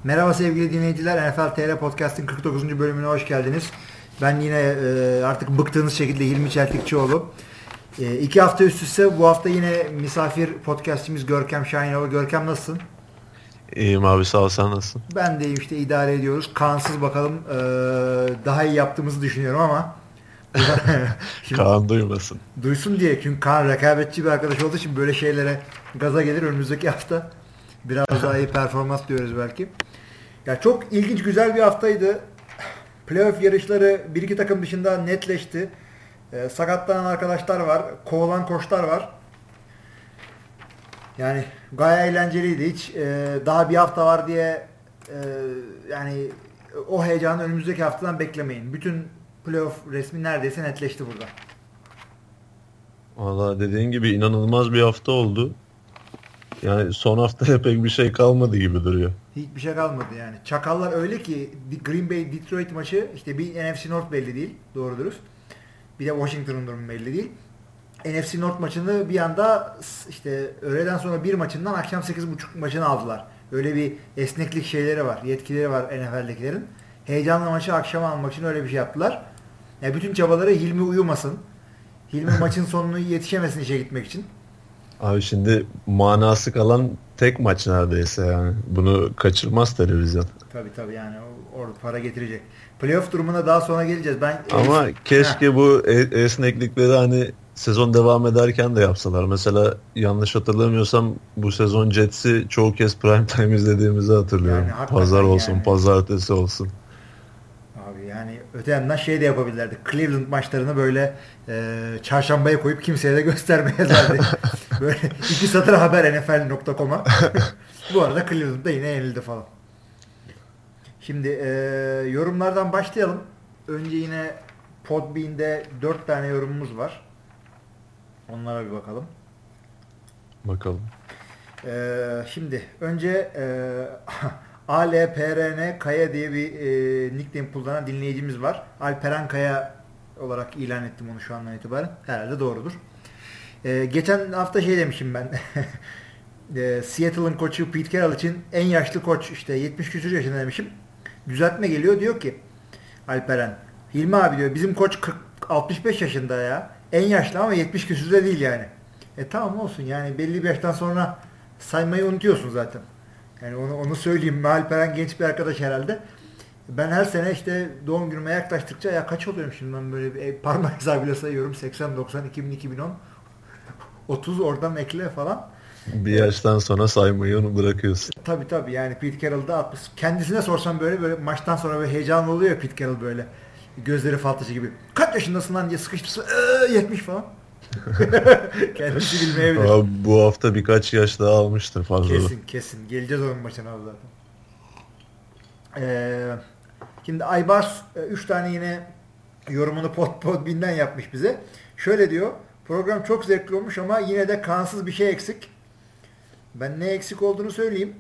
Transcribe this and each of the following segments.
Merhaba sevgili dinleyiciler, NFL TR Podcast'ın 49. bölümüne hoş geldiniz. Ben yine artık bıktığınız şekilde Hilmi Çeltikçioğlu. 2 hafta üst üste bu hafta yine misafir podcastçimiz Görkem Şahinoğlu. Görkem nasılsın? İyiyim abi, sağ ol, sen nasılsın? Ben de işte idare ediyoruz. Kansız bakalım daha iyi yaptığımızı düşünüyorum ama. Kaan duymasın. Duysun diye, çünkü Kaan rekabetçi bir arkadaş olduğu için böyle şeylere gaza gelir. Önümüzdeki hafta biraz daha iyi performans diyoruz belki. Ya çok ilginç, güzel bir haftaydı. Playoff yarışları bir iki takım dışında netleşti. Sakatlanan arkadaşlar var. Kovalan koçlar var. Yani gayet eğlenceliydi. Hiç daha bir hafta var diye yani o heyecanı önümüzdeki haftadan beklemeyin. Bütün playoff resmi neredeyse netleşti burada. Valla dediğin gibi inanılmaz bir hafta oldu. Yani son haftaya pek bir şey kalmadı gibi duruyor. Hiçbir şey kalmadı yani. Çakallar öyle ki Green Bay Detroit maçı, işte bir NFC North belli değil doğru dürüst. Bir de Washington'un durumu belli değil. NFC North maçını bir anda işte öğleden sonra bir maçından akşam 8.30 maçını aldılar. Öyle bir esneklik şeyleri var, yetkileri var NFL'dekilerin. Heyecanlı maçı akşama almak için öyle bir şey yaptılar. Yani bütün çabaları Hilmi uyumasın. Hilmi maçın sonunu yetişemesin işe gitmek için. Abi şimdi manası kalan tek maç neredeyse yani. Bunu kaçırmaz televizyon. Tabii yani orada para getirecek. Playoff durumuna daha sonra geleceğiz. Ama keşke bu esneklikleri hani sezon devam ederken de yapsalar. Mesela yanlış hatırlamıyorsam bu sezon Jets'i çoğu kez prime time izlediğimizi hatırlıyorum. Yani Pazar olsun, yani. pazartesi olsun. Abi yani öte yandan şey de yapabilirlerdi. Cleveland maçlarını böyle çarşambaya koyup kimseye de göstermeyezlerdi. Böyle 2 satır haber NFL.com'a. Bu arada Cleveland'da yine yenildi falan. Şimdi yorumlardan başlayalım. Önce yine Podbean'de 4 tane yorumumuz var. Onlara bir bakalım. Bakalım. Şimdi önce ALPRN Kaya diye bir nickname kullanan dinleyicimiz var. Alperen Kaya olarak ilan ettim onu şu andan itibaren. Herhalde doğrudur. Geçen hafta şey demişim ben. Seattle'ın koçu Pete Carroll için en yaşlı koç, işte 70 küsur yaşında demişim. Düzeltme geliyor, diyor ki Alperen, Hilmi abi diyor, bizim koç 65 yaşında ya. En yaşlı ama 70 küsürde değil yani. Tamam olsun yani, belli bir yaştan sonra saymayı unutuyorsun zaten. Yani onu söyleyeyim. Alperen genç bir arkadaş herhalde. Ben her sene işte doğum günüme yaklaştıkça ya kaç oluyorum şimdi, ben böyle parmak hesabıyla sayıyorum. 80, 90, 2000, 2010, 30 oradan ekle falan. Bir yaştan sonra saymayı onu bırakıyorsun. Tabii yani Pete Carroll'da 60. Kendisine sorsam böyle maçtan sonra böyle heyecanlı oluyor ya Pete Carroll, böyle gözleri fal taşı gibi. Kaç yaşındasın lan diye sıkıştırsa 70 falan. Kendisi bilmeyebilir. Abi, bu hafta birkaç yaş daha almıştır fazla. Kesin. Geleceğiz onun maçına zaten. Şimdi Aybars 3 tane yine yorumunu Podbean'den yapmış bize. Şöyle diyor. Program çok zevkli olmuş ama yine de kansız bir şey eksik. Ben ne eksik olduğunu söyleyeyim.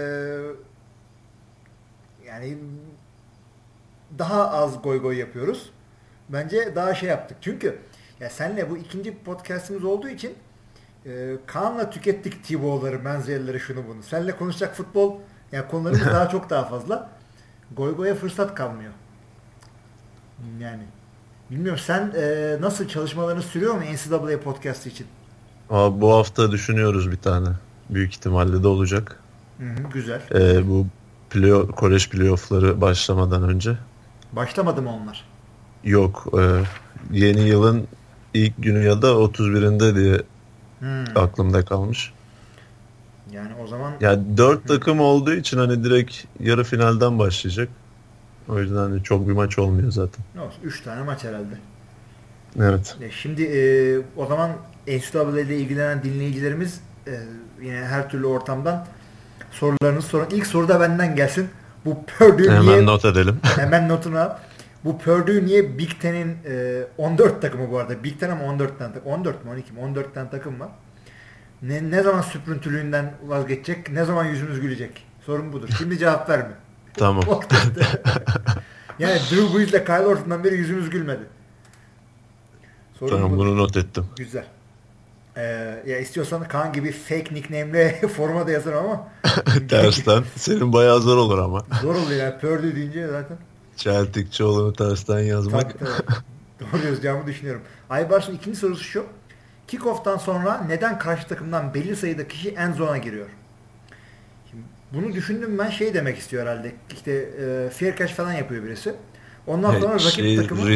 Yani daha az goy yapıyoruz. Bence daha şey yaptık. Çünkü ya senle bu ikinci podcastimiz olduğu için Kaan'la tükettik T-Bow'ları, Menzelleri, şunu bunu. Seninle konuşacak futbol, yani konularımız daha fazla. Goy'a fırsat kalmıyor. Yani bilmiyorum, sen nasıl, çalışmalarını sürüyor mu NCAA podcast için? Abi, bu hafta düşünüyoruz bir tane. Büyük ihtimalle de olacak. Güzel. Bu kolej playoff'ları başlamadan önce. Başlamadı mı onlar? Yok. Yeni yılın ilk günü ya da 31'inde diye aklımda kalmış. Yani o zaman... Yani 4 takım olduğu için hani direkt yarı finalden başlayacak. O yüzden hani çok bir maç olmuyor zaten. Ne olsun, 3 tane maç herhalde. Evet. Şimdi o zaman NCAA ile ilgilenen dinleyicilerimiz yine her türlü ortamdan sorularınızı sorun. İlk soru da benden gelsin. Bu Purdue hemen not edelim. Hemen notunu al. Bu Purdue niye Big Ten'in 14 takımı bu arada. Big Ten ama 14 tane takım. 14 mi 12 mi? 14 tane takım var. Ne zaman süprüntülüğünden vazgeçecek? Ne zaman yüzümüz gülecek? Sorun budur. Şimdi cevap verme. Tamam. Yani Drew Brees ile Kyle Orton'dan beri yüzümüz gülmedi. Sorun tamam budur. Bunu not ettim. Güzel. Ya istiyorsan Kaan gibi fake nickname'le foruma da yazarım ama Tersten. Senin bayağı zor olur ama. zor oluyor yani. Purdue deyince zaten. Çeltikçioğlu'nu tersten yazmak. Tabii. Doğru yazacağımı düşünüyorum. Aybars'ın ikinci sorusu şu. Kickoff'tan sonra neden karşı takımdan belli sayıda kişi end zone'a giriyor? Şimdi bunu düşündüm ben, şey demek istiyor herhalde. İşte fair catch falan yapıyor birisi. Ondan sonra rakip takımı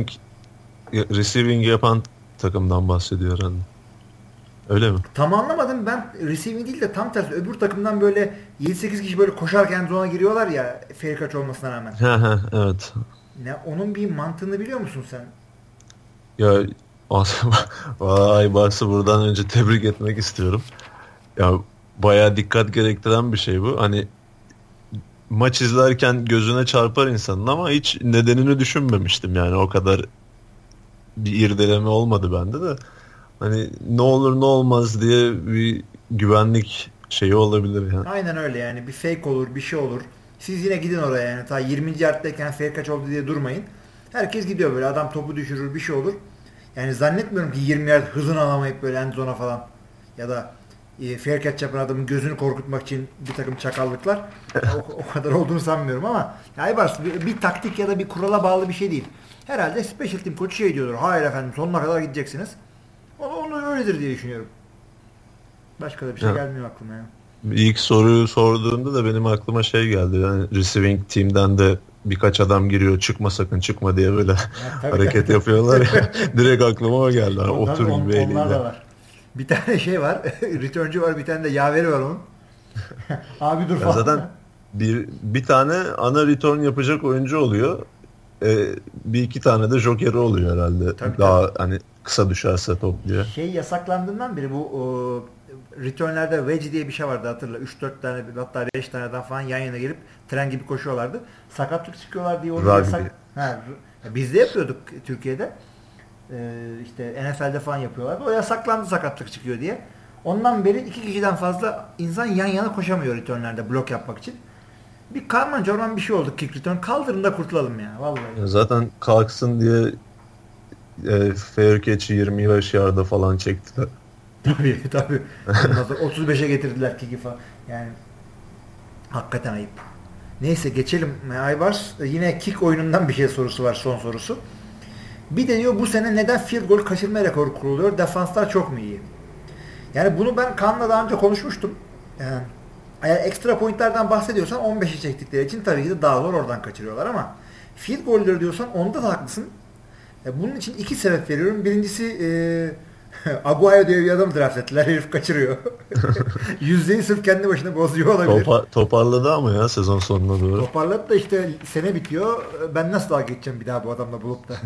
Receiving yapan takımdan bahsediyor herhalde. Öyle mi? tam anlamadım ben, receiving değil de tam tersi. Öbür takımdan böyle 7-8 kişi böyle koşarken zone'a giriyorlar ya, fair catch olmasına rağmen. Evet. Ne, onun bir mantığını biliyor musun sen? Ya vay Bars'ı buradan önce tebrik etmek istiyorum. Ya bayağı dikkat gerektiren bir şey bu. Hani maç izlerken gözüne çarpar insanın ama hiç nedenini düşünmemiştim yani, o kadar bir irdeleme olmadı bende de. Hani ne olur ne olmaz diye bir güvenlik şeyi olabilir yani. Aynen öyle yani, bir fake olur, bir şey olur. Siz yine gidin oraya yani, ta 20. yardtayken fair catch oldu diye durmayın. Herkes gidiyor böyle, adam topu düşürür, bir şey olur. Yani zannetmiyorum ki 20 yard hızını alamayıp böyle end zone'a falan ya da fair catch yapan adamın gözünü korkutmak için bir takım çakallıklar. O kadar olduğunu sanmıyorum ama Aybars bir taktik ya da bir kurala bağlı bir şey değil. Herhalde special team koçu şey diyordur. Hayır efendim, sonuna kadar gideceksiniz. Onu öyledir diye düşünüyorum. Başka da bir şey gelmiyor aklıma ya. İlk soruyu sorduğunda da benim aklıma şey geldi. Yani receiving team'den de birkaç adam giriyor, çıkma sakın çıkma diye böyle hareket yapıyorlar ya. Direkt aklıma o geldi. Yani oturun bir eliyle. Onlar da var. Bir tane şey var. Return'cu var, bir tane de yaveri var onun. Abi dur falan. Zaten bir tane ana return yapacak oyuncu oluyor. Bir iki tane de joker'i oluyor herhalde. Daha hani kısa düşerse top diye. Şey yasaklandığından beri bu returnlerde wedge diye bir şey vardı, hatırla. 3-4 tane hatta 5 taneden falan yan yana gelip tren gibi koşuyorlardı. Sakatlık çıkıyorlar diye onu yasak. Biz de yapıyorduk Türkiye'de. İşte NFL'de falan yapıyorlardı. O yasaklandı, sakatlık çıkıyor diye. Ondan beri 2 kişiden fazla insan yan yana koşamıyor returnlerde blok yapmak için. Bir karman çorman bir şey oldu kick return. Kaldırın da kurtulalım ya vallahi. Zaten kalksın diye fair catch'i 25 yarda falan çektiler. Tabii. Ondan sonra 35'e getirdiler kick'i falan. Yani hakikaten ayıp. Neyse geçelim. Aybars yine kick oyunundan bir şey sorusu var, son sorusu. Bir de diyor, bu sene neden field goal kaçırma rekoru kuruluyor? Defanslar çok mu iyi? Yani bunu ben Kaan'la daha önce konuşmuştum. Yani eğer ekstra pointlerden bahsediyorsan 15'i çektikleri için tabii ki de daha zor, oradan kaçırıyorlar ama field goal'leri diyorsan onda da haklısın. Bunun için iki sebep veriyorum. Birincisi Aguayo diye bir adam draft ettiler. Herif kaçırıyor. Yüzdeyi sırf kendi başına bozuyor olabilir. Toparladı ama ya sezon sonuna doğru. Toparladı da işte sene bitiyor. Ben nasıl daha geçeceğim bir daha bu adamla bulup da.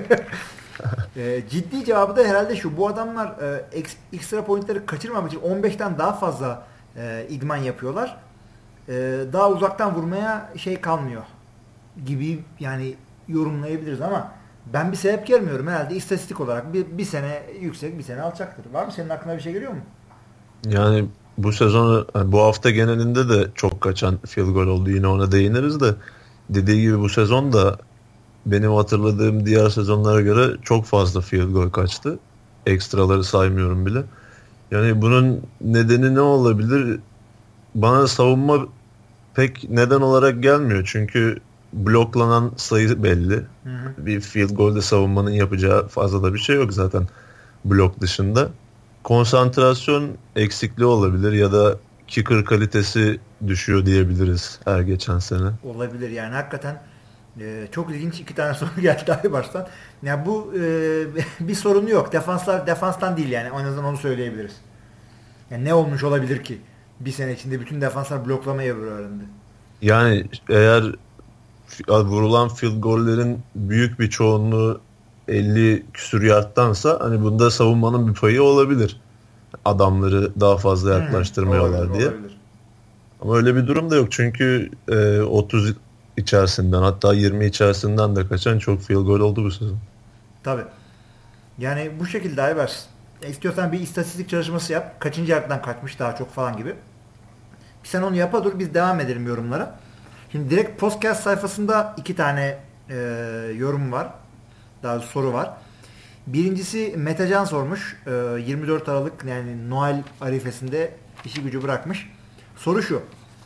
Ciddi cevabı da herhalde şu. Bu adamlar ekstra pointleri kaçırmamak için 15'ten daha fazla idman yapıyorlar. Daha uzaktan vurmaya şey kalmıyor gibi yani yorumlayabiliriz ama ben bir sebep görmüyorum. Herhalde istatistik olarak bir sene yüksek, bir sene alçaktır. Var mı senin aklına bir şey geliyor mu? Yani bu sezon, bu hafta genelinde de çok kaçan field goal oldu. Yine ona değiniriz de dediği gibi bu sezon da benim hatırladığım diğer sezonlara göre çok fazla field goal kaçtı. Ekstraları saymıyorum bile. Yani bunun nedeni ne olabilir? Bana savunma pek neden olarak gelmiyor. Çünkü bloklanan sayı belli. Hı. Bir field goal'de savunmanın yapacağı fazla da bir şey yok zaten blok dışında. Konsantrasyon eksikliği olabilir ya da kicker kalitesi düşüyor diyebiliriz her geçen sene. Olabilir yani hakikaten çok ilginç iki tane soru geldi Aybars'tan. Yani bu bir sorunu yok. Defanstan değil yani. En azından onu söyleyebiliriz. Yani ne olmuş olabilir ki? Bir sene içinde bütün defanslar bloklamayı öğrendi. Yani eğer vurulan field gollerin büyük bir çoğunluğu 50 küsur yardtansa hani bunda savunmanın bir payı olabilir. Adamları daha fazla yaklaştırmıyorlar diye. Olabilir. Ama öyle bir durum da yok. Çünkü 30 içerisinden hatta 20 içerisinden de kaçan çok field goal oldu bu sezon. Tabii. Yani bu şekilde Aybars. İstiyorsan bir istatistik çalışması yap. Kaçıncı yardtan kaçmış daha çok falan gibi. Sen onu yapa dur, biz devam edelim yorumlara. Şimdi direkt podcast sayfasında iki tane yorum var. Daha soru var. Birincisi Metecan sormuş. 24 Aralık yani Noel arifesinde işi gücü bırakmış. Soru şu.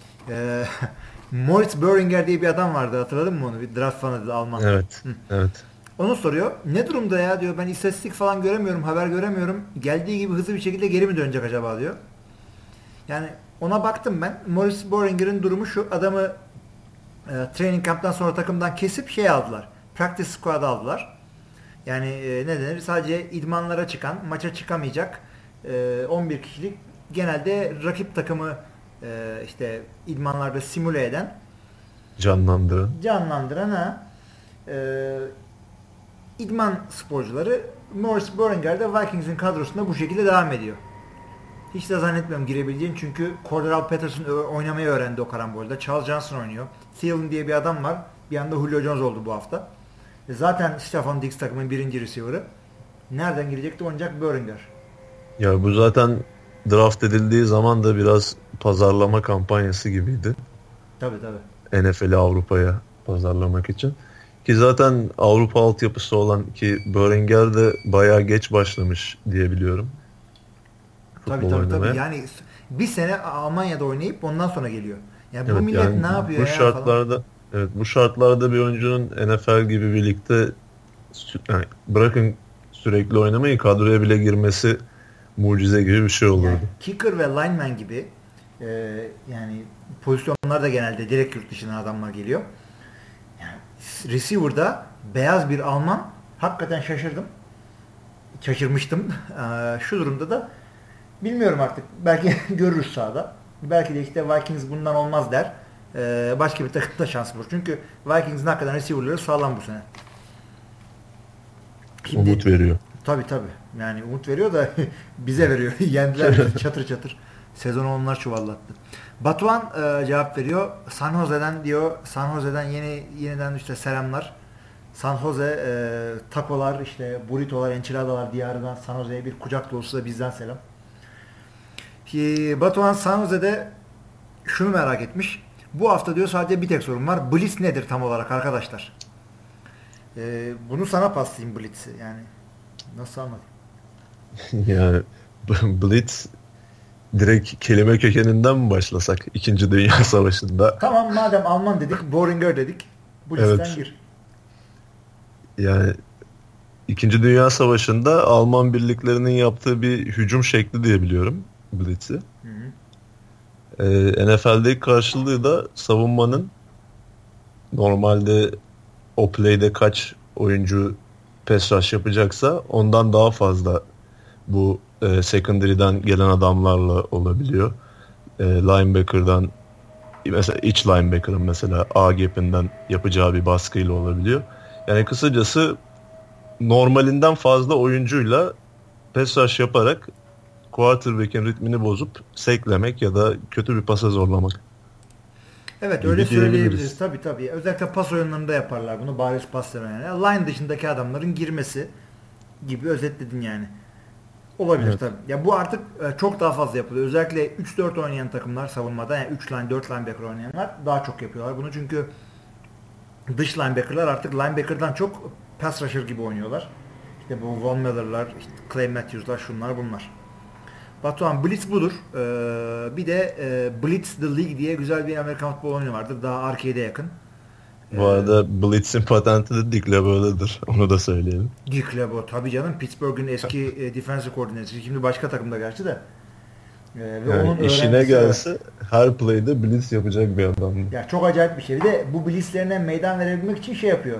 Moritz Böhringer diye bir adam vardı. Hatırladın mı onu? Bir draft fanıydı Alman. Evet. Evet. Onu soruyor. Ne durumda ya diyor. Ben istatistik falan göremiyorum. Haber göremiyorum. Geldiği gibi hızlı bir şekilde geri mi dönecek acaba diyor. Yani ona baktım ben. Moritz Böhringer'in durumu şu. Adamı training camp'tan sonra takımdan kesip şey aldılar. Practice squad'a aldılar. Yani ne denir? Sadece idmanlara çıkan, maça çıkamayacak 11 kişilik genelde rakip takımı işte idmanlarda simüle eden canlandıran idman sporcuları. Moritz Böhringer de Vikings'in kadrosunda bu şekilde devam ediyor. Hiç de zannetmiyorum girebileceğini çünkü Cordell Patterson oynamayı öğrendi o karambolda. Charles Johnson oynuyor. Thielen diye bir adam var. Bir anda Julio Jones oldu bu hafta. Zaten Stefan Diggs takımın birinci receiver'ı. Nereden girecekti oynayacak Böhringer. Ya bu zaten draft edildiği zaman da biraz pazarlama kampanyası gibiydi. Tabii. NFL'i Avrupa'ya pazarlamak için. Ki zaten Avrupa altyapısı olan ki Böhringer de bayağı geç başlamış diye biliyorum. Tabii. Yani bir sene Almanya'da oynayıp ondan sonra geliyor. Yani evet, bu millet yani ne yapıyor bu ya şartlarda falan. evet bu şartlarda bir oyuncunun NFL gibi birlikte yani bırakın sürekli oynamayı kadroya bile girmesi mucize gibi bir şey olurdu. Yani kicker ve lineman gibi yani pozisyonlarda genelde direkt yurt dışından adamlar geliyor. Yani receiver'da beyaz bir Alman hakikaten şaşırdım. Şaşırmıştım. Şu durumda da bilmiyorum artık. Belki görürüz sahada. Belki de işte Vikings bundan olmaz der. Başka bir takımda şans bulur. Çünkü Vikings'in hakikaten receiver'ları sağlam bu sene. Şimdi, umut veriyor. Tabii. Yani umut veriyor da bize veriyor. Yendiler çatır çatır. Sezonu onlar çuvallattı. Batuhan cevap veriyor. San Jose'den diyor. San Jose'den yeniden işte selamlar. San Jose takolar işte burritolar, enchiladalar diyarından San Jose'ye bir kucak dolusu da bizden selam. Batuhan San Jose'de şunu merak etmiş. Bu hafta diyor sadece bir tek sorun var. Blitz nedir tam olarak arkadaşlar? Bunu sana paslayayım Blitz'i. Yani nasıl anlatayım? Yani Blitz direkt kelime kökeninden mi başlasak? İkinci Dünya Savaşı'nda. Tamam madem Alman dedik, Böhringer dedik. Blitz'ten evet. gir. Yani İkinci Dünya Savaşı'nda Alman birliklerinin yaptığı bir hücum şekli diye biliyorum Blitz'i. NFL'deki karşılığı da savunmanın normalde o play'de kaç oyuncu pass rush yapacaksa ondan daha fazla bu secondary'den gelen adamlarla olabiliyor. Linebacker'dan mesela iç linebacker'ın mesela A gap'inden yapacağı bir baskıyla olabiliyor. Yani kısacası normalinden fazla oyuncuyla pass rush yaparak quarterback'in ritmini bozup seklemek ya da kötü bir pasa zorlamak. Evet öyle söyleyebiliriz. Tabii. Özellikle pas oyunlarında yaparlar bunu. Bariz pas yani. Line dışındaki adamların girmesi gibi özetledin yani. Olabilir evet. Tabii. Ya bu artık çok daha fazla yapılıyor. Özellikle 3-4 oynayan takımlar savunmada yani 3 line 4 linebacker oynayanlar daha çok yapıyorlar bunu çünkü dış linebacker'lar artık linebacker'dan çok pass rusher gibi oynuyorlar. İşte bu Von Miller'lar, işte Clay Matthews'lar şunlar bunlar. Batuhan Blitz budur. Bir de Blitz the League diye güzel bir Amerikan futbol oyunu vardır. Daha arcade'e yakın. Bu arada Blitz'in patenti de Dick LeBeau'dadır. Onu da söyleyelim. Dick LeBeau tabii canım. Pittsburgh'ün eski defensive koordinatörü. Şimdi başka takımda gerçi de. Ve yani onun işine gelse her play'de blitz yapacak bir adam. Ya çok acayip bir şey. Bir de bu blitzlerine meydan verebilmek için şey yapıyor.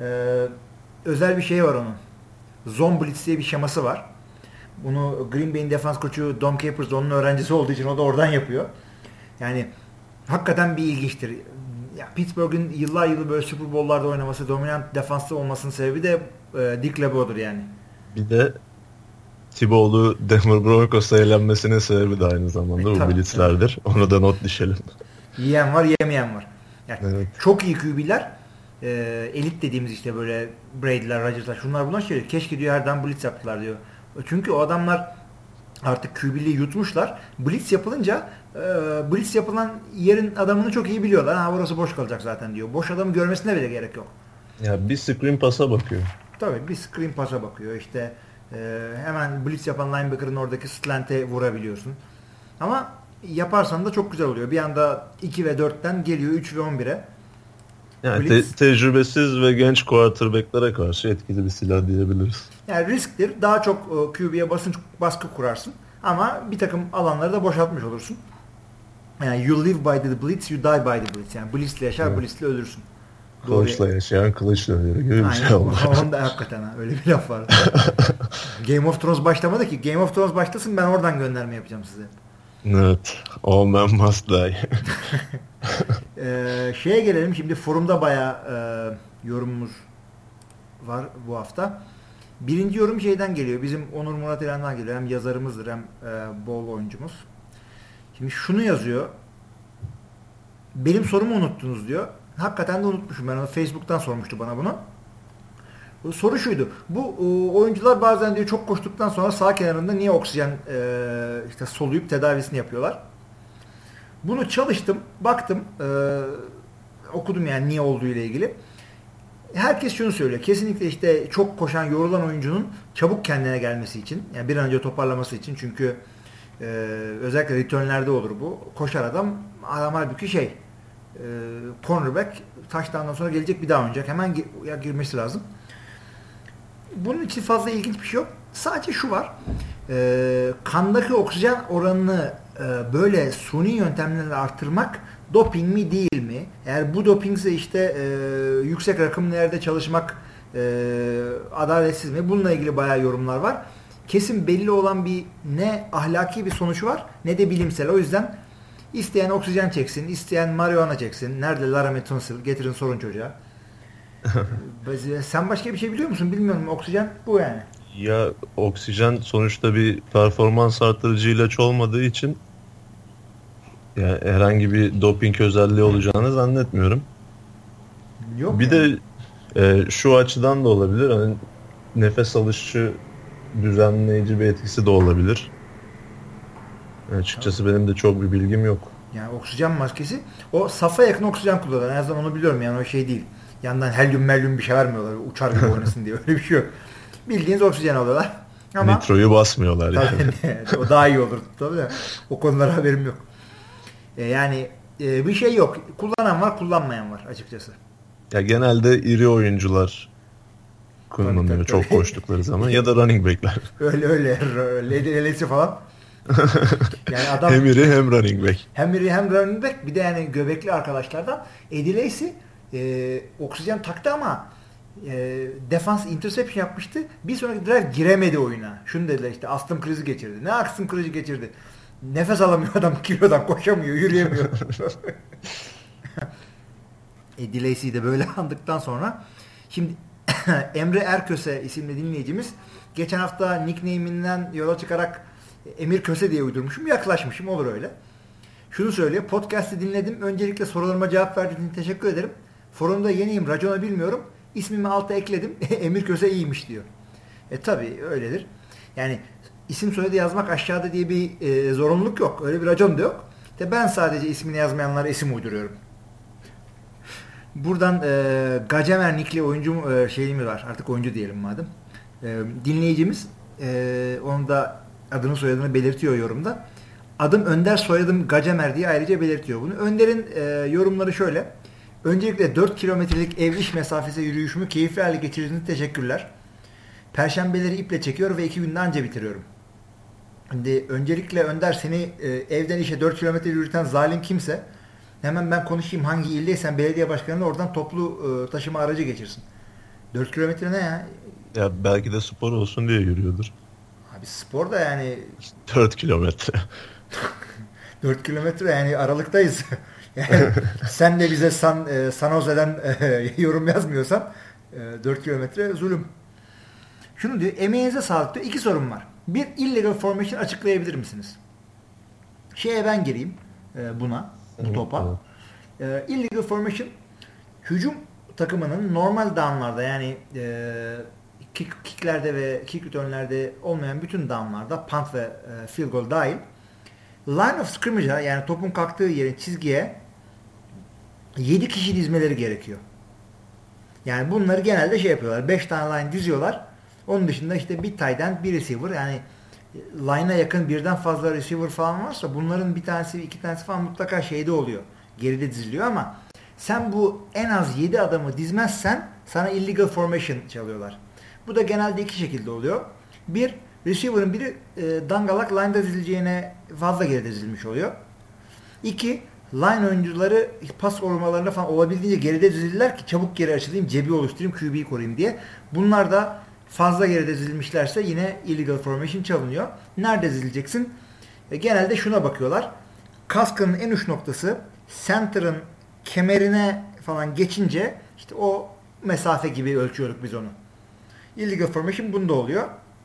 Özel bir şey var onun. Zone blitz diye bir şeması var. Bunu Green Bay'in defans koçu Dom Capers onun öğrencisi olduğu için o da oradan yapıyor. Yani hakikaten bir ilginçtir. Ya Pittsburgh'ün yıllar böyle Super Bowl'larda oynaması, dominant defanslı olmasının sebebi de Dick LeBeau'dur yani. Bir de Thibodeau Denver Broncos'a eğlenmesinin sebebi de aynı zamanda bu blitzlerdir. Onu da not düşelim. Yiyen var, yemeyen var. Yani evet. Çok iyi QB'ler elit dediğimiz işte böyle Brady'ler, Rodgers'lar şunlar bunlar şey keşke diyor herden blitz yaptılar diyor. Çünkü o adamlar artık QB'liği yutmuşlar. Blitz yapılınca blitz yapılan yerin adamını çok iyi biliyorlar. Ha burası boş kalacak zaten diyor. Boş adamı görmesine bile gerek yok. Ya bir screen pasa bakıyor. Tabii bir screen pass'a bakıyor. İşte hemen blitz yapan linebacker'ın oradaki slant'e vurabiliyorsun. Ama yaparsan da çok güzel oluyor. Bir anda 2 ve 4'ten geliyor 3 ve 11'e. Yani tecrübesiz ve genç quarterback'lere karşı etkili bir silah diyebiliriz. Yani risktir. Daha çok QB'ye baskı kurarsın. Ama bir takım alanları da boşaltmış olursun. Yani you live by the blitz, you die by the blitz. Yani blitzle yaşar, blitzle ölürsün. Kılıçla yaşayan kılıçla ölür gibi bir şey oldu. Onda hakikaten öyle bir laf var. Game of Thrones başlamadı ki. Game of Thrones başlasın, ben oradan gönderme yapacağım size. Evet. All men must die. Şeye gelelim. Şimdi forumda bayağı yorumumuz var bu hafta. Birinci yorum şeyden geliyor. Bizim Onur Murat İlhan'dan geliyor. Hem yazarımızdır hem bol oyuncumuz. Şimdi şunu yazıyor. Benim sorumu unuttunuz diyor. Hakikaten de unutmuşum. Ben onu Facebook'tan sormuştu bana bunu. Soru şuydu. Bu oyuncular bazen diyor çok koştuktan sonra sağ kenarında niye oksijen işte soluyup tedavisini yapıyorlar. Bunu çalıştım, baktım, okudum yani niye olduğu ile ilgili. Herkes şunu söylüyor. Kesinlikle işte çok koşan, yorulan oyuncunun çabuk kendine gelmesi için, yani bir an önce toparlaması için. Çünkü özellikle returnlerde olur bu. Koşar adam halbuki cornerback touchdown'dan sonra gelecek bir daha oynayacak. Hemen girmesi lazım. Bunun için fazla ilginç bir şey yok. Sadece şu var. Kandaki oksijen oranını böyle suni yöntemlerle arttırmak doping mi değil mi? Eğer bu dopingse işte yüksek rakımlarda çalışmak adaletsiz mi? Bununla ilgili bayağı yorumlar var. Kesin belli olan bir ne ahlaki bir sonuç var ne de bilimsel. O yüzden isteyen oksijen çeksin, isteyen marihuana çeksin. Nerede Laramie Tunsil? Getirin sorun çocuğa. Sen başka bir şey biliyor musun? Bilmiyorum. Oksijen bu yani. Ya oksijen sonuçta bir performans artırıcı ilaç olmadığı için yani herhangi bir doping özelliği olacağını zannetmiyorum. Yok bir yani. De şu açıdan da olabilir. Hani nefes alışı düzenleyici bir etkisi de olabilir. Açıkçası benim de çok bir bilgim yok. Yani oksijen maskesi o safa yakın oksijen kullanıyorlar. En azından onu biliyorum yani o şey değil. Yandan helyum bir şey vermiyorlar. Uçar gibi oynasın diye. Öyle bir şey yok. Bildiğiniz oksijen alıyorlar. Ama nitroyu basmıyorlar yani. O daha iyi olur tabii de. O konulara haberim yok. Bir şey yok. Kullanan var, kullanmayan var açıkçası. Ya genelde iri oyuncular kullanıyor tabii. Çok koştukları zaman ya da running back'ler. Öyle. LDL'si falan. Yani adam hem iri hem running back. Hem iri hem running back. Bir de yani göbekli arkadaşlardan Eddie Lacy oksijen taktı ama defans interception yapmıştı. Bir sonraki drive giremedi oyuna. Şunu dediler işte astım krizi geçirdi. Ne astım krizi geçirdi? Nefes alamıyor adam, kilodan koşamıyor, yürüyemiyor. Eddie Lacy'yi de böyle andıktan sonra şimdi Emre Erköse isimli dinleyicimiz geçen hafta nickname'inden yola çıkarak Emir Köse diye uydurmuşum. Yaklaşmışım. Olur öyle. Şunu söylüyor. Podcast'ı dinledim. Öncelikle sorularıma cevap verdiğin için teşekkür ederim. Forumda yeniyim. Racona bilmiyorum. İsmimi alta ekledim. Emir Köse iyiymiş diyor. Tabii öyledir. Yani isim soyadı yazmak aşağıda diye bir zorunluluk yok. Öyle bir racon da yok. Ben sadece ismini yazmayanlara isim uyduruyorum. Buradan Gacemer Nikli oyuncu şeyimiz var. Artık oyuncu diyelim madem. Dinleyicimiz onun da adını soyadını belirtiyor yorumda. Adım Önder, soyadım Gacemer diye ayrıca belirtiyor bunu. Önder'in yorumları şöyle. Öncelikle 4 kilometrelik ev iş mesafesi yürüyüşümü keyifli hale getirdiğiniz teşekkürler. Perşembeleri iple çekiyor ve 2 günde anca bitiriyorum. Şimdi öncelikle Önder seni evden işe 4 kilometre yürüten zalim kimse hemen ben konuşayım hangi ildeysen belediye başkanına oradan toplu taşıma aracı geçirsin. 4 kilometre ne ya? Ya belki de spor olsun diye yürüyordur. Abi spor da yani 4 kilometre. 4 kilometre yani aralıktayız. Yani sen de bize San Jose'den yorum yazmıyorsan 4 kilometre zulüm. Şunu diyor, emeğinize sağlık diyor. 2 sorum var. Bir, illegal formation açıklayabilir misiniz? Ben gireyim bu topa. Illegal formation hücum takımının normal down'larda yani kicklerde ve kick return'lerde olmayan bütün down'larda punt ve field goal dahil line of scrimmage'a yani topun kalktığı yerin çizgiye 7 kişi dizmeleri gerekiyor. Yani bunları genelde şey yapıyorlar. 5 tane line diziyorlar. Onun dışında işte bir tight end, bir receiver. Yani line'a yakın birden fazla receiver falan varsa bunların bir tanesi, iki tanesi falan mutlaka şeyde oluyor. Geride diziliyor ama sen bu en az 7 adamı dizmezsen sana illegal formation çalıyorlar. Bu da genelde iki şekilde oluyor. Bir, receiver'ın biri dangalak line'da dizileceğine fazla geride dizilmiş oluyor. İki, line oyuncuları pas korumalarına falan olabildiğince geride dizilirler ki çabuk geri açılayım, cebi oluşturayım, QB'yi koruyayım diye. Bunlar da fazla geride dizilmişlerse yine illegal formation çalınıyor. Nerede dizileceksin? Genelde şuna bakıyorlar. Kaskının en uç noktası center'ın kemerine falan geçince işte o mesafe gibi ölçüyoruz biz onu. Illegal formation bunda oluyor.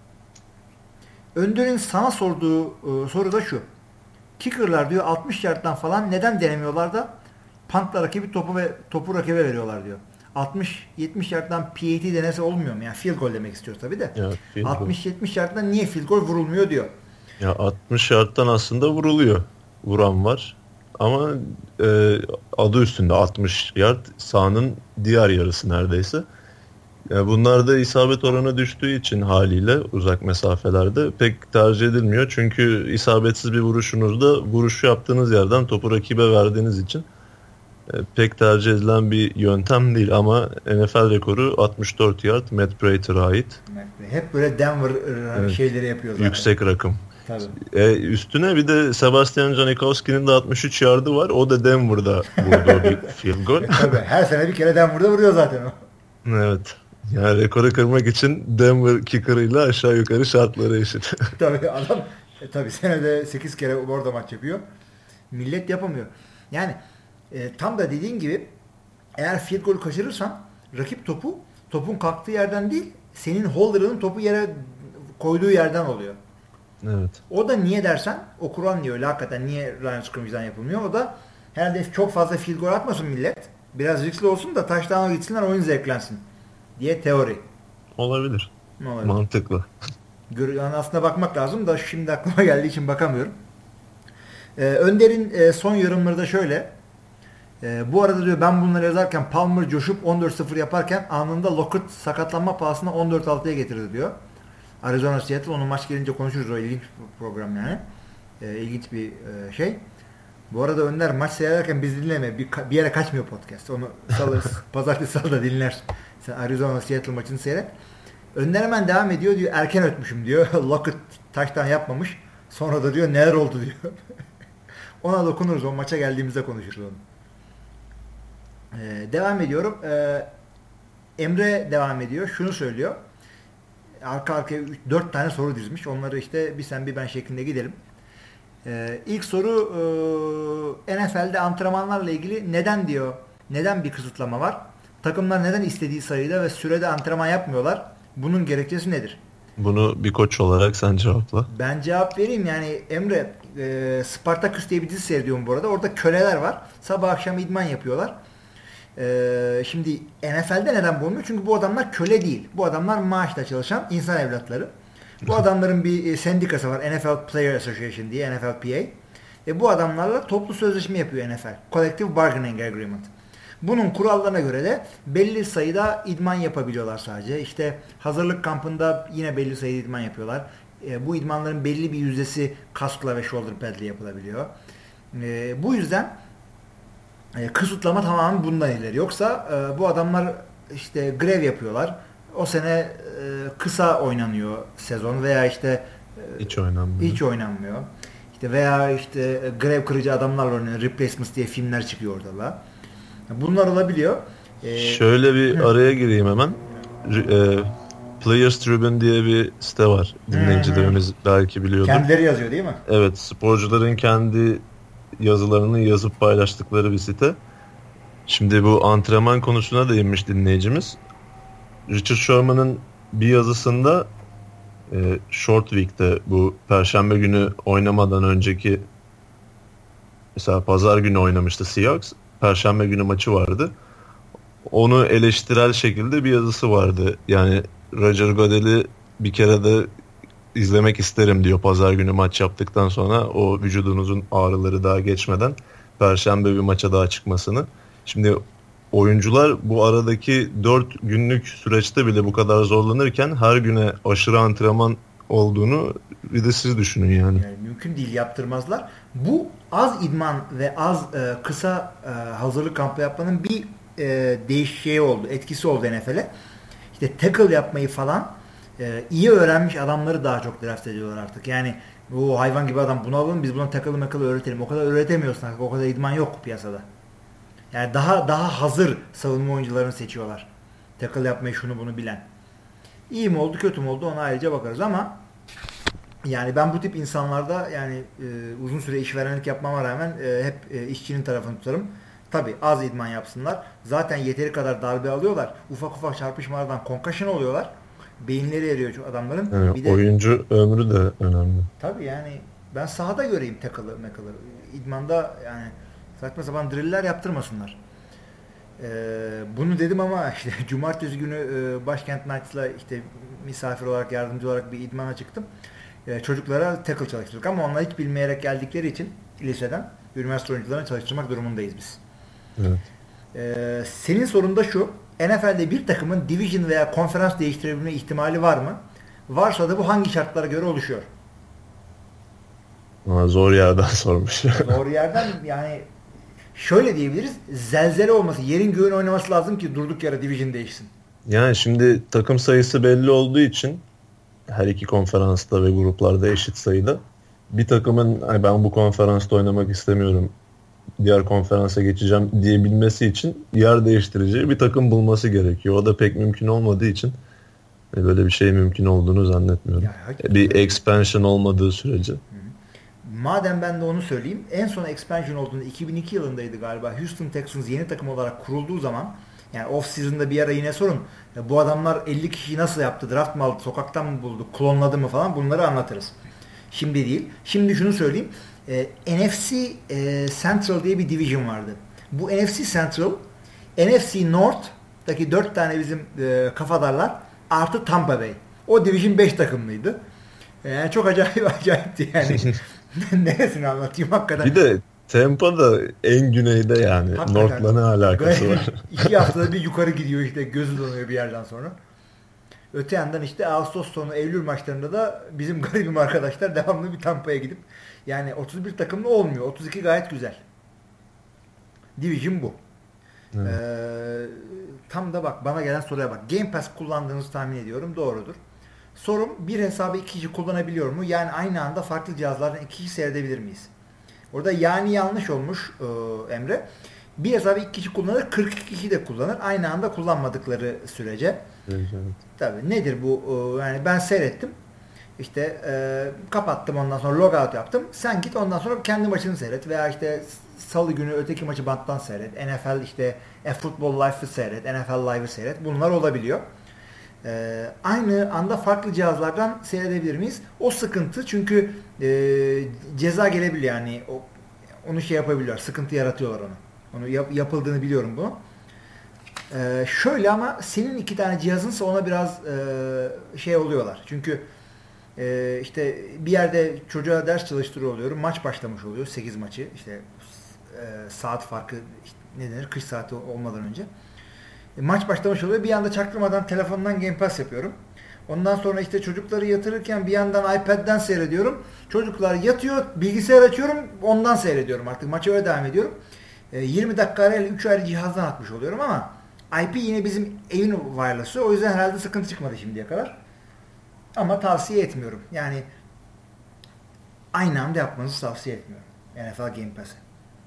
Önder'in sana sorduğu soru da şu. Kicker'lar diyor 60 yardtan falan neden denemiyorlar da punt'la rakibi topu rakibe veriyorlar diyor. 60-70 yardtan PAT denese olmuyor mu? Yani field goal demek istiyor tabii de. Ya, 60-70 yardtan niye field goal vurulmuyor diyor. Ya 60 yardtan aslında vuruluyor. Vuran var. Ama adı üstünde 60 yard, sahanın diğer yarısı neredeyse. Bunlarda isabet oranı düştüğü için haliyle uzak mesafelerde pek tercih edilmiyor. Çünkü isabetsiz bir vuruşunuzda vuruşu yaptığınız yerden topu rakibe verdiğiniz için pek tercih edilen bir yöntem değil. Ama NFL rekoru 64 yard Matt Prater'a ait. Hep böyle Denver şeyleri yapıyor zaten. Yüksek rakım. Tabii. Üstüne bir de Sebastian Janikowski'nin de 63 yardı var. O da Denver'da vurduğu bir field goal. Tabii her sene bir kere Denver'da vuruyor zaten o. Evet. Yani rekoru kırmak için Denver kicker'ıyla aşağı yukarı şartları eşit. Tabii adam tabii senede 8 kere orada maç yapıyor. Millet yapamıyor. Yani tam da dediğin gibi eğer field goal kaçırırsan rakip topun kalktığı yerden değil senin holder'ının topu yere koyduğu yerden oluyor. Evet. O da niye dersen o kural niye öyle hakikaten niye line scrimmage'den yapılmıyor? O da herhalde çok fazla field goal atmasın millet. Biraz riskli olsun da touchdown'a gitsinler oyun zevklensin diye teori. Olabilir. Olabilir. Mantıklı. Yani aslında bakmak lazım da şimdi aklıma geldiği için bakamıyorum. Önder'in son yorumları da şöyle. Bu arada diyor ben bunları yazarken Palmer coşup 14-0 yaparken anında Lockett sakatlanma pahasına 14-6'ya getirdi diyor. Arizona Seattle onun maç gelince konuşuruz o ilginç bir program yani. İlginç bir şey. Bu arada Önder maç seyrederken biz dinleme. Bir yere kaçmıyor podcast. Onu pazartesi salı dinlersin. Sen Arizona Seattle maçını seyret. Önder hemen devam ediyor diyor. Erken ötmüşüm diyor. Lockett taştan yapmamış. Sonra da diyor neler oldu diyor. Ona dokunuruz. O maça geldiğimizde konuşuruz onu. Devam ediyorum. Emre devam ediyor. Şunu söylüyor. Arka arkaya 4 tane soru dizmiş. Onları işte bir sen bir ben şeklinde gidelim. İlk soru NFL'de antrenmanlarla ilgili neden diyor. Neden bir kısıtlama var? Takımlar neden istediği sayıda ve sürede antrenman yapmıyorlar? Bunun gerekçesi nedir? Bunu bir koç olarak sen cevapla. Ben cevap vereyim. Yani Emre Spartaküs diye bir dizi seyrediyorum bu arada. Orada köleler var. Sabah akşam idman yapıyorlar. Şimdi NFL'de neden bu olmuyor? Çünkü bu adamlar köle değil. Bu adamlar maaşla çalışan insan evlatları. Bu adamların bir sendikası var. NFL Player Association diye. NFLPA. Bu adamlarla toplu sözleşme yapıyor NFL. Collective Bargaining Agreement. Bunun kurallarına göre de belli sayıda idman yapabiliyorlar sadece. İşte hazırlık kampında yine belli sayıda idman yapıyorlar. Bu idmanların belli bir yüzdesi kaskla ve shoulder pad'le yapılabiliyor. Bu yüzden kısıtlama tamamen bundan ileri. Yoksa bu adamlar işte grev yapıyorlar. O sene kısa oynanıyor sezon veya işte hiç oynanmıyor. İşte veya işte grev kırıcı adamlarla oynanıyor. Replacements diye filmler çıkıyor orada da. Bunlar olabiliyor. Şöyle bir araya gireyim hemen. Players Tribune diye bir site var. Dinleyicilerimiz belki biliyordur. Kendileri yazıyor değil mi? Evet. Sporcuların kendi yazılarını yazıp paylaştıkları bir site. Şimdi bu antrenman konusuna değinmiş dinleyicimiz. Richard Sherman'ın bir yazısında Short Week'te bu Perşembe günü oynamadan önceki mesela Pazar günü oynamıştı Seahawks. Perşembe günü maçı vardı. Onu eleştirel şekilde bir yazısı vardı. Yani Roger Goodell'i bir kere de izlemek isterim diyor Pazar günü maç yaptıktan sonra o vücudunuzun ağrıları daha geçmeden Perşembe bir maça daha çıkmasını. Şimdi oyuncular bu aradaki 4 günlük süreçte bile bu kadar zorlanırken her güne aşırı antrenman olduğunu bir de siz düşünün yani. Yani mümkün değil, yaptırmazlar. Bu az idman ve az kısa hazırlık kampı yapmanın bir değişikliği oldu, etkisi oldu NFL'e. İşte tackle yapmayı falan iyi öğrenmiş adamları daha çok draft ediyorlar artık. Yani bu hayvan gibi adam bunu alalım, biz buna tackle öğretelim. O kadar öğretemiyorsun artık. O kadar idman yok piyasada. Yani daha hazır savunma oyuncularını seçiyorlar. Tackle yapmayı, şunu bunu bilen. İyi mi oldu, kötü mü oldu, ona ayrıca bakarız ama yani ben bu tip insanlarda yani uzun süre işverenlik yapmama rağmen hep işçinin tarafını tutarım. Tabii az idman yapsınlar. Zaten yeteri kadar darbe alıyorlar. Ufak ufak çarpışmalardan concussion oluyorlar. Beyinleri eriyor adamların. Yani bir de, oyuncu ömrü de önemli. tabii yani ben sahada göreyim tackle'ı. İdmanda yani saçma sapan driller yaptırmasınlar. Bunu dedim ama işte cumartesi günü Başkent Knights'la işte misafir olarak, yardımcı olarak bir idmana çıktım. Çocuklara tackle çalıştırdık ama onlar hiç bilmeyerek geldikleri için liseden üniversite oyuncularını çalıştırmak durumundayız biz. Evet. Senin sorun da şu: NFL'de bir takımın division veya konferans değiştirebilme ihtimali var mı? Varsa da bu hangi şartlara göre oluşuyor? Zor yerden sormuş. Zor yerden yani şöyle diyebiliriz: zelzele olması, yerin göğün oynaması lazım ki durduk yere division değişsin. Yani şimdi takım sayısı belli olduğu için her iki konferansta ve gruplarda eşit sayıda bir takımın ben bu konferansta oynamak istemiyorum, diğer konferansa geçeceğim diyebilmesi için yer değiştireceği bir takım bulması gerekiyor. O da pek mümkün olmadığı için böyle bir şey mümkün olduğunu zannetmiyorum. Bir expansion olmadığı sürece. Madem ben de onu söyleyeyim. En son expansion olduğunda 2002 yılındaydı galiba. Houston Texans yeni takım olarak kurulduğu zaman, yani off season'da bir ara yine sorun. Bu adamlar 50 kişiyi nasıl yaptı? Draft mı aldı? Sokaktan mı buldu? Klonladı mı falan? Bunları anlatırız. Şimdi değil. Şimdi şunu söyleyeyim. NFC Central diye bir division vardı. Bu NFC Central, NFC North'taki 4 tane bizim kafadarlar artı Tampa Bay. O division 5 takımlıydı. Yani çok acayipti yani. Neresini anlatayım hakikaten. Bir de Tampa da en güneyde yani. North'la ne alakası var? 2 haftada bir yukarı gidiyor işte, gözü donuyor bir yerden sonra. Öte yandan işte Ağustos sonu Eylül maçlarında da bizim garibim arkadaşlar devamlı bir Tampa'ya gidip, yani 31 takımlı olmuyor. 32 gayet güzel. Division bu. Tam da bak, bana gelen soruya bak. Game Pass kullandığınızı tahmin ediyorum. Doğrudur. Sorum, bir hesabı 2 kişi kullanabiliyor mu? Yani aynı anda farklı cihazlardan 2 kişi seyredebilir miyiz? Orada yani yanlış olmuş Emre. Bir hesabı 2 kişi kullanır, 42 kişi de kullanır. Aynı anda kullanmadıkları sürece. Evet. Tabii nedir bu? Yani ben seyrettim. İşte kapattım, ondan sonra logout yaptım. Sen git ondan sonra kendi maçını seyret. Veya işte salı günü öteki maçı banttan seyret. NFL işte Football Live'ı seyret. NFL Live'ı seyret. Bunlar olabiliyor. Aynı anda farklı cihazlardan seyredebilir miyiz? O sıkıntı, çünkü ceza gelebiliyor yani. Onu şey yapabiliyorlar. Sıkıntı yaratıyorlar onu. Onu yapıldığını biliyorum bunu. Şöyle ama senin 2 tane cihazınsa ona biraz şey oluyorlar. Çünkü işte bir yerde çocuğa ders çalıştırıyor oluyorum. Maç başlamış oluyor. 8 maçı. İşte saat farkı, işte ne denir? Kış saati olmadan önce. Maç başlamış oluyor. Bir anda çaktırmadan telefondan Game Pass yapıyorum. Ondan sonra işte çocukları yatırırken bir yandan iPad'den seyrediyorum. Çocuklar yatıyor. Bilgisayar açıyorum. Ondan seyrediyorum artık. Maça öyle devam ediyorum. 20 dakika arayla 3 ayrı cihazdan atmış oluyorum ama IP yine bizim evin wireless'ı. O yüzden herhalde sıkıntı çıkmadı şimdiye kadar. Ama tavsiye etmiyorum. Yani aynı anda yapmanızı tavsiye etmiyorum. NFL Game Pass'e.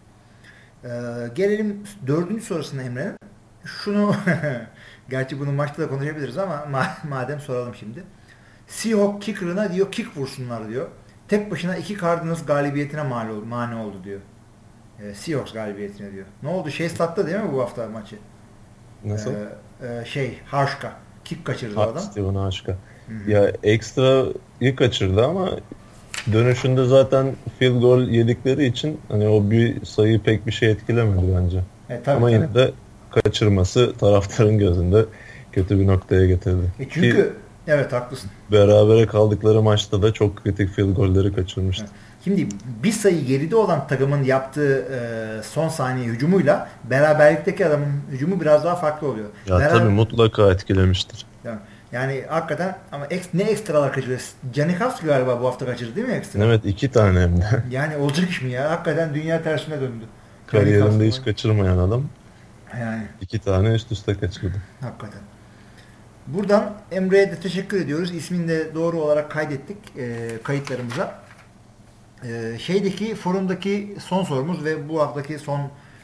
Gelelim 4. sorusuna Emre'nin. Şunu gerçi bunu maçta da konuşabiliriz ama madem soralım şimdi. Seahawks kicker'ına diyor kick vursunlar diyor. Tek başına 2 Cardinals galibiyetine mani oldu diyor. Seahawks galibiyetine diyor. Ne oldu? Stat'ta değil mi bu hafta maçı? Nasıl? Haşka. Kick kaçırdı adam. Steven Haşka. Ya ekstra'yı kaçırdı ama dönüşünde zaten field goal yedikleri için hani o bir sayı pek bir şey etkilemedi bence. Ama yine de kaçırması taraftarın gözünde kötü bir noktaya getirdi. Çünkü evet, haklısın. Berabere kaldıkları maçta da çok kritik field golleri kaçırmıştı. Şimdi bir sayı geride olan takımın yaptığı son saniye hücumuyla beraberlikteki adamın hücumu biraz daha farklı oluyor. Ya tabii mutlaka etkilemiştir. Yani hakikaten ama ne ekstralar kaçırıyor. Canikowski galiba bu hafta kaçırdı değil mi ekstra? Evet, 2 tane hem de. Yani olacak iş mi ya? Hakikaten dünya tersine döndü. Kariyerinde hiç kaçırmayan adam. Yani. 2 tane üst üste kaçırdı. Hakikaten. Buradan Emre'ye de teşekkür ediyoruz. İsmini de doğru olarak kaydettik kayıtlarımıza. Şeydeki forumdaki son sorumuz ve bu haftaki son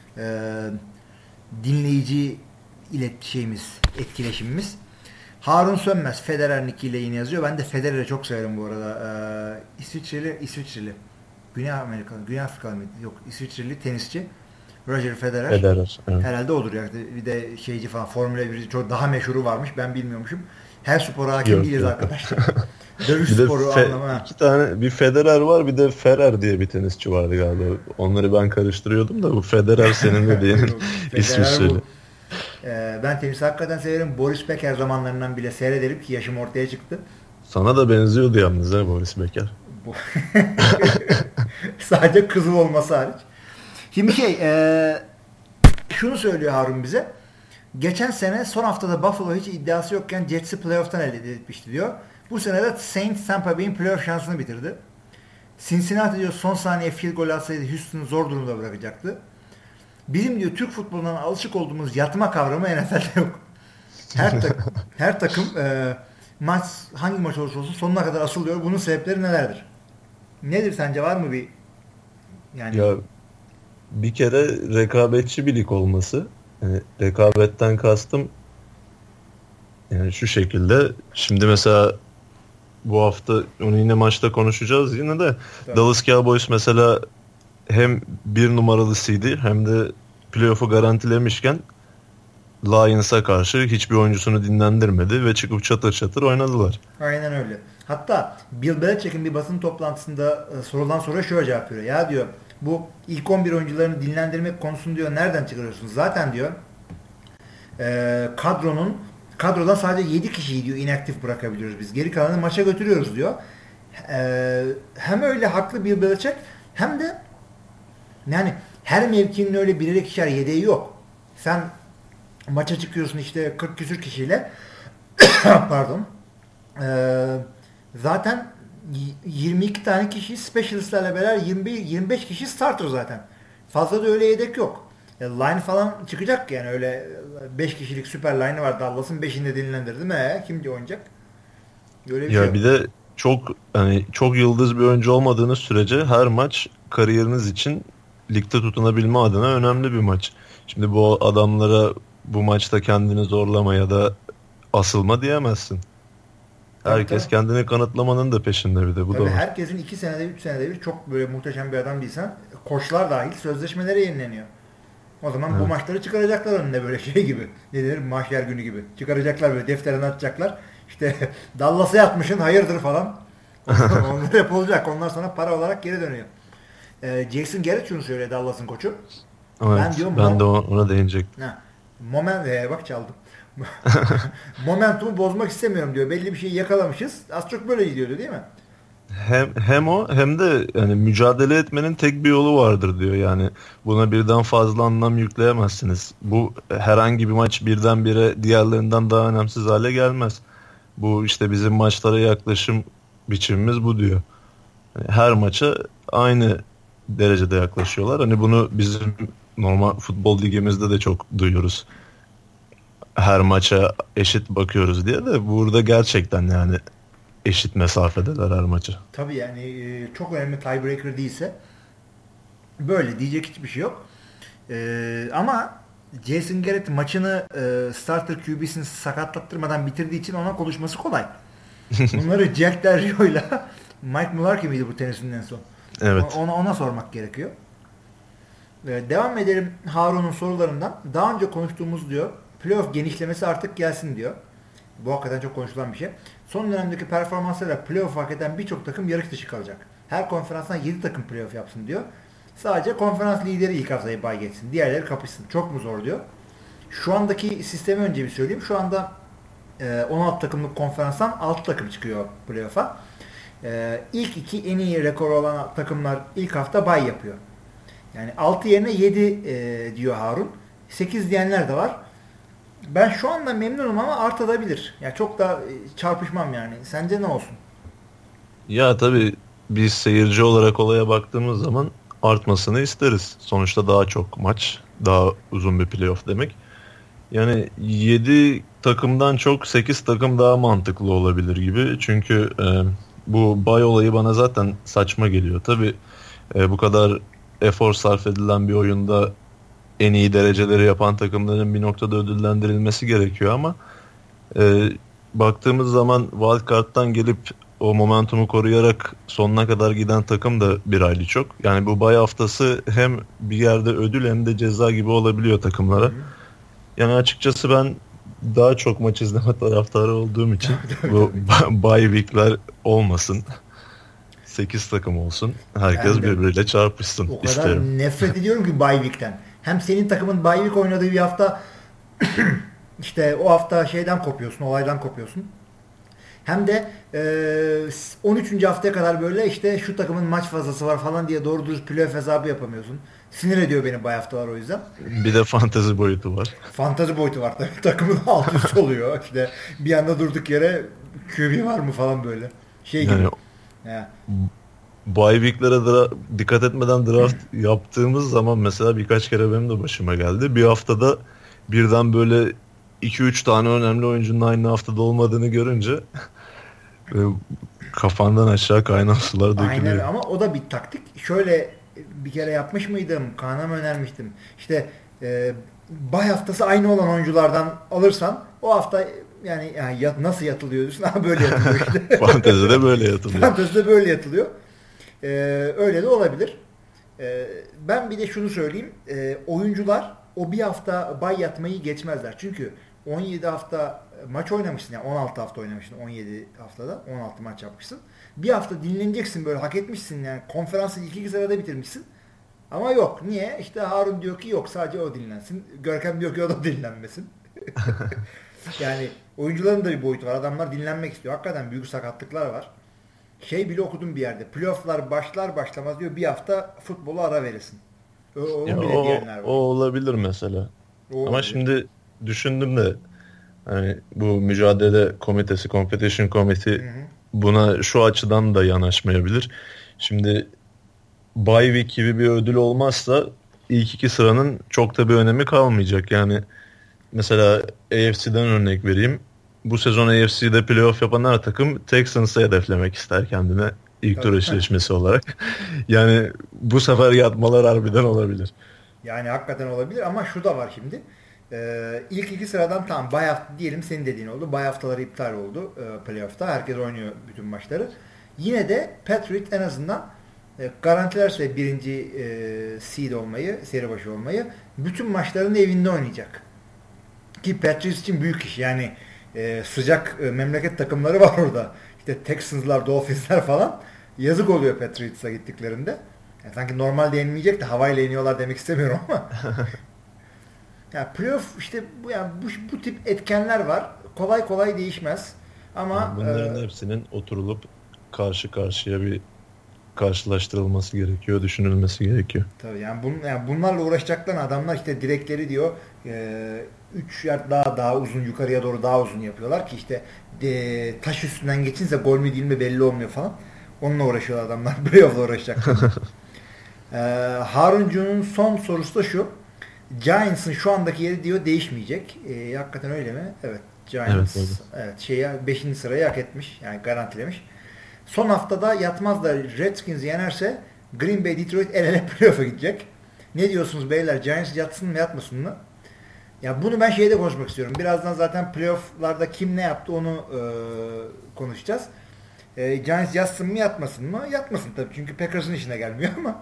dinleyici etkileşimimiz. Harun Sönmez Federer Nick ile yine yazıyor. Ben de Federer'i çok severim bu arada. İsviçreli. Güney Afrikalı mıydı? Yok, İsviçreli tenisçi. Roger Federer. Evet. Herhalde odur yani. Bir de şeyci falan Formula 1 çok daha meşhuru varmış. Ben bilmiyormuşum. Her spora hakim değiliz arkadaşlar. Dövüş sporu anlamına. 2 tane, bir Federer var, bir de Ferrer diye bir tenisçi vardı galiba. Onları ben karıştırıyordum da bu Federer senin dediğin İsviçreli. Ben tenisi hakikaten severim. Boris Becker zamanlarından bile seyrederim ki yaşım ortaya çıktı. Sana da benziyordu yalnız Boris Becker. Sadece kızıl olması hariç. Şimdi şunu söylüyor Harun bize. Geçen sene son haftada Buffalo hiç iddiası yokken Jets'i playoff'tan elde etmişti diyor. Bu sene de Saints Tampa Bay'in playoff şansını bitirdi. Cincinnati diyor son saniye field goal atsaydı Houston'u zor durumda bırakacaktı. Bizim diyor Türk futbolundan alışık olduğumuz yatma kavramı NFL'de yok. Her takım maç hangi maç olursa olsun sonuna kadar asılıyor. Bunun sebepleri nelerdir? Nedir sence, var mı bir yani? Ya bir kere rekabetçi bir lig olması. Yani rekabetten kastım yani şu şekilde. Şimdi mesela bu hafta onu yine maçta konuşacağız yine de. Tabii. Dallas Cowboys mesela hem bir numaralı seed'i hem de playoff'u garantilemişken Lions'a karşı hiçbir oyuncusunu dinlendirmedi ve çıkıp çatır çatır oynadılar. Aynen öyle. Hatta Bill Belichick'in bir basın toplantısında sorulan soruya şöyle cevap veriyor. Ya diyor, bu ilk 11 oyuncularını dinlendirmek konusunu diyor nereden çıkarıyorsunuz? Zaten diyor kadrodan sadece 7 kişiyi diyor inaktif bırakabiliyoruz biz. Geri kalanını maça götürüyoruz diyor. Hem öyle haklı Bill Belichick hem de yani her mevkinin öyle birer ikişer yedeği yok. Sen maça çıkıyorsun işte 40 küsür kişiyle pardon. Zaten 22 tane kişi specialistlerle beraber 25 kişi starter zaten. Fazla da öyle yedek yok. Line falan çıkacak yani, öyle 5 kişilik süper line'ı var Dallas'ın 5'inde dinlendirdi mi? Kim oynayacak? Öyle bir ya şey bir de çok yıldız bir oyuncu olmadığınız sürece her maç kariyeriniz için ligde tutunabilme adına önemli bir maç. Şimdi bu adamlara bu maçta kendini zorlama ya da asılma diyemezsin. Herkes kendini kanıtlamanın da peşinde bir de. Bu tabii da var. herkesin 2 senede 3 senede bir çok böyle muhteşem bir adam değilsen koçlar dahil sözleşmeleri yenileniyor. O zaman bu maçları çıkaracaklar önüne böyle şey gibi. Ne denir? Mahşer günü gibi. Çıkaracaklar böyle defterine atacaklar. İşte Dallas'a yatmışsın hayırdır falan. Onlar hep olacak. Ondan sonra para olarak geri dönüyor. Jason Garrett şunu söylüyor, Dallas'ın koçu. Evet, ben de ona değinecektim. Bak çaldım. Momentumu bozmak istemiyorum diyor. Belli bir şeyi yakalamışız. Az çok böyle gidiyordu değil mi? Hem o hem de yani mücadele etmenin tek bir yolu vardır diyor. Yani buna birden fazla anlam yükleyemezsiniz. Bu herhangi bir maç birdenbire diğerlerinden daha önemsiz hale gelmez. Bu işte bizim maçlara yaklaşım biçimimiz bu diyor. Yani her maça aynı derecede yaklaşıyorlar. Hani bunu bizim normal futbol ligimizde de çok duyuyoruz. Her maça eşit bakıyoruz diye de burada gerçekten yani eşit mesafedeler her maça. Tabii yani çok önemli tiebreaker değilse böyle diyecek hiçbir şey yok. Ama Jason Garrett maçını starter QB'sini sakatlattırmadan bitirdiği için ona konuşması kolay. Bunları Jack Del Rio'yla Mike Mularkey miydi bu tenisinin en son? Evet. Ona sormak gerekiyor. Devam edelim Harun'un sorularından. Daha önce konuştuğumuz diyor playoff genişlemesi artık gelsin diyor. Bu hakikaten çok konuşulan bir şey. Son dönemdeki performanslarla playoff hak eden birçok takım yarış dışı kalacak. Her konferanstan 7 takım playoff yapsın diyor. Sadece konferans lideri ilk haftayı bay geçsin. Diğerleri kapışsın. Çok mu zor diyor. Şu andaki sistemi önce bir söyleyeyim. Şu anda 16 takımlık konferanstan 6 takım çıkıyor playoff'a. İlk iki en iyi rekoru olan takımlar ilk hafta bye yapıyor. Yani 6 yerine 7 diyor Harun. 8 diyenler de var. Ben şu anda memnunum ama artabilir. Yani çok da çarpışmam yani. Sence ne olsun? Ya tabii biz seyirci olarak olaya baktığımız zaman artmasını isteriz. Sonuçta daha çok maç, daha uzun bir playoff demek. Yani 7 takımdan çok 8 takım daha mantıklı olabilir gibi. Çünkü bu bay olayı bana zaten saçma geliyor. Tabii bu kadar efor sarf edilen bir oyunda en iyi dereceleri yapan takımların bir noktada ödüllendirilmesi gerekiyor ama e, baktığımız zaman wildcard'dan gelip o momentumu koruyarak sonuna kadar giden takım da bir hayli çok. Yani bu bay haftası hem bir yerde ödül hem de ceza gibi olabiliyor takımlara. Yani açıkçası ben daha çok maç izleme taraftarı olduğum için bu bye week'ler olmasın. 8 takım olsun. Herkes birbiriyle çarpışsın o kadar isterim. nefret ediyorum ki bye week'ten. Hem senin takımın bye week oynadığı bir hafta işte o hafta şeyden kopuyorsun, olaydan kopuyorsun. Hem de 13. haftaya kadar böyle işte şu takımın maç fazlası var falan diye doğru dürüst playoff hesabı yapamıyorsun. Sinir ediyor beni bu haftalar o yüzden. Bir de fantezi boyutu var. Fantezi boyutu var tabii. Takımın alt üst oluyor. İşte bir anda durduk yere QB var mı falan böyle. Şey gibi. Yani Ya. bye week'lere dikkat etmeden draft yaptığımız zaman mesela birkaç kere benim de başıma geldi. Bir haftada birden böyle 2-3 tane önemli oyuncunun aynı haftada olmadığını görünce kafandan aşağı kaynar sular dökülüyor. Aynen ama o da bir taktik. Şöyle bir kere yapmış mıydım? Kaan'a mı önermiştim? İşte bay haftası aynı olan oyunculardan alırsan o hafta yani nasıl yatılıyor diyorsun? Böyle yatılıyor işte. Fantezide böyle yatılıyor. Fantezide böyle yatılıyor. Öyle de olabilir. Ben bir de şunu söyleyeyim. Oyuncular o bir hafta bay yatmayı geçmezler. Çünkü 17 hafta maç oynamışsın. Yani 16 hafta oynamışsın 17 haftada. 16 maç yapmışsın. Bir hafta dinleneceksin böyle hak etmişsin. Yani konferansı ilk iki sırada bitirmişsin. Ama yok. Niye? İşte Harun diyor ki yok sadece o dinlensin. Görkem diyor ki o da dinlenmesin. Yani oyuncuların da bir boyutu var. Adamlar dinlenmek istiyor. Hakikaten büyük sakatlıklar var. Şey bile okudum bir yerde. Playoff'lar başlar başlamaz diyor bir hafta futbolu ara verirsin. Ya Onu bile diyenler o var. olabilir mesela. O Ama olabilir. şimdi düşündüm de hani bu mücadele komitesi, competition Hı committee hı. buna şu açıdan da yanaşmayabilir. Şimdi bye week gibi bir ödül olmazsa ilk iki sıranın çok da bir önemi kalmayacak. Yani mesela AFC'den örnek vereyim. Bu sezon AFC'de playoff yapan her takım Texans'ı hedeflemek ister kendine ilk tur Tabii. eşleşmesi olarak. Yani bu sefer yatmalar harbiden olabilir. Yani hakikaten olabilir ama şu da var şimdi. İlk iki sıradan tamam bay hafta diyelim senin dediğin oldu. Bay haftaları iptal oldu playoff'ta. Herkes oynuyor bütün maçları. Yine de Patriot en azından garantilerse birinci seed olmayı, seri başı olmayı bütün maçlarını evinde oynayacak. Ki Patriots için büyük iş. Yani sıcak memleket takımları var orada. İşte Texans'lar, Dolphins'ler falan. Yazık oluyor Patriots'a gittiklerinde. Yani sanki normalde yenilmeyecek de havayla yeniyorlar demek istemiyorum ama. Yani playoff işte bu yani bu tip etkenler var. Kolay kolay değişmez. Yani Ama bunların hepsinin oturulup karşı karşıya bir karşılaştırılması gerekiyor, düşünülmesi gerekiyor. tabii yani bunlarla uğraşacaklar adamlar işte direkleri diyor 3 yard daha uzun yukarıya doğru daha uzun yapıyorlar ki işte taş üstünden geçince gol mü değil mi belli olmuyor falan. Onunla uğraşıyorlar adamlar. Playoff'la uğraşacaklar. Haruncu'nun son sorusu da şu. Giants'ın şu andaki yeri diyor değişmeyecek. Hakikaten öyle mi? Evet. Evet, Giants öyle. evet 5. sırayı hak etmiş. Yani garantilemiş. Son haftada yatmazlar Redskins'i yenerse Green Bay Detroit el ele playoff'a gidecek. Ne diyorsunuz beyler? Giants yatsın mı yatmasın mı? Ya bunu ben şeyde konuşmak istiyorum. Birazdan zaten playoff'larda kim ne yaptı onu konuşacağız. Giants yatsın mı yatmasın mı? Yatmasın tabii. Çünkü Packers'ın işine gelmiyor ama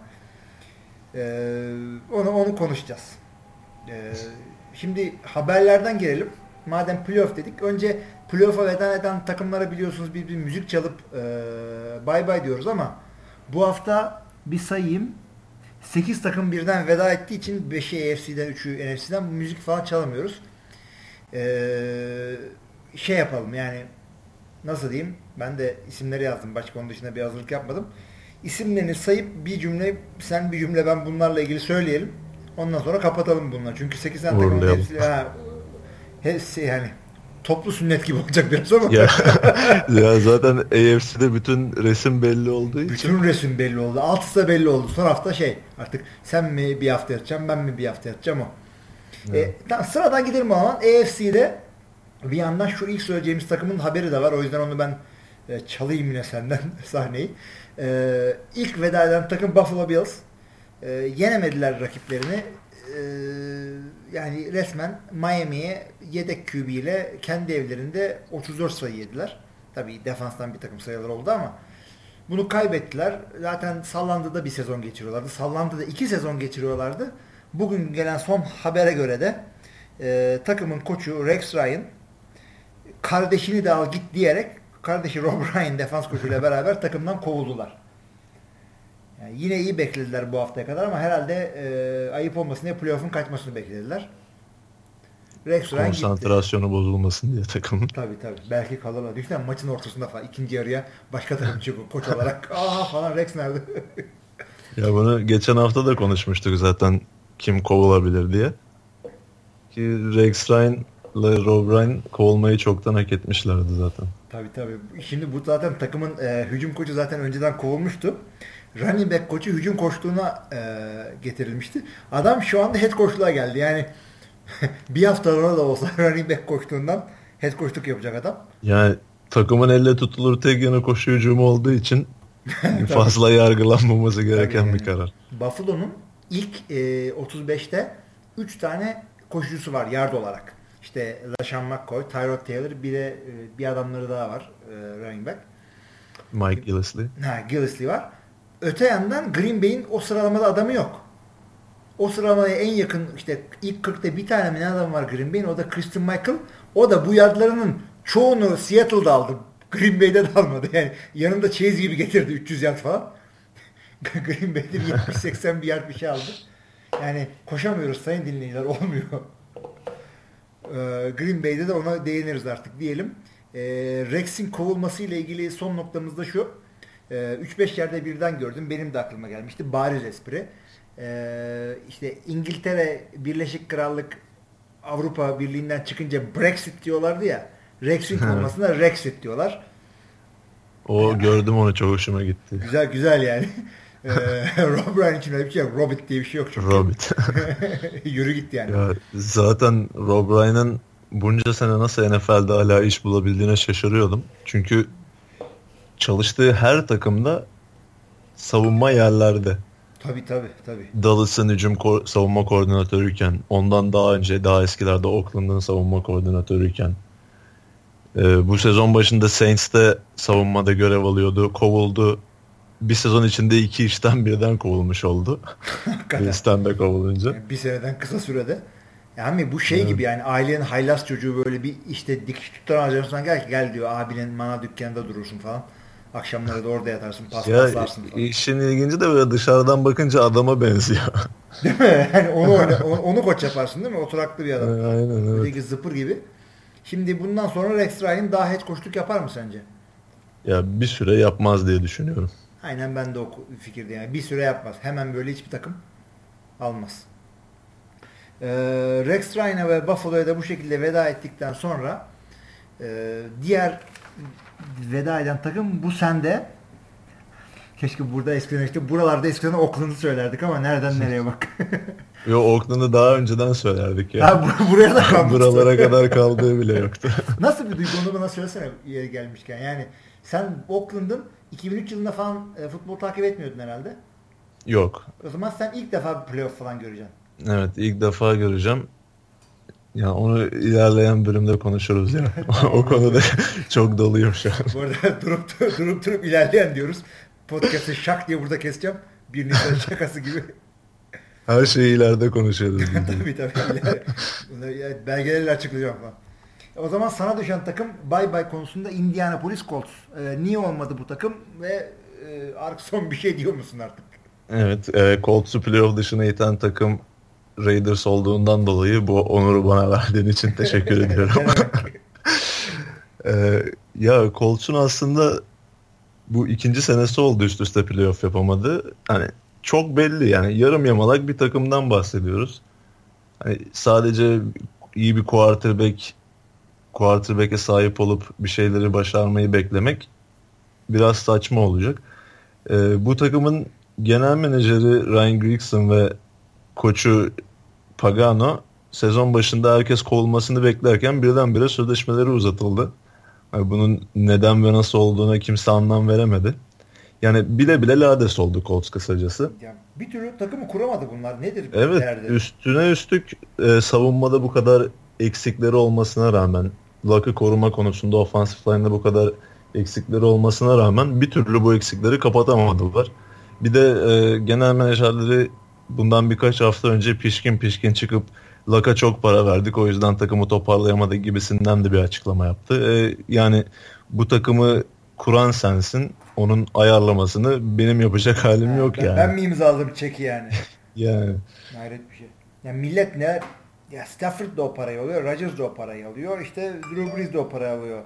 onu konuşacağız. Şimdi haberlerden gelelim. Madem playoff dedik. Önce playoff'a veda eden takımlara biliyorsunuz bir müzik çalıp bye bye diyoruz ama bu hafta bir sayayım. 8 takım birden veda ettiği için 5'i AFC'den 3'ü NFC'den müzik falan çalamıyoruz. Şey yapalım yani nasıl diyeyim? Ben de isimleri yazdım. Başka onun dışında bir hazırlık yapmadım. İsimlerini sayıp bir cümle, sen bir cümle, ben bunlarla ilgili söyleyelim. Ondan sonra kapatalım bunları. Çünkü 8 tane takımın hepsi yani toplu sünnet gibi olacak biraz ama. Ya zaten AFC'de bütün resim belli olduğu için. Bütün resim belli oldu. Altısı da belli oldu. Son hafta artık sen mi bir hafta yatacaksın, ben mi bir hafta yatacağım o. Tamam, sıradan gidelim o zaman. AFC'de bir yandan şu ilk söyleyeceğimiz takımın haberi de var. O yüzden onu ben çalayım yine senden sahneyi. İlk veda eden takım Buffalo Bills. Yenemediler rakiplerini. Yani resmen Miami'ye yedek QB ile kendi evlerinde 34 sayı yediler. Tabii defanstan bir takım sayılar oldu ama bunu kaybettiler. Zaten Sallandı'da bir sezon geçiriyorlardı. Sallandı'da 2 sezon geçiriyorlardı. Bugün gelen son habere göre de takımın koçu Rex Ryan kardeşini de al git diyerek kardeşi Rob Ryan defans koçuyla beraber takımdan kovuldular. Yani yine iyi beklediler bu haftaya kadar ama herhalde ayıp olmasın diye playoff'un kaçmasını beklediler. Rex Ryan konsantrasyonu bozulmasın diye takımın. Tabii. Belki kalırlar. Düşünsene maçın ortasında falan ikinci yarıya başka takım çıkıyor koç olarak. Falan Rex nerede? Ya bunu geçen hafta da konuşmuştuk zaten, kim kovulabilir diye. Ki Rex Ryan ile Rob Ryan kovulmayı çoktan hak etmişlerdi zaten. Tabii. Şimdi bu zaten takımın hücum koçu zaten önceden kovulmuştu. Running back koçu hücum koçluğuna getirilmişti. Adam şu anda head koçluğa geldi. Yani bir hafta sonra da olsa running back koçluğundan head koçluk yapacak adam. Yani takımın elle tutulur tek yanı koşu hücumu olduğu için fazla yargılanmaması gereken bir karar. Buffalo'nun ilk 35'te 3 tane koşucusu var yard olarak. İşte LaShawn McCoy, Tyrod Taylor, bir adamları daha var running back. Mike Gillislee. Gillislee var. Öte yandan Green Bay'in o sıralamada adamı yok. O sıralamaya en yakın işte ilk 40'ta bir tane mi ne adam var Green Bay'in, o da Christian Michael. O da bu yardlarının çoğunu Seattle'da aldı. Green Bay'de de almadı. Yani yanında Chase gibi getirdi 300 yard falan. Green Bay'de 70-80 bir yard bir şey aldı. Yani koşamıyoruz sayın dinleyiciler, olmuyor. Green Bay'de de ona değiniriz artık diyelim. Rex'in kovulması ile ilgili son noktamız da şu. 3-5 yerde birden gördüm. Benim de aklıma gelmişti. Bariz espri. İşte İngiltere, Birleşik Krallık Avrupa Birliği'nden çıkınca Brexit diyorlardı ya. Rex'in kovulmasına Rexit diyorlar. Gördüm onu, çok hoşuma gitti. Güzel yani. Rob Ryan için öyle bir şey yok. Robit diye bir şey yok çünkü. Robit. Yürü gitti yani. Ya, zaten Rob Ryan'ın bunca sene nasıl NFL'de hala iş bulabildiğine şaşırıyordum. Çünkü çalıştığı her takımda savunma yerlerde. Tabii. Dallas'ın hücum savunma koordinatörüyken, ondan daha önce, daha eskilerde Oakland'ın savunma koordinatörüyken, bu sezon başında Saints'te savunmada görev alıyordu, kovuldu. Bir sezon içinde 2 işten birden kovulmuş oldu. Bils'ten de kovulunca. Yani bir seneden kısa sürede. Yani bu gibi yani ailenin haylaz çocuğu böyle bir işte dikiş tutan harcıyorsan gel diyor, abinin mana dükkanında durursun falan. Akşamları da orada yatarsın, paslarsın falan. İşin ilginci de böyle dışarıdan bakınca adama benziyor. Değil mi? Yani onu koç yaparsın değil mi? Oturaklı bir adam. Aynen, evet. Öteki zıpır gibi. Şimdi bundan sonra Rex Ryan daha head koçluk yapar mı sence? Ya bir süre yapmaz diye düşünüyorum. Aynen, ben de o fikirde yani. Bir süre yapmaz. Hemen böyle hiçbir takım almaz. Rex Ryan'a ve Buffalo'ya da bu şekilde veda ettikten sonra diğer veda eden takım bu sende. Keşke burada eskiden buralarda eskiden Oakland'ı söylerdik ama nereden nereye bak. Yo, Oakland'ı daha önceden söylerdik ya. Buraya da kalmıştı. Buralara kadar kaldığı bile yoktu. Nasıl bir duygu, onu bana söylesene yeri gelmişken. Yani sen Oakland'ın 2003 yılında falan futbol takip etmiyordun herhalde. Yok. O zaman sen ilk defa playoff falan göreceksin. Evet, ilk defa göreceğim. Ya onu ilerleyen bölümde konuşuruz ya. O konuda çok doluyum şu an. Bu arada durup ilerleyen diyoruz. Podcast'ı şak diye burada keseceğim. Bir Nisan şakası gibi. Her şeyi ileride konuşuruz. tabii. Bunları belgelerle açıklayacağım falan. O zaman sana düşen takım bye konusunda Indianapolis Colts. Niye olmadı bu takım ve son bir şey diyor musun artık? Evet, Colts'u playoff dışına iten takım Raiders olduğundan dolayı bu onuru bana verdiğin için teşekkür ediyorum. Ya Colts'un aslında bu ikinci senesi oldu üst üste playoff yapamadı. Hani çok belli yani yarım yamalak bir takımdan bahsediyoruz. Hani sadece iyi bir quarterback'e sahip olup bir şeyleri başarmayı beklemek biraz saçma olacak. Bu takımın genel menajeri Ryan Grigson ve koçu Pagano sezon başında herkes kovulmasını beklerken birdenbire sözleşmeleri uzatıldı. Yani bunun neden ve nasıl olduğuna kimse anlam veremedi. Yani bile bile lades oldu Colts kısacası. Ya bir türlü takımı kuramadı bunlar. Nedir Evet, derdi? üstüne üstlük savunmada bu kadar eksikleri olmasına rağmen, Luck'ı koruma konusunda offensive line'da bu kadar eksikleri olmasına rağmen bir türlü bu eksikleri kapatamadılar. Bir de genel menajerleri bundan birkaç hafta önce pişkin pişkin çıkıp Luck'a çok para verdik o yüzden takımı toparlayamadı gibisinden de bir açıklama yaptı. Yani bu takımı kuran sensin, onun ayarlamasını benim yapacak halim yok yani. Ben mi imzaladım çeki yani? Yani Hayret bir şey. Ya millet ne? Ya Stafford da o parayı alıyor. Rodgers da o parayı alıyor. İşte Drew Brees de o parayı alıyor.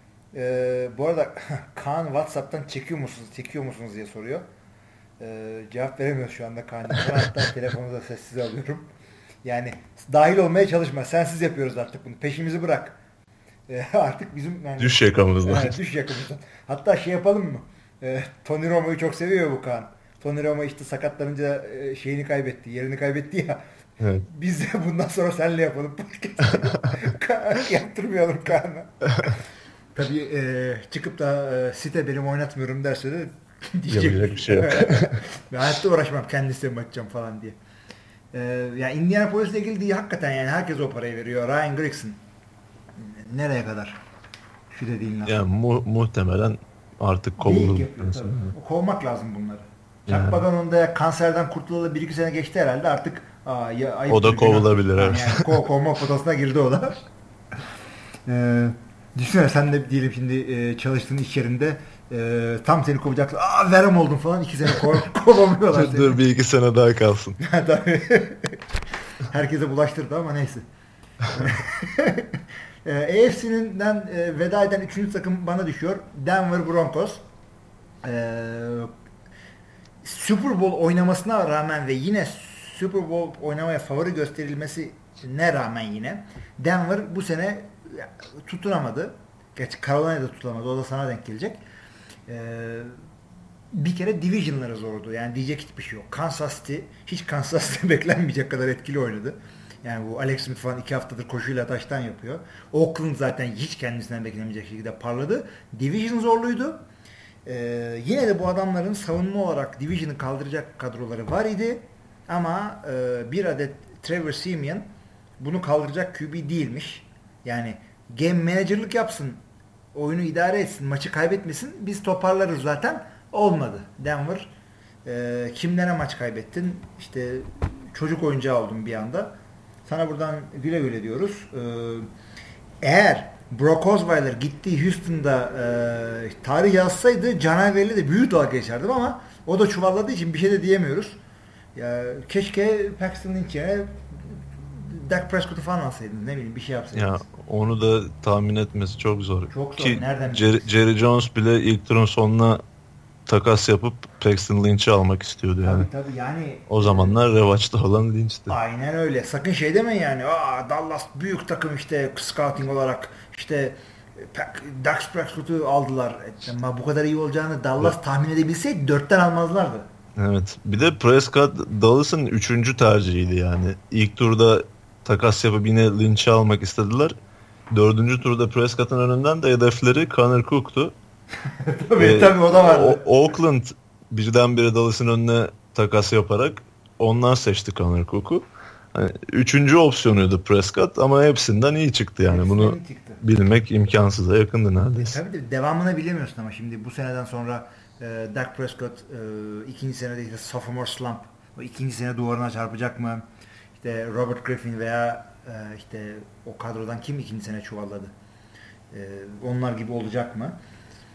Bu arada Kaan WhatsApp'tan çekiyor musunuz diye soruyor. Cevap veremiyoruz şu anda Kaan'cığım. Hatta telefonunuzu da sessize alıyorum. Yani dahil olmaya çalışma. Sensiz yapıyoruz artık bunu. Peşimizi bırak. Artık bizim yani, düş yakamızdan. düş yakamızdan. Hatta şey yapalım mı? Tony Romo'yu çok seviyor bu Kaan. Tony Romo işte sakatlanınca şeyini kaybetti, yerini kaybetti ya. Evet. Biz de bundan sonra seninle yapalım podcast. Yaptırmayalım Kaan'a. Tabii çıkıp da site benim oynatmıyorum derse de diyecek Yapacak bir şey yok. Ben hayatta uğraşmam kendisine bakacağım falan diye. Ya Indianapolis'le ilgili değil hakikaten yani herkes o parayı veriyor. Ryan Grigson. Nereye kadar? Şu dediğin laf. Yani muhtemelen artık Geyik kovulur. yapıyor tabii. Kovmak lazım bunları. Yani. Chuck Pagano'nun da kanserden kurtulalı 1-2 sene geçti herhalde artık O da kovulabilir. Yani kovma potasına girdi o da. Düşünsene sen de diyelim şimdi çalıştığın iş yerinde tam seni kovacaklar. Verem oldun falan 2 sene kovamıyorlar seni. Dur 1-2 sene daha kalsın. Tabii. Herkese bulaştırdı ama neyse. AFC'den veda eden 3. takım bana düşüyor. Denver Broncos. Super Bowl oynamasına rağmen ve yine Super Bowl oynamaya favori gösterilmesine rağmen yine Denver bu sene tutunamadı. Gerçi Carolina'da tutunamadı. O da sana denk gelecek. Bir kere division'ları zordu. Yani diyecek hiçbir şey yok. Kansas City hiç Kansas City beklenmeyecek kadar etkili oynadı. Yani bu Alex Smith falan 2 haftadır koşuyla taştan yapıyor. Oakland zaten hiç kendisinden beklemeyecek şekilde parladı. Division zorluydu. Yine de bu adamların savunma olarak Division'ı kaldıracak kadroları var idi. Ama bir adet Trevor Siemian bunu kaldıracak QB değilmiş. Yani game manager'lık yapsın, oyunu idare etsin, maçı kaybetmesin, biz toparlarız zaten. Olmadı. Denver kimlere maç kaybettin? İşte çocuk oyuncağı oldun bir anda. Sana buradan güle güle diyoruz. Eğer Brock Osweiler gittiği Houston'da tarih yazsaydı Canaver'le de büyük dalga geçerdim ama o da çuvalladığı için bir şey de diyemiyoruz. Ya, keşke Paxton Lynch yerine Dak Prescott'u falan alsaydınız. Ne bileyim bir şey yapsaydınız. Ya onu da tahmin etmesi çok zor. Çok zor. Ki nereden Jerry Jones bile ilk turun sonuna takas yapıp Paxton Lynch'i almak istiyordu yani. Tabii yani. O zamanlar revaçta olan Lynch'ti. Aynen öyle. Sakın şey demeyin yani. Dallas büyük takım işte scouting olarak işte Dak Prescott'u aldılar. Ama bu kadar iyi olacağını Dallas tahmin edebilseydi 4'ten almazlardı. Evet. Bir de Prescott Dallas'ın 3. tercihiydi yani. İlk turda takas yapıp yine Lynch'i almak istediler. 4. turda Prescott'ın önünden de hedefleri Connor Cook'tu. tabii o da vardı. Oakland birdenbire Dallas'ın önüne takas yaparak onlar seçti Connor Cook'u. Yani 3. opsiyonuydu Prescott ama hepsinden iyi çıktı yani. Hepsinden Bunu çıktı. bilmek imkansıza yakındı neredeyse. Tabii de devamını bilemiyorsun ama şimdi bu seneden sonra Dak Prescott ikinci senede işte sophomore slump, o ikinci sene duvarına çarpacak mı? İşte Robert Griffin veya işte o kadrodan kim ikinci sene çuvalladı? Onlar gibi olacak mı?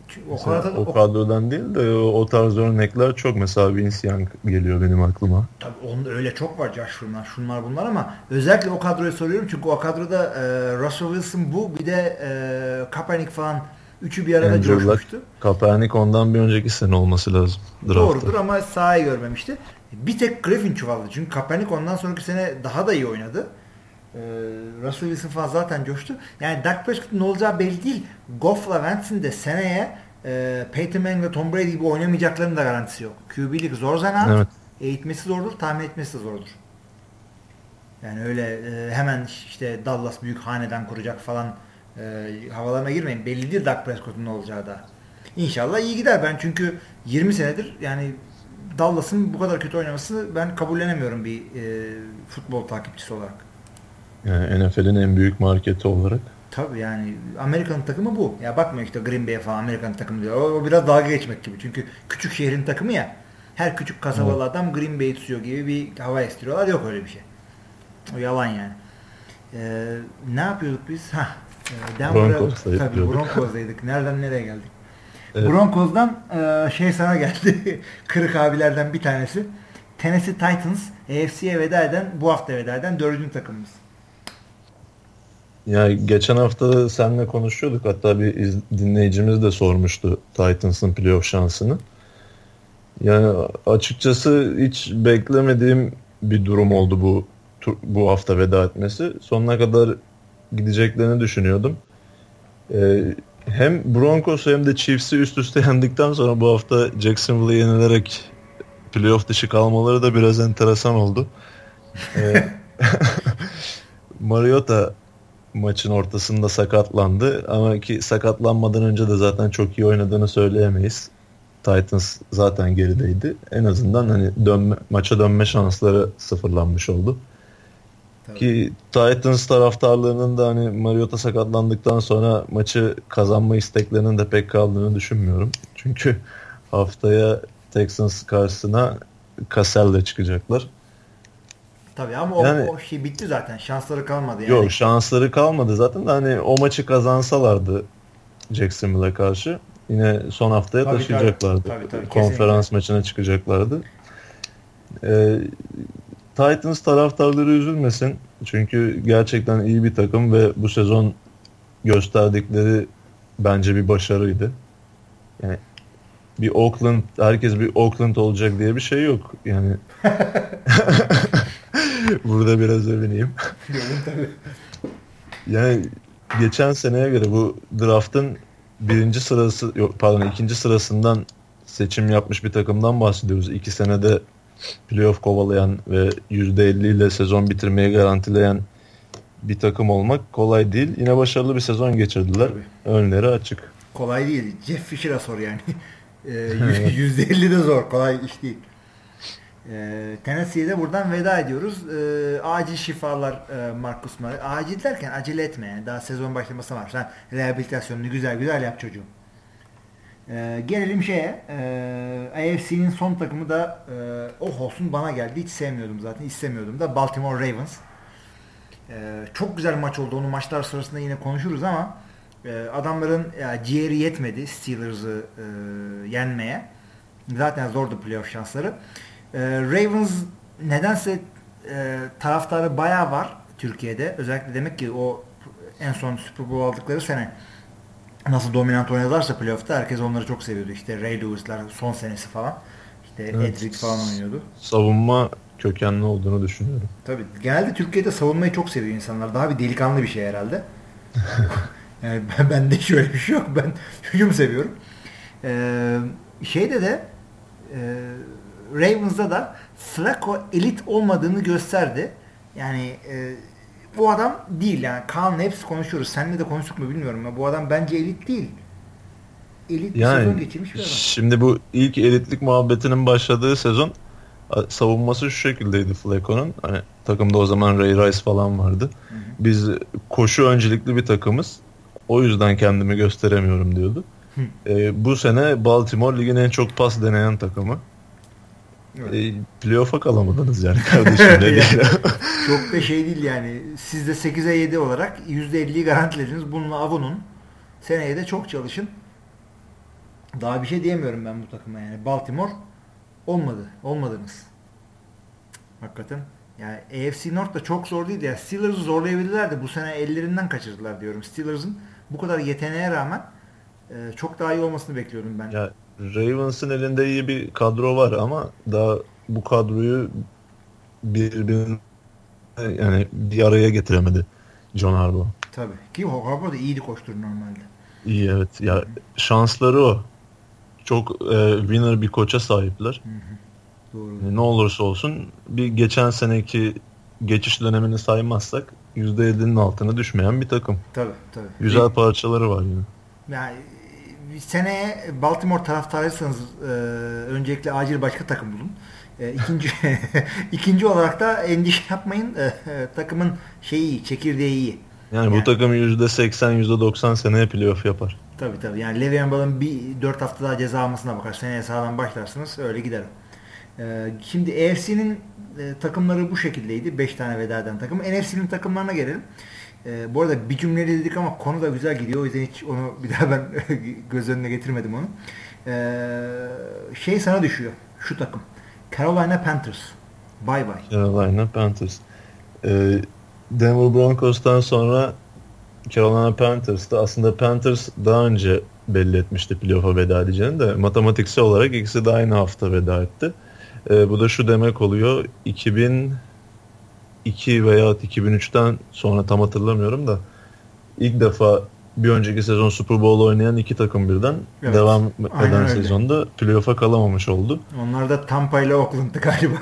O kadrodan değil de o tarz örnekler çok. Mesela Vince Young geliyor benim aklıma. Tabii onun öyle çok var, Josh Freeman, şunlar bunlar, ama özellikle o kadroyu soruyorum çünkü o kadroda Russell Wilson, bir de Kaepernick falan, üçü bir arada coşmuştu. Kaepernick ondan bir önceki sene olması lazım. Draftta. Doğrudur ama sahayı görmemişti. Bir tek Griffin çuvalladı. Çünkü Kaepernick ondan sonraki sene daha da iyi oynadı. Russell Wilson falan zaten coştu. Yani Dak Prescott'un ne olacağı belli değil. Goff'la Wentz'in de seneye Peyton Manning ve Tom Brady gibi oynamayacaklarının da garantisi yok. QB'lik zor zanaat. Evet. Eğitmesi zordur. Tahmin etmesi de zordur. Yani öyle hemen işte Dallas büyük haneden kuracak falan havalarına girmeyin. Belli değil Dak Prescott'un ne olacağı da. İnşallah iyi gider. Ben çünkü 20 senedir yani Dallas'ın bu kadar kötü oynamasını ben kabullenemiyorum bir futbol takipçisi olarak. Yani NFL'in en büyük marketi olarak. Tabii yani Amerika'nın takımı bu. Ya bakma işte Green Bay'e falan Amerika'nın takımı diyor. O biraz dalga geçmek gibi. Çünkü küçük şehrin takımı ya. Her küçük kasabalı adam Green Bay'i tutuyor gibi bir hava estiriyorlar. Yok öyle bir şey. O yalan yani. Ne yapıyorduk biz? Broncos'daydık. Nereden nereye geldik? Evet. Broncos'dan sana geldi. Kırık abilerden bir tanesi. Tennessee Titans AFC'ye bu hafta veda eden 4. takımımız. Ya geçen hafta seninle konuşuyorduk. Hatta bir dinleyicimiz de sormuştu Titans'ın playoff şansını. Yani açıkçası hiç beklemediğim bir durum oldu bu hafta veda etmesi. Sonuna kadar gideceklerini düşünüyordum. Hem Broncos hem de Chiefs'i üst üste yendikten sonra bu hafta Jacksonville'ı yenilerek playoff dışı kalmaları da biraz enteresan oldu. Mariota maçın ortasında sakatlandı ama ki sakatlanmadan önce de zaten çok iyi oynadığını söyleyemeyiz. Titans zaten gerideydi. En azından hani maça dönme şansları sıfırlanmış oldu. Tabii. Ki Titans taraftarlarının da hani Mariota sakatlandıktan sonra maçı kazanma isteklerinin de pek kaldığını düşünmüyorum. Çünkü haftaya Texans karşısına Cassell'le çıkacaklar. Tabii ama yani, o şey bitti zaten. Şansları kalmadı yani. Yok, şansları kalmadı zaten de hani o maçı kazansalardı Jacksonville'a karşı yine son haftaya taşıyacaklardı. Tabii, konferans maçına çıkacaklardı. Titans taraftarları üzülmesin. Çünkü gerçekten iyi bir takım ve bu sezon gösterdikleri bence bir başarıydı. Yani herkes bir Oakland olacak diye bir şey yok. Yani burada biraz övüneyim. Yani geçen seneye göre bu draft'ın ikinci sırasından seçim yapmış bir takımdan bahsediyoruz. 2 senede playoff kovalayan ve %50 ile sezon bitirmeyi garantileyen bir takım olmak kolay değil. Yine başarılı bir sezon geçirdiler. Tabii. Önleri açık. Kolay değil. Jeff Fisher'a sor yani. %50 de zor. Kolay iş değil. Tennessee'ye de buradan veda ediyoruz. Acil şifalar Marcus Mariota. Acil derken acele etme yani. Daha sezon başlaması var. Sen rehabilitasyonunu güzel yap çocuğum. Gelelim AFC'nin son takımı da olsun bana geldi. Hiç sevmiyordum zaten. İstemiyordum da. Baltimore Ravens. Çok güzel maç oldu. Onu maçlar sırasında yine konuşuruz ama adamların ciğeri yetmedi Steelers'ı yenmeye. Zaten zordu playoff şansları. Ravens nedense taraftarı bayağı var Türkiye'de. Özellikle demek ki o en son Super Bowl aldıkları sene nasıl dominant oynadılarsa playoff'ta herkes onları çok seviyordu. İşte Ray Lewis'ler son senesi falan. İşte evet. Edric falan oynuyordu. Savunma kökenli olduğunu düşünüyorum. Tabii. Genelde Türkiye'de savunmayı çok seviyor insanlar. Daha bir delikanlı bir şey herhalde. Yani bende şöyle bir şey yok. Ben hücum seviyorum. Ravens'da da Flacco elit olmadığını gösterdi. Yani bu adam değil yani. Kaan'la hepsi konuşuyoruz. Seninle de konuştuk mu bilmiyorum ama bu adam bence elit değil. Elit bir sezon geçirmiş bir adam. Şimdi bu ilk elitlik muhabbetinin başladığı sezon savunması şu şekildeydi Flacco'nun. Hani takımda o zaman Ray Rice falan vardı. Hı hı. Biz koşu öncelikli bir takımız. O yüzden kendimi gösteremiyorum diyordu. Bu sene Baltimore ligin en çok pas deneyen takımı. Evet. Playoff'a kalamadınız yani kardeşim. Yani, çok da değil yani. Siz de 8'e 7 olarak %50'yi garantilediniz. Bununla avunun. Seneye de çok çalışın. Daha bir şey diyemiyorum ben bu takıma yani. Baltimore olmadı. Olmadınız. Hakikaten. Yani AFC North da çok zor değil. Yani Steelers'ı zorlayabilirler de bu sene ellerinden kaçırdılar diyorum. Steelers'ın bu kadar yeteneğe rağmen çok daha iyi olmasını bekliyordum ben. Ya Ravens'ın elinde iyi bir kadro var ama daha bu kadroyu birbirine yani bir araya getiremedi John Harbaugh. Tabii. Ki Harbaugh da iyiydi koştur normalde. İyi, evet. Hı hı. Ya şansları o. Çok winner bir koça sahipler. Hı hı. Doğru. Ne olursa olsun bir geçen seneki geçiş dönemini saymazsak %7'nin altına düşmeyen bir takım. Tabii tabii. Güzel parçaları var yine. Yani seneye Baltimore taraftarıysanız öncelikle acil başka takım bulun. İkinci ikinci olarak da endişe yapmayın. Takımın şeyi çekirdeği iyi. Yani bu takım %80 %90 seneye playoff yapar. Tabii tabii. Yani Le'Veon Bell'ın bir 4 hafta daha ceza almasına bakar. Seneye sağdan başlarsınız. Öyle gider. Şimdi AFC'nin takımları bu şekildeydi. 5 tane veda eden takım. NFC'nin takımlarına gelelim. Bu arada bir cümleyle dedik ama konu da güzel gidiyor. O yüzden hiç onu bir daha ben göz önüne getirmedim onu. Şey sana düşüyor. Şu takım. Carolina Panthers. Bye bye. Carolina Panthers. Denver Broncos'tan sonra Carolina Panthers'ta aslında Panthers daha önce belli etmişti playoff'a veda edeceğini de matematiksel olarak ikisi de aynı hafta veda etti. Bu da şu demek oluyor. 2002 veya 2003'ten sonra tam hatırlamıyorum da ilk defa bir önceki sezon Super Bowl oynayan iki takım birden devam eden sezonda playoff'a kalamamış oldu. Onlar da Tampa ile Oakland'dı galiba.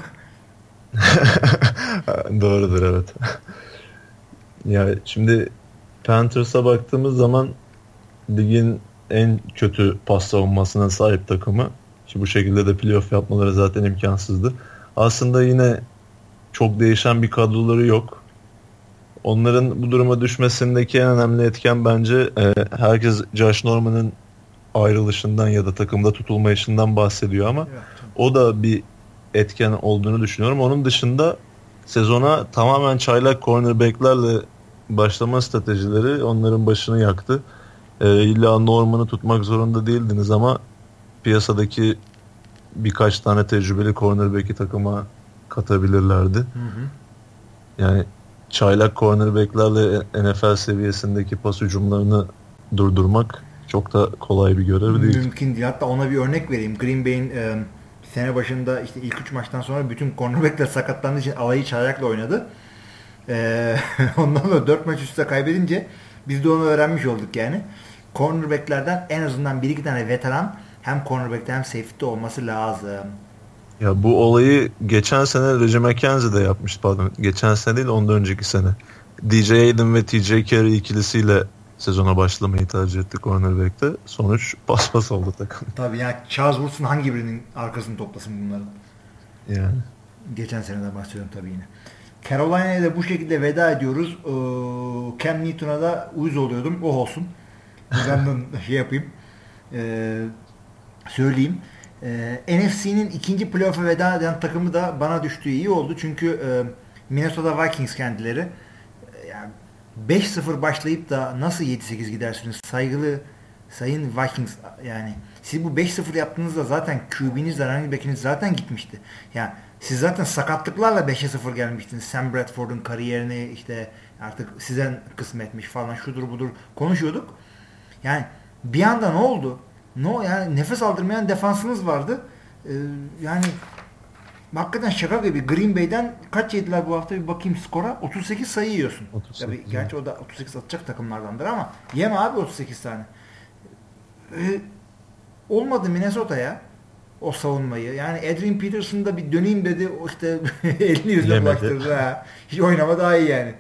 Doğrudur, evet. Ya şimdi Panthers'a baktığımız zaman ligin en kötü pas savunmasına sahip takımı. Ki bu şekilde de playoff yapmaları zaten imkansızdı. Aslında yine çok değişen bir kadroları yok. Onların bu duruma düşmesindeki en önemli etken bence herkes Josh Norman'ın ayrılışından ya da takımda tutulmayışından bahsediyor ama o da bir etken olduğunu düşünüyorum. Onun dışında sezona tamamen çaylak cornerback'lerle başlama stratejileri onların başını yaktı. İlla Norman'ı tutmak zorunda değildiniz ama piyasadaki birkaç tane tecrübeli cornerback'i takıma katabilirlerdi. Hı hı. Yani çaylak cornerback'lerle NFL seviyesindeki pas hücumlarını durdurmak çok da kolay bir görev değil. Mümkün değil. Hatta ona bir örnek vereyim. Green Bay'in sene başında işte ilk 3 maçtan sonra bütün cornerback'ler sakatlandığı için alayı çaylakla oynadı. Ondan sonra 4 maç üstte kaybedince biz de onu öğrenmiş olduk yani. Cornerback'lerden en azından 1-2 tane veteran hem cornerback'te hem safety'de olması lazım. Ya bu olayı geçen sene Reggie McKenzie de yapmıştı, pardon. Geçen sene değil, ondan önceki sene. DJ Hayden ve TJ Carey ikilisiyle sezona başlamayı tercih etti cornerback'te. Sonuç paspas oldu takım. Tabii yani Charles Woodson hangi birinin arkasını toplasın bunların? Yani. Geçen seneden bahsediyorum tabii yine. Carolina'ya da bu şekilde veda ediyoruz. Cam Newton'a da uyuz oluyordum. O olsun. Ben de şey yapayım. Söyleyeyim. NFC'nin ikinci playoff'a veda eden takımı da bana düştüğü iyi oldu. Çünkü Minnesota Vikings kendileri yani 5-0 başlayıp da nasıl 7-8 gidersiniz? Sayın Vikings yani. Siz bu 5-0 yaptığınızda zaten QB'nizle running back'iniz zaten gitmişti. Yani siz zaten sakatlıklarla 5'e 0 gelmiştiniz. Sam Bradford'un kariyerini işte artık size kısmetmiş falan şudur budur konuşuyorduk. Yani bir anda ne oldu? Yani nefes aldırmayan defansınız vardı. Yani hakikaten şaka gibi. Green Bay'den kaç yediler bu hafta bir bakayım skora. 38 sayı yiyorsun. 38, tabii gerçi o da 38 atacak takımlardandır ama yeme abi 38 tane. Olmadı Minnesota'ya o savunmayı. Yani Adrian Peterson da bir döneyim dedi. O işte elini yüzüne bulaştırdı. Hiç oynama daha iyi yani.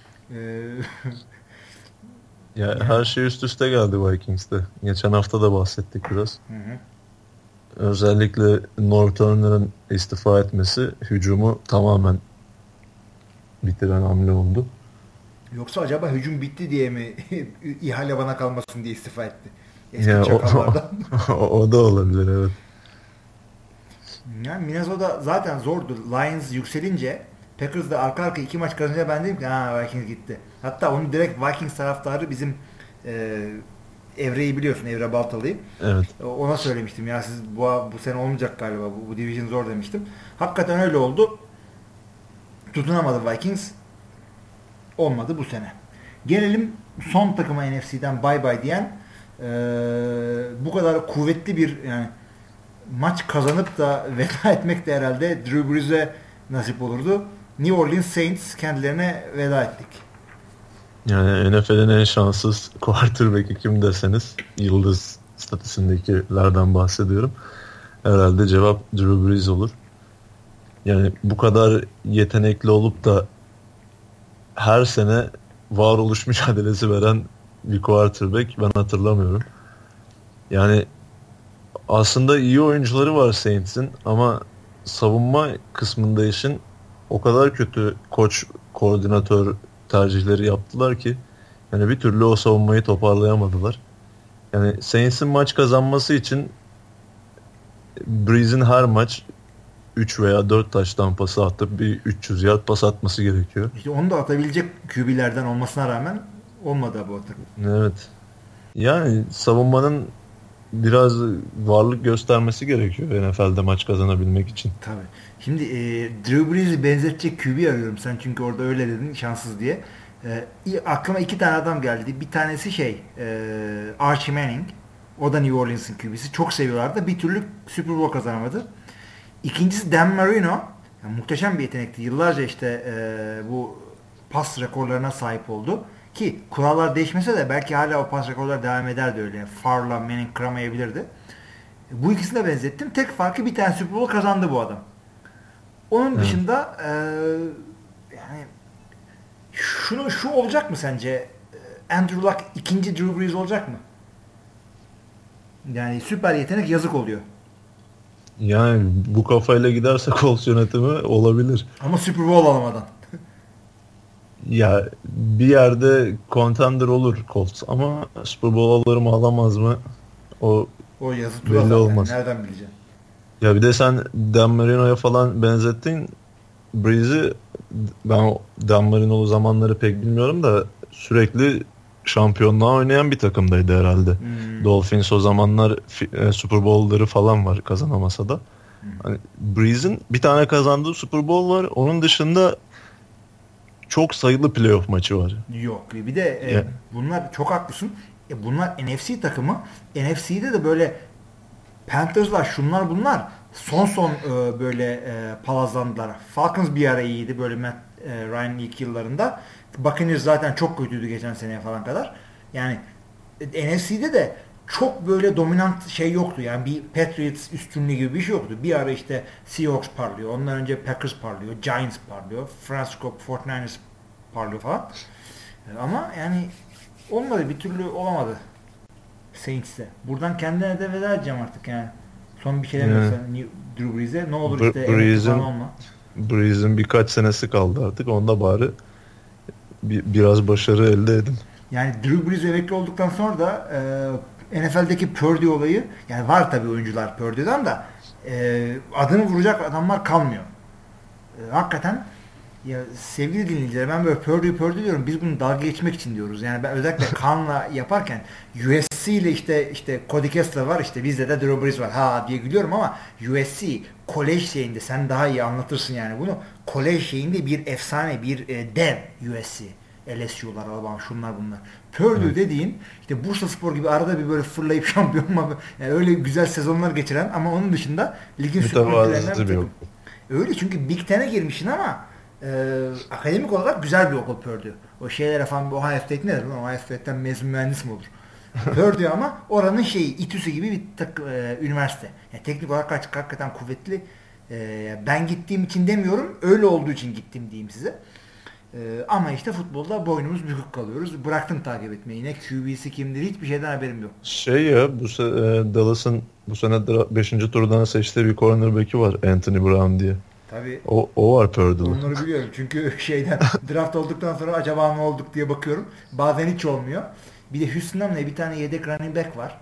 Ya yani. Her şey üst üste geldi Vikings'te. Geçen hafta da bahsettik biraz. Hı hı. Özellikle Norv Turner'ın istifa etmesi hücumu tamamen bitiren hamle oldu. Yoksa acaba hücum bitti diye mi ihale bana kalmasın diye istifa etti? Eski ya çakallardan. O da olabilir, evet. Yani Minnesota zaten zordu. Lions yükselince Packers da arka arka 2 maç kazanınca ben dedim ki Vikings gitti. Hatta onu direkt Vikings taraftarı bizim Evre'yi biliyorsun. Evre Baltalı'yı. Evet. Ona söylemiştim ya siz bu sene olmayacak galiba. Bu division zor demiştim. Hakikaten öyle oldu. Tutunamadı Vikings. Olmadı bu sene. Gelelim son takıma NFC'den bye bye diyen bu kadar kuvvetli bir yani maç kazanıp da veda etmek de herhalde Drew Brees'e nasip olurdu. New Orleans Saints kendilerine veda ettik. Yani NFL'in en şanssız quarterback'i kim deseniz yıldız statüsündekilerden bahsediyorum. Herhalde cevap Drew Brees olur. Yani bu kadar yetenekli olup da her sene varoluş mücadelesi veren bir quarterback ben hatırlamıyorum. Yani aslında iyi oyuncuları var Saints'in ama savunma kısmında işin o kadar kötü koç, koordinatör tercihleri yaptılar ki yani bir türlü o savunmayı toparlayamadılar. Yani Saints'in maç kazanması için Brees'in her maç 3 veya 4 taştan pası atıp bir 300 yard pas atması gerekiyor. İşte onu da atabilecek QB'lerden olmasına rağmen olmadı bu takım. Evet. Yani savunmanın biraz varlık göstermesi gerekiyor NFL'de maç kazanabilmek için. Tabii. Şimdi Drew Brees'i benzetecek QB arıyorum. Sen çünkü orada öyle dedin şanssız diye. Aklıma 2 tane adam geldi. Bir tanesi Archie Manning. O da New Orleans'ın QB'si. Çok seviyorlardı. Bir türlü Super Bowl kazanamadı. İkincisi Dan Marino. Yani muhteşem bir yetenekti. Yıllarca bu pas rekorlarına sahip oldu. Ki kurallar değişmese de belki hala o pas rekorları devam ederdi öyle. Farla Manning kıramayabilirdi. Bu ikisine de benzettim. Tek farkı bir tane Super Bowl kazandı bu adam. Onun dışında yani şu olacak mı sence? Andrew Luck ikinci Drew Brees olacak mı? Yani süper yetenek yazık oluyor. Yani bu kafayla giderse Colts yönetimi olabilir. Ama Super Bowl alamadan. Ya bir yerde contender olur Colts ama Super Bowl alır mı alamaz mı o yazı belli zaten. olmaz. Nereden bileceksin? Ya bir de sen Dan Marino'ya falan benzettin. Breeze'i ben Dan Marino'lu zamanları pek bilmiyorum da sürekli şampiyonluğa oynayan bir takımdaydı herhalde. Dolphins o zamanlar Super Bowl'ları falan var kazanamasa da. Hani Breeze'in bir tane kazandığı Super Bowl var. Onun dışında çok sayılı playoff maçı var. Yok. Bir de bunlar çok haklısın. Bunlar NFC takımı. NFC'de de böyle Panthers'lar şunlar bunlar son böyle palazlandılar. Falcons bir ara iyiydi böyle Ryan'ın ilk yıllarında. Buccaneers zaten çok kötüydü geçen seneye falan kadar. Yani NFC'de de çok böyle dominant yoktu. Yani bir Patriots üstünlüğü gibi bir şey yoktu. Bir ara Seahawks parlıyor. Ondan önce Packers parlıyor. Giants parlıyor. Francisco 49ers parlıyor falan. Ama yani olmadı. Bir türlü olamadı. Saints'te. Buradan kendine de veda edeceğim artık yani. Son bir şey demiyorsan Drew Brees'e ne olur Brees'in birkaç senesi kaldı artık. Onda bari biraz başarı elde edin. Yani Drew Brees emekli olduktan sonra da NFL'deki Purdy olayı yani var tabii oyuncular Purdy'den da adını vuracak adamlar kalmıyor. Hakikaten ya sevgili dinleyiciler ben böyle Purdy diyorum. Biz bunu dalga geçmek için diyoruz. Yani ben özellikle Kaan'la yaparken USC ile işte Cody Kessler var bizde de Drew Brees var diye gülüyorum ama USC kolej şeyinde sen daha iyi anlatırsın yani bunu. Kolej şeyinde bir efsane bir dev USC. LSU'lar, Alabama, şunlar bunlar. Purdue dediğin Bursaspor gibi arada bir böyle fırlayıp şampiyon yani öyle güzel sezonlar geçiren ama onun dışında ligin süperlerinden bir takım. Öyle çünkü Big Ten'e girmişsin ama akademik olarak güzel bir okul Purdue. O şeylere falan Ohio State nedir? Ohio State'ten mezun mühendis mi olur? Purdue ama oranın İTÜ'sü gibi bir üniversite. Yani teknik olarak hakikaten kuvvetli. Ben gittiğim için demiyorum. Öyle olduğu için gittim diyeyim size. Ama futbolda boynumuz bükük kalıyoruz. Bıraktım takip etmeyi. Yine QB'si kimdir hiçbir şeyden haberim yok. Dallas'ın bu sene 5. turdan seçtiği bir cornerback'i var Anthony Brown diye. Tabii. O var Purdue'da. Onları biliyorum. Çünkü draft olduktan sonra acaba ne olduk diye bakıyorum. Bazen hiç olmuyor. Bir de Houston'dan bir tane yedek running back var.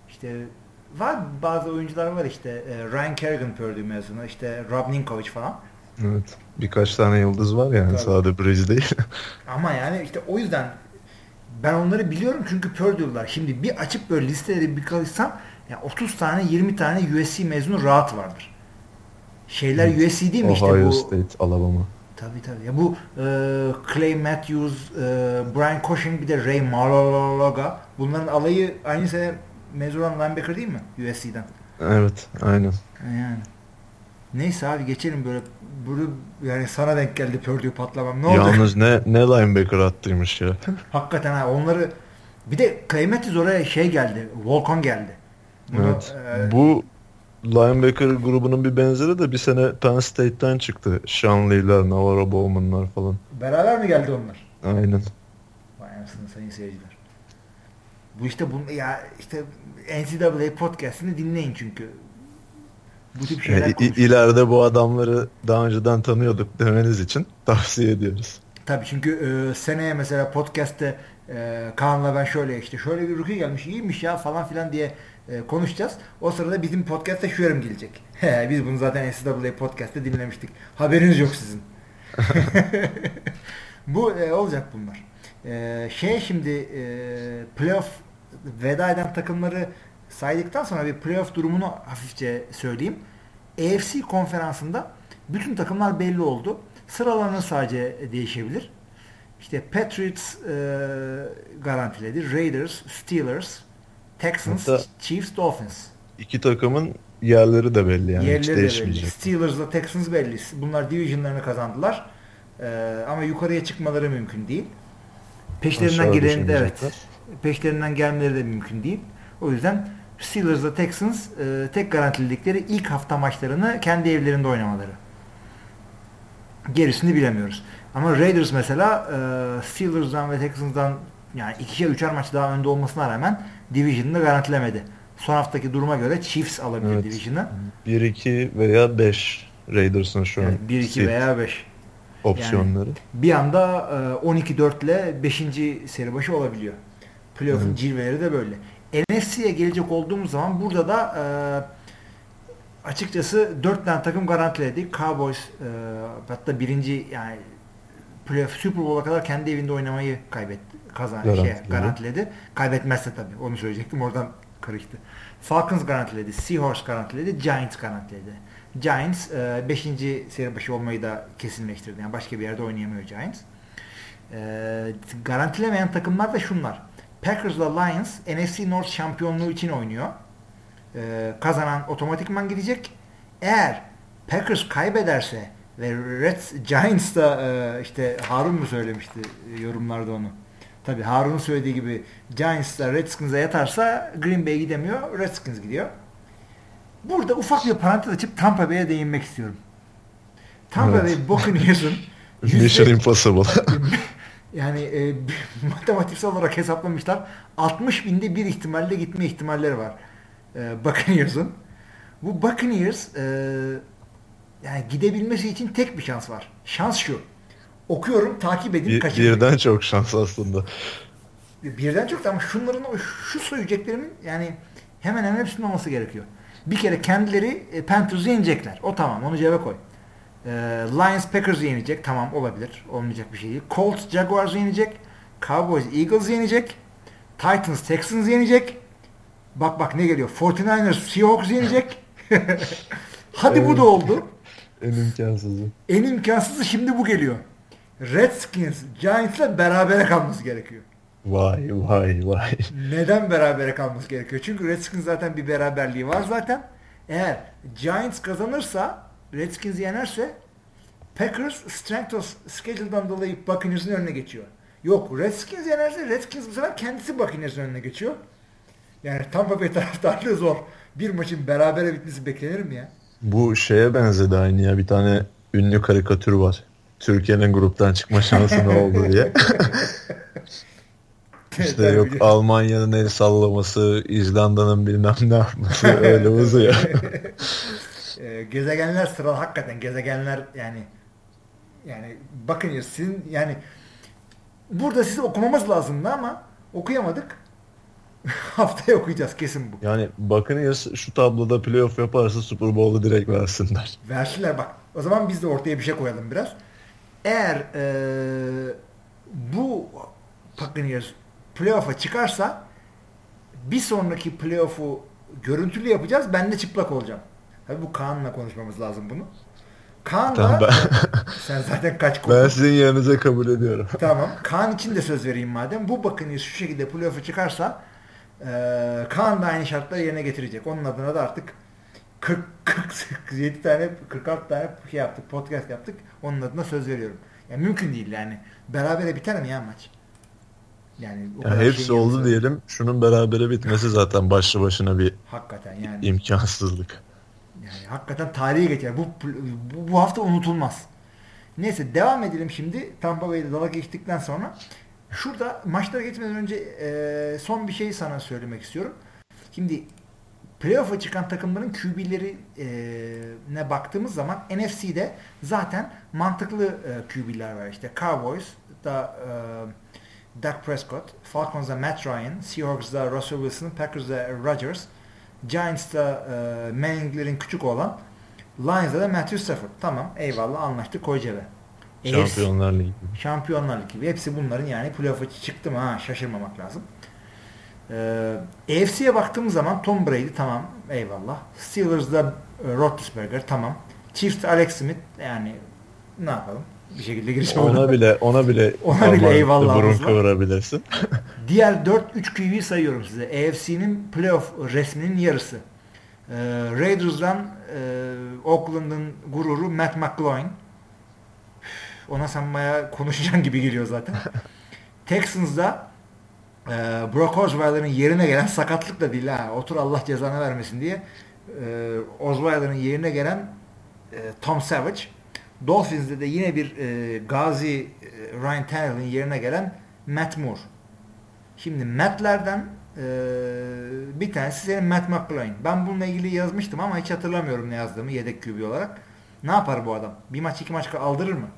Var bazı oyuncular var Ryan Kerrigan Purdue mezunu. Rob Ninkovich falan. Evet. Birkaç tane yıldız var yani. Tabii. Sadece Breeze değil. Ama yani o yüzden Ben onları biliyorum çünkü Purdue'lular. Şimdi bir açıp böyle listeleri bir çalışsam yani 30 tane 20 tane USC mezunu rahat vardır. Şeyler Evet. USC değil mi işte Ohio bu? State, Alabama. Tabii. Ya bu Clay Matthews, Brian Cushing bir de Ray Malologa. Bunların alayı aynı sene mezun olan linebacker değil mi? USC'den. Evet, aynen. Yani. Neyse abi geçelim böyle. Yani sana denk geldi Purdue patlamam. Ne oldu? Yalnız ne linebacker attıymış ya. Hakikaten ha onları bir de Clay Matthews oraya şey geldi. Volkan geldi. Bunu, Evet. Bu linebacker grubunun bir benzeri de bir sene Penn State'ten çıktı. Sean Lee'ler, Navarro Bowman'lar falan. beraber mi geldi onlar? Aynen. Vay anasını sayın seyirciler. Bu işte ya işte NCAA podcast'ini dinleyin çünkü. Bu tip şeyler konuşuyoruz. İleride bu adamları daha önceden tanıyorduk demeniz için tavsiye ediyoruz. Tabii çünkü seneye mesela podcast'te Kaan'la ben şöyle bir rookie gelmiş iyiymiş ya falan filan diye konuşacağız. O sırada bizim podcast'te şu yorum gelecek. Biz bunu zaten NCAA podcast'te dinlemiştik. Haberiniz yok sizin. Bu olacak bunlar. Şimdi playoff veda eden takımları saydıktan sonra bir playoff durumunu hafifçe söyleyeyim. AFC konferansında bütün takımlar belli oldu. Sıralarını sadece değişebilir. İşte Patriots garantiledi. Raiders, Steelers, Texans, Hatta Chiefs, Dolphins. İki takımın yerleri de belli yani. Hiç Yerleri de belli. değişmeyecek. Steelers'la Texans belli. Bunlar division'larını kazandılar. Ama yukarıya çıkmaları mümkün değil. Peşlerinden gelmeleri de mümkün değil. O yüzden Steelers'la Texans tek garantiledikleri ilk hafta maçlarını kendi evlerinde oynamaları. Gerisini bilemiyoruz. Ama Raiders mesela Steelers'dan ve Texans'dan yani 2'şer 3'er maç daha önde olmasına rağmen Division'ı garantilemedi. Son haftaki duruma göre Chiefs alabilir Evet. Division'ı. 1-2 veya 5 Raiders'ın şu an. Yani 1-2 veya 5. Opsiyonları. Yani bir anda 12-4 ile 5. seri başı olabiliyor. Playoff'un cilveleri de böyle. NFC'ye gelecek olduğumuz zaman burada da açıkçası 4 tane takım garantiledik. Cowboys hatta birinci yani playoff Super Bowl'a kadar kendi evinde oynamayı garantiledi. Kaybetmezse tabii. Onu söyleyecektim. Oradan karıştı. Falcons garantiledi. Seahawks garantiledi. Giants garantiledi. Giants 5. seri başı olmayı da kesinleştirdi. Yani başka bir yerde oynayamıyor Giants. Garantilemeyen takımlar da şunlar. Packers'la Lions NFC North şampiyonluğu için oynuyor. Kazanan otomatikman gidecek. Eğer Packers kaybederse ve Giants da işte Harun mu söylemişti yorumlarda onu. Tabii Harun'un söylediği gibi Giants da Redskins'e yatarsa Green Bay gidemiyor. Redskins gidiyor. Burada ufak bir parantez açıp Tampa Bay'e değinmek istiyorum. Tampa Bay Buccaneers'ın Mission Impossible. yani matematiksel olarak hesaplamışlar. 60 binde bir ihtimalle gitme ihtimalleri var. Buccaneers'ın. Bu Buccaneers yani gidebilmesi için tek bir şans var. Şans şu. Okuyorum, takip edin, kaçırmayın. Birden çok şans aslında. Birden çok da ama şu söyleyeceklerimin yani hemen hemen hepsinin olması gerekiyor. Bir kere kendileri Panthers'ı yenecekler. O tamam, onu cebe koy. Lions Packers'ı yenecek. Tamam, olabilir. Olmayacak bir şey değil. Colts Jaguars'ı yenecek. Cowboys Eagles'ı yenecek. Titans Texans'ı yenecek. Bak ne geliyor. 49ers Seahawks'ı yenecek. Hadi bu da oldu. En imkansızı şimdi bu geliyor. Redskins Giants'la berabere kalması gerekiyor. Vay. Neden berabere kalması gerekiyor? Çünkü Redskins zaten bir beraberliği var zaten. Eğer Giants kazanırsa, Redskins yenerse Packers strength of schedule'dan dolayı Buccaneers'ın önüne geçiyor. Yok, Redskins yenerse Redskins bu sefer kendisi Buccaneers'ın önüne geçiyor. Yani Tampa Bay taraftarlığı zor. Bir maçın berabere bitmesi beklenir mi ya? Bu şeye benzedi aynı ya. Bir tane ünlü karikatür var. Türkiye'nin gruptan çıkma şansı ne oldu diye. İşte yok Almanya'nın el sallaması, İzlanda'nın bilmem ne yapması öyle uzuyor. Gezegenler sıralı hakikaten gezegenler yani bakın ya sizin yani burada sizi okumamız lazımdı ama okuyamadık. Haftaya okuyacağız kesin bu. Yani Buccaneers şu tabloda playoff yaparsa Super Bowl'u direkt versinler. Versinler bak. O zaman biz de ortaya bir şey koyalım biraz. Eğer bu Buccaneers playoff'a çıkarsa bir sonraki playoff'u görüntülü yapacağız. Ben de çıplak olacağım. Tabii bu Kaan'la konuşmamız lazım bunu. Kaan Tamam, da sen zaten kaç ben sizin yerinize kabul ediyorum. Tamam. Kaan için de söz vereyim madem. Bu Buccaneers şu şekilde playoff'a çıkarsa Kaan da aynı şartları yerine getirecek. Onun adına da artık 47 tane 46 tane şey yaptık. Podcast yaptık. Onun adına söz veriyorum. Yani mümkün değil yani. Berabere biter mi ya maç? Yani o kadar hepsi oldu diyelim. Şunun berabere bitmesi zaten başlı başına bir hakikaten yani imkansızlık. Yani hakikaten tarihe geçer. Bu hafta unutulmaz. Neyse devam edelim şimdi. Tampa Bay'de dala geçtikten sonra. Şurada maçlara geçmeden önce son bir şey sana söylemek istiyorum. Şimdi playoff'a çıkan takımların QB'lerine baktığımız zaman NFC'de zaten mantıklı QB'ler var. İşte Cowboys'da Dak Prescott, Falcons'da Matt Ryan, Seahawks'da Russell Wilson, Packers'da Rodgers, Giants'da Manning'lerin küçük olan, Lions'da da Matthew Stafford. Tamam, eyvallah, anlaştık, koy cebe. Şampiyonlar Ligi. Şampiyonlar Ligi gibi. Hepsi bunların yani playoff'a çıktı mı şaşırmamak lazım. AFC'ye baktığımız zaman Tom Brady tamam, eyvallah. Steelers'da Roethlisberger tamam. Chiefs'te Alex Smith, yani ne yapalım? Bir şekilde girişim ona bile eyvallah burun kıvırabilirsin. Diğer 4-3 QB'yi sayıyorum size. AFC'nin playoff resminin yarısı. Raiders'dan Oakland'ın gururu Matt McGloin. Ona sen bayağı konuşacaksın gibi geliyor zaten. Texans'da Brock Osweiler'ın yerine gelen, sakatlık da değil ha, otur Allah cezanı vermesin diye, Osweiler'ın yerine gelen Tom Savage. Dolphins'de de yine bir Gazi Ryan Tannehill'in yerine gelen Matt Moore. Şimdi Matt'lerden bir tanesi senin Matt McGloin. Ben bununla ilgili yazmıştım ama hiç hatırlamıyorum ne yazdığımı yedek QB olarak. Ne yapar bu adam? Bir maç 2 maç aldırır mı?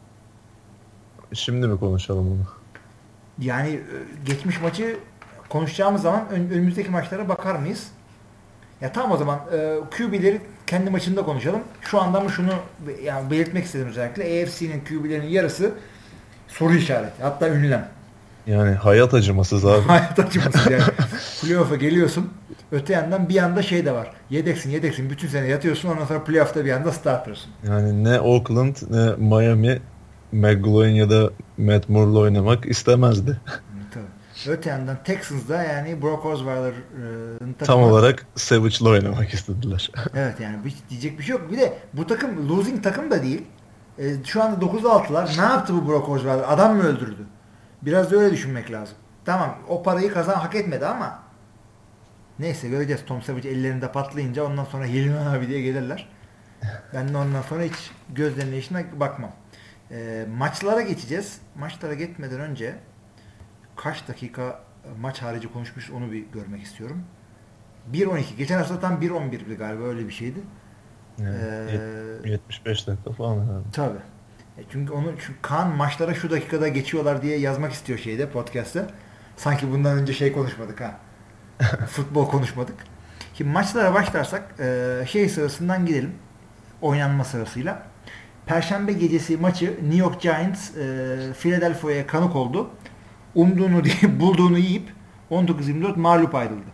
Şimdi mi konuşalım bunu? Yani geçmiş maçı konuşacağımız zaman önümüzdeki maçlara bakar mıyız? Ya tamam, o zaman QB'leri kendi maçında konuşalım. Şu anda mı şunu yani belirtmek istedim özellikle. AFC'nin QB'lerinin yarısı soru işareti. Hatta ünlem. Yani hayat acımasız abi. Hayat acımasız yani. Playoff'a geliyorsun. Öte yandan bir anda şey de var. Yedeksin. Bütün sene yatıyorsun. Ondan sonra playoff'ta bir anda startersın. Yani ne Oakland ne Miami McGloin ya da Matt Moore'la oynamak istemezdi. Tabii. Öte yandan Texans'da yani Brock Osweiler'ın tam olarak Savage'la oynamak istediler. Evet, yani diyecek bir şey yok. Bir de bu takım losing takım da değil. Şu anda 9-6'lar. Ne yaptı bu Brock Osweiler? Adam mı öldürdü? Biraz da öyle düşünmek lazım. Tamam, o parayı hak etmedi ama neyse, göreceğiz. Tom Savage ellerinde patlayınca ondan sonra Hilmi abi diye gelirler. Ben de ondan sonra hiç gözlerine işine bakmam. Maçlara geçeceğiz. Maçlara geçmeden önce kaç dakika maç harici konuşmuş onu bir görmek istiyorum. 1.12. Geçen hafta tam 1.11'di galiba, öyle bir şeydi. Yani 75 dakika falan herhalde. Tabii. Çünkü Kaan maçlara şu dakikada geçiyorlar diye yazmak istiyor podcast'te. Sanki bundan önce konuşmadık ha. Futbol konuşmadık. Şimdi maçlara başlarsak sırasından gidelim. Oynanma sırasıyla. Perşembe gecesi maçı New York Giants Philadelphia'ya kanık oldu. Umduğunu değil, bulduğunu yiyip 19-24 mağlup ayrıldı.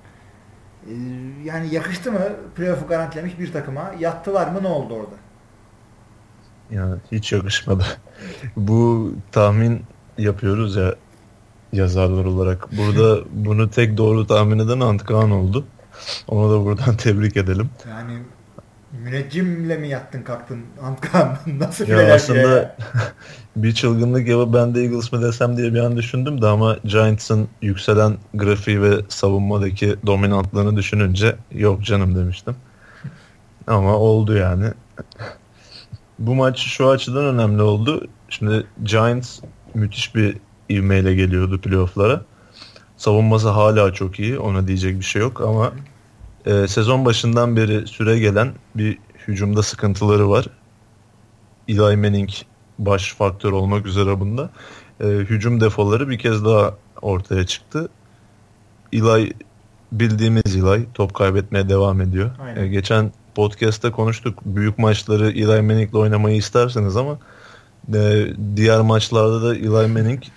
Yani yakıştı mı playoff'u garantilemiş bir takıma? Yattılar mı? Ne oldu orada? Yani hiç yakışmadı. Bu tahmin yapıyoruz ya yazarlar olarak. Burada bunu tek doğru tahmin eden Antkan oldu. Onu da buradan tebrik edelim. Yani müneccimle mi yattın kalktın Antkan? Nasıl ya aslında bir çılgınlık yapıp ben de Eagles mı desem diye bir an düşündüm de ama Giants'ın yükselen grafiği ve savunmadaki dominantlığını düşününce yok canım demiştim. Ama oldu yani. Bu maç şu açıdan önemli oldu. Şimdi Giants müthiş bir ivmeyle geliyordu playoff'lara. Savunması hala çok iyi. Ona diyecek bir şey yok ama sezon başından beri süre gelen bir hücumda sıkıntıları var. Eli Manning baş faktör olmak üzere bunda. Hücum defoları bir kez daha ortaya çıktı. Eli bildiğimiz Eli top kaybetmeye devam ediyor. Geçen podcast'te konuştuk. Büyük maçları Eli Manning'le oynamayı isterseniz ama diğer maçlarda da Eli Manning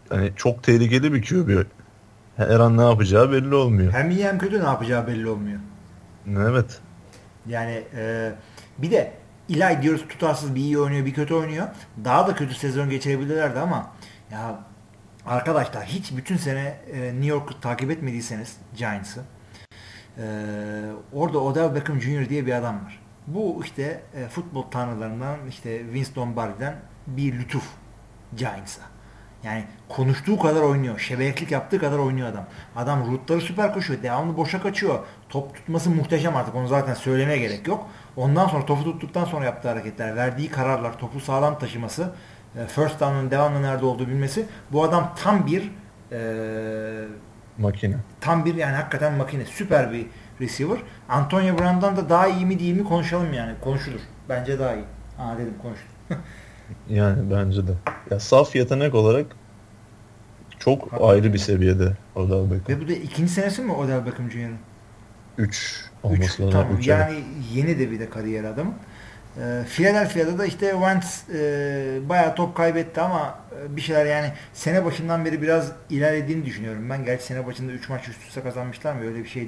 hani çok tehlikeli bir QB. Her an ne yapacağı belli olmuyor. Hem iyi hem kötü, ne yapacağı belli olmuyor. Evet. Yani bir de Eli diyoruz, tutarsız, bir iyi oynuyor bir kötü oynuyor. Daha da kötü sezon geçirebilirlerdi ama ya arkadaşlar, hiç bütün sene New York'u takip etmediyseniz Giants'ı, orada Odell Beckham Jr. diye bir adam var. Bu işte futbol tanrılarından, işte Vince Lombardi'den bir lütuf Giants'a. Yani konuştuğu kadar oynuyor. Şebeklik yaptığı kadar oynuyor adam. Adam routları süper koşuyor. Devamlı boşa kaçıyor. Top tutması muhteşem artık. Onu zaten söylemeye gerek yok. Ondan sonra topu tuttuktan sonra yaptığı hareketler, verdiği kararlar, topu sağlam taşıması, first down'ın devamlı nerede olduğu bilmesi. Bu adam tam bir Makine. tam bir yani hakikaten makine. Süper bir receiver. Antonio Brown'dan da daha iyi mi değil mi konuşalım yani. Konuşulur. Bence daha iyi. Dedim konuştum. Yani bence de. Ya saf yetenek olarak çok Hakikaten. ayrı bir seviyede Odell Beckham. Ve bu da ikinci senesi mi Odell Beckham Jr.'ın? 3 olması lazım. Tamam. Üç, Yani yeni de bir de kariyer adamı. Philadelphia'da da işte Wentz bayağı top kaybetti ama bir şeyler, yani sene başından beri biraz ilerlediğini düşünüyorum ben. Gerçi sene başında 3 maç üst üste kazanmışlar mı? Öyle bir şeydi.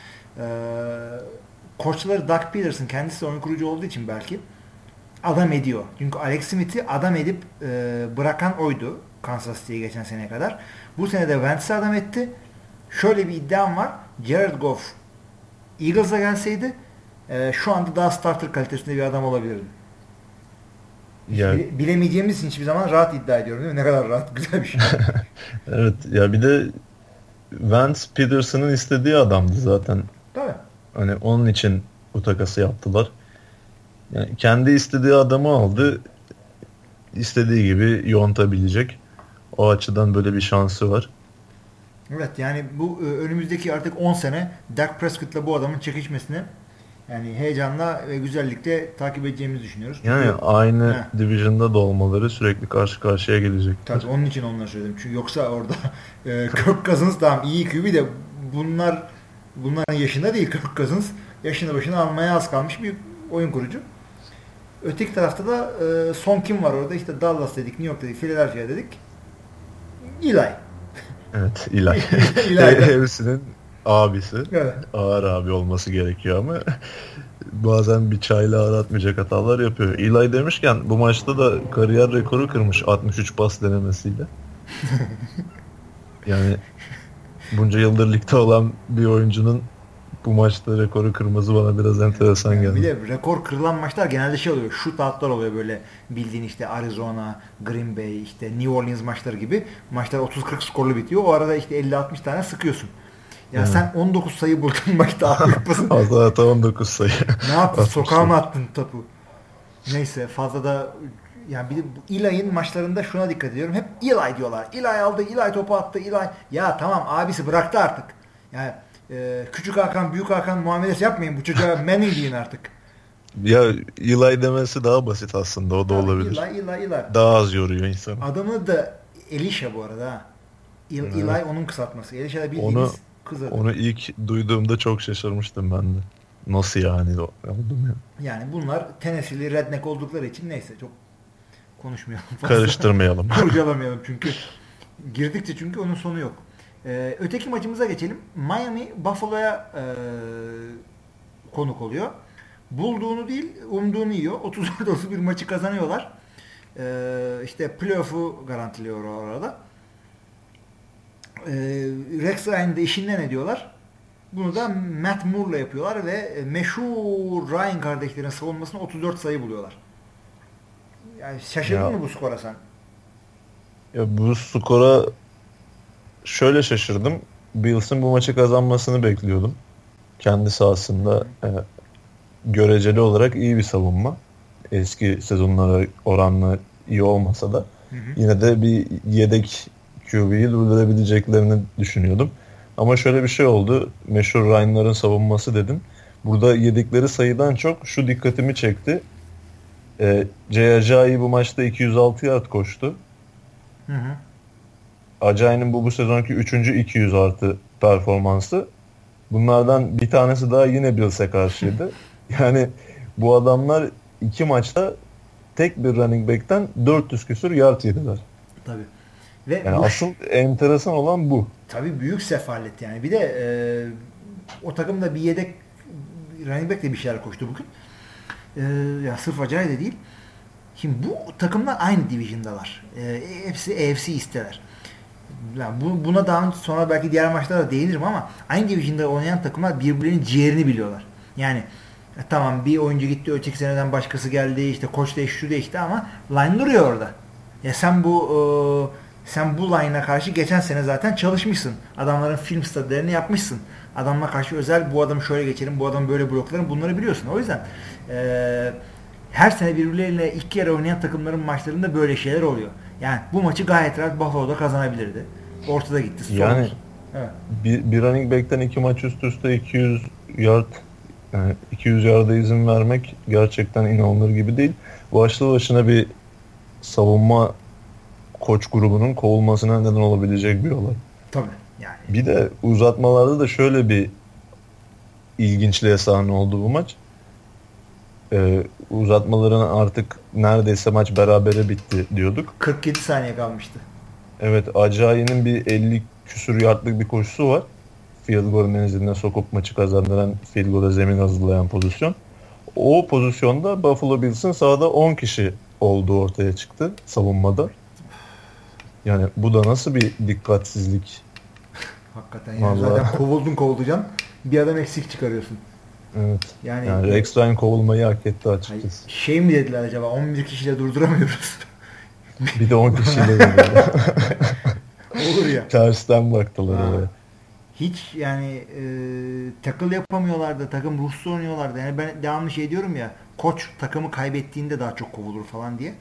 Koçları Doug Peterson, kendisi de oyun kurucu olduğu için belki adam ediyor. Çünkü Alex Smith'i adam edip bırakan oydu Kansas City'ye geçen seneye kadar. Bu sene de Wentz'i adam etti. Şöyle bir iddiam var. Jared Goff Eagles'a gelseydi şu anda daha starter kalitesinde bir adam olabilirdi. Ya, bilemeyeceğimiz için hiçbir zaman rahat iddia ediyorum değil mi? Ne kadar rahat, güzel bir şey. evet ya, bir de Vance Peterson'ın istediği adamdı zaten. Tabii. Hani onun için bu takası yaptılar. Yani kendi istediği adamı aldı. İstediği gibi yontabilecek. O açıdan böyle bir şansı var. Evet, yani bu önümüzdeki artık 10 sene Dak Prescott'la bu adamın çekişmesini yani heyecanla ve güzellikle takip edeceğimizi düşünüyoruz. Yani Çünkü, aynı division'da da olmaları, sürekli karşı karşıya gelecekler. tabii onun için onları söyledim. Çünkü yoksa orada Kirk Cousins tamam iyi QB de bunların yaşında değil Kirk Cousins. Yaşını başına almaya az kalmış bir oyun kurucu. Öteki tarafta da son kim var orada? İşte Dallas dedik, New York dedik, Philadelphia dedik. Eli. Evet, Eli. Hepsinin abisi. Evet. Ağır abi olması gerekiyor ama bazen bir çayla aratmayacak hatalar yapıyor. Eli demişken bu maçta da kariyer rekoru kırmış 63 pas denemesiyle. Yani bunca yıldır ligde olan bir oyuncunun bu maçta rekoru kırması bana biraz enteresan geldi. Bir de rekor kırılan maçlar genelde şey oluyor. Shootoutlar oluyor böyle, bildiğin işte Arizona, Green Bay, işte New Orleans maçları gibi. Maçlar 30-40 skorlu bitiyor. O arada işte 50-60 tane sıkıyorsun. Ya sen 19 sayı buldun maçta, 60 pasın. Hata 19 sayı. Ne yaptın? Sokağa mı attın topu? Neyse, fazla da yani bir de Eli'nin maçlarında şuna dikkat ediyorum. Hep Eli diyorlar. Eli aldı, Eli topu attı, Eli. Ya tamam, abisi bıraktı artık. Yani küçük Hakan, büyük Hakan muamelesi yapmayın. Bu çocuğa Manning deyin artık. Ya Eli demesi daha basit aslında. O da olabilir. Eli. Daha az yoruyor insanı. Adamı da Elisha bu arada ha. Eli onun kısaltması. Elisha da bildiğimiz kız adı. Onu ilk duyduğumda çok şaşırmıştım ben de. Nasıl yani oldum ya. Yani bunlar Tennessee'li redneck oldukları için neyse çok konuşmayalım. Karıştırmayalım. Kurcalamayalım çünkü. Girdikçe çünkü onun sonu yok. Öteki maçımıza geçelim. Miami Buffalo'ya konuk oluyor. Bulduğunu değil, umduğunu yiyor. 34-31 maçı kazanıyorlar. İşte playoff'u garantiliyor orada. Rex Ryan'ı da işinden ediyorlar. Bunu da Matt Moore'la yapıyorlar ve meşhur Ryan kardeşlerin savunmasına 34 sayı buluyorlar. Yani şaşırdın mı bu skora sen? Ya bu skora şöyle şaşırdım. Bills'in bu maçı kazanmasını bekliyordum. Kendi sahasında göreceli olarak iyi bir savunma. Eski sezonlara oranla iyi olmasa da yine de bir yedek QB'yi durdurabileceklerini düşünüyordum. Ama şöyle bir şey oldu. Meşhur Ryan'ların savunması dedim. Burada yedikleri sayıdan çok şu dikkatimi çekti. J.J. bu maçta 206 yard koştu. Acay'ın bu sezonki 3. 200 artı performansı. Bunlardan bir tanesi daha yine Bills'e karşıydı. Yani bu adamlar 2 maçta tek bir running back'ten 400 küsur yard yediler. Tabii. Ve Yani asıl enteresan olan bu. tabii büyük sefalet yani. Bir de o takımda bir yedek running back de bir şeyler koştu bugün. Ya sırf acayip de değil. Şimdi bu takımlar aynı division'dalar. Hepsi AFC isteler. Yani buna daha sonra belki diğer maçlarda değinirim ama aynı division'da oynayan takımlar birbirlerinin ciğerini biliyorlar. Yani tamam bir oyuncu gitti, öteki seneden başkası geldi, işte koç değişti, şu değişti ama line duruyor orada. Ya sen bu line'a karşı geçen sene zaten çalışmışsın. Adamların film statülerini yapmışsın. Adamla karşı özel bu adamı şöyle geçerim, bu adamı böyle bloklarım, bunları biliyorsun. O yüzden her sene birbirleriyle ilk kere oynayan takımların maçlarında böyle şeyler oluyor. Yani bu maçı gayet rahat Buffalo'da kazanabilirdi. Ortada gitti. Yani evet. bir running back'ten 2 maç üst üste 200 yard, yani 200 yarda izin vermek gerçekten inanılır gibi değil. Başlı başına bir savunma koç grubunun kovulmasına neden olabilecek bir olay. Tabii yani. Bir de uzatmalarda da şöyle bir ilginçliğe sahne oldu bu maç. Uzatmaların artık neredeyse maç berabere bitti diyorduk. 47 saniye kalmıştı. Evet, Ajayi'nin bir 50 küsur yardlık bir koşusu var. Field goal menziline sokup maçı kazandıran, field goal'a zemin hazırlayan pozisyon. O pozisyonda Buffalo Bills'in sahada 10 kişi olduğu ortaya çıktı savunmada. Yani bu da nasıl bir dikkatsizlik? Hakikaten yani zaten kovulacaksın. Bir adam eksik çıkarıyorsun. Evet. Yani Rex Ryan kovulmayı hak etti açıkçası. Şey mi dediler acaba? 11 kişiyle durduramıyoruz. Bir de 10 kişiyle dediler. Olur ya. Tersten baktılar oraya. Hiç yani tackle yapamıyorlardı. Takım ruhsuz oynuyorlardı. Yani ben devamlı şey diyorum ya, koç takımı kaybettiğinde daha çok kovulur falan diye.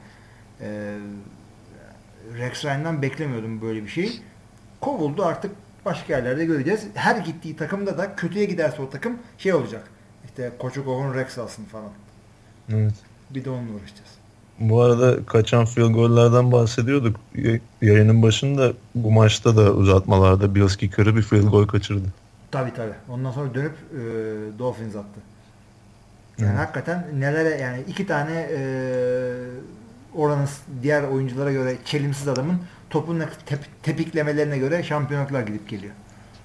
Rex Ryan'dan beklemiyordum böyle bir şey. Kovuldu, artık başka yerlerde göreceğiz. Her gittiği takımda da kötüye giderse o takım şey olacak. İşte koçu kovun, Rex alsın falan. Evet. Bir de onunla uğraşacağız. Bu arada kaçan field gollerden bahsediyorduk. Yayının başında bu maçta da uzatmalarda Bills kicker'ı bir field goal kaçırdı. Tabii. Ondan sonra dönüp Dolphins attı. Yani hakikaten nelere, yani iki tane oranın diğer oyunculara göre çelimsiz adamın topun tepiklemelerine göre şampiyonluklar gidip geliyor.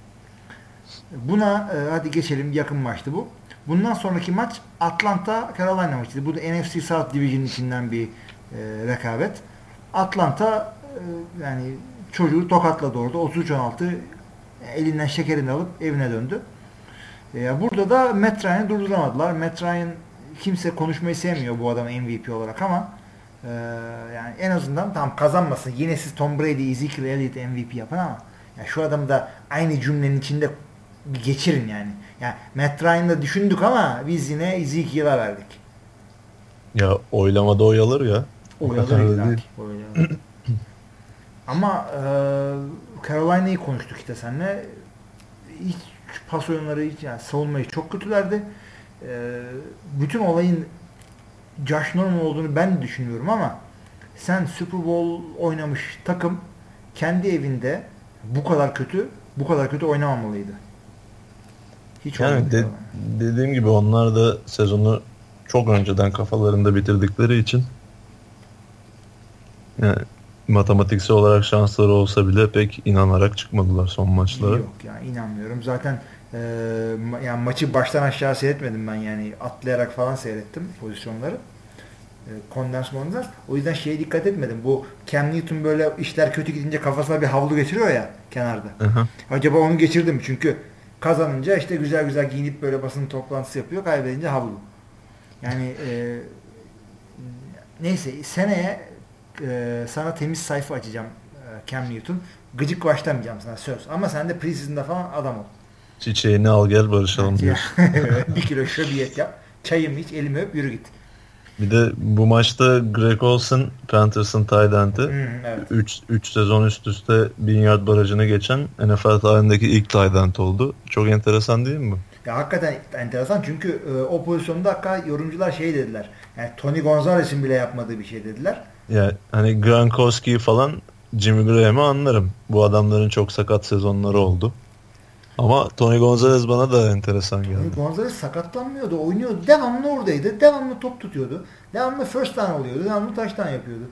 Buna hadi geçelim, yakın maçtı bu. Bundan sonraki maç Atlanta Carolina maçıydı. Bu da NFC South Division içinden bir rekabet. Atlanta yani çocuğu tokatladı orada. 33-16 elinden şekerini alıp evine döndü. Burada da Matt Ryan'ı durduramadılar. Matt Ryan, kimse konuşmayı sevmiyor bu adam MVP olarak ama yani en azından tam kazanmasın. Yine siz Tom Brady, Ezekiel Elliott MVP yapın ama yani şu adamı da aynı cümlenin içinde bir geçirin yani. Yani Matt Ryan'da düşündük ama biz yine Ezekiel'a verdik. Ya oylamada oyalır ya. Oyalır illaki. Ama Carolina'yı konuştuk işte seninle. Hiç pas oyunları, hiç yani savunmayı çok kötülerdi. Bütün olayın Josh Norman olduğunu ben de düşünüyorum ama sen Super Bowl oynamış takım kendi evinde bu kadar kötü oynamamalıydı. Hiç yani dediğim gibi onlar da sezonu çok önceden kafalarında bitirdikleri için yani matematiksel olarak şansları olsa bile pek inanarak çıkmadılar son maçlara. Yok yani inanmıyorum. Zaten yani maçı baştan aşağı seyretmedim ben, yani atlayarak falan seyrettim pozisyonları. Kondensmanlar. O yüzden şeye dikkat etmedim. Bu Cam Newton böyle işler kötü gidince kafasına bir havlu geçiriyor ya kenarda. Hı-hı. Acaba onu geçirdi mi? Çünkü kazanınca işte güzel güzel giyinip böyle basın toplantısı yapıyor. Kaybedince havlu. Yani neyse seneye sana temiz sayfa açacağım Cam Newton. Gıcık başlamayacağım sana, söz. Ama sen de preseason'da falan adam ol. Çiçeğini al gel barışalım diyorsun. 1 kilo şöbiyet yap. Çayımı iç, elimi öp, yürü git. Bir de bu maçta Greg Olsen, Panthers'ın tight end'i, evet. 3 sezon üst üste 1000 yard barajını geçen NFL tarihindeki ilk tight end oldu. Çok enteresan değil mi bu? Ya hakikaten enteresan, çünkü o pozisyonda hakikaten yorumcular şey dediler. Yani Tony Gonzalez'in bile yapmadığı bir şey dediler. Ya hani Gronkowski falan, Jimmy Graham'ı anlarım. Bu adamların çok sakat sezonları oldu. Ama Tony Gonzalez bana da enteresan geldi. Tony Gonzalez sakatlanmıyordu, oynuyordu. Devamlı oradaydı. Devamlı top tutuyordu. Devamlı first down oluyordu. Devamlı touchdown yapıyordu.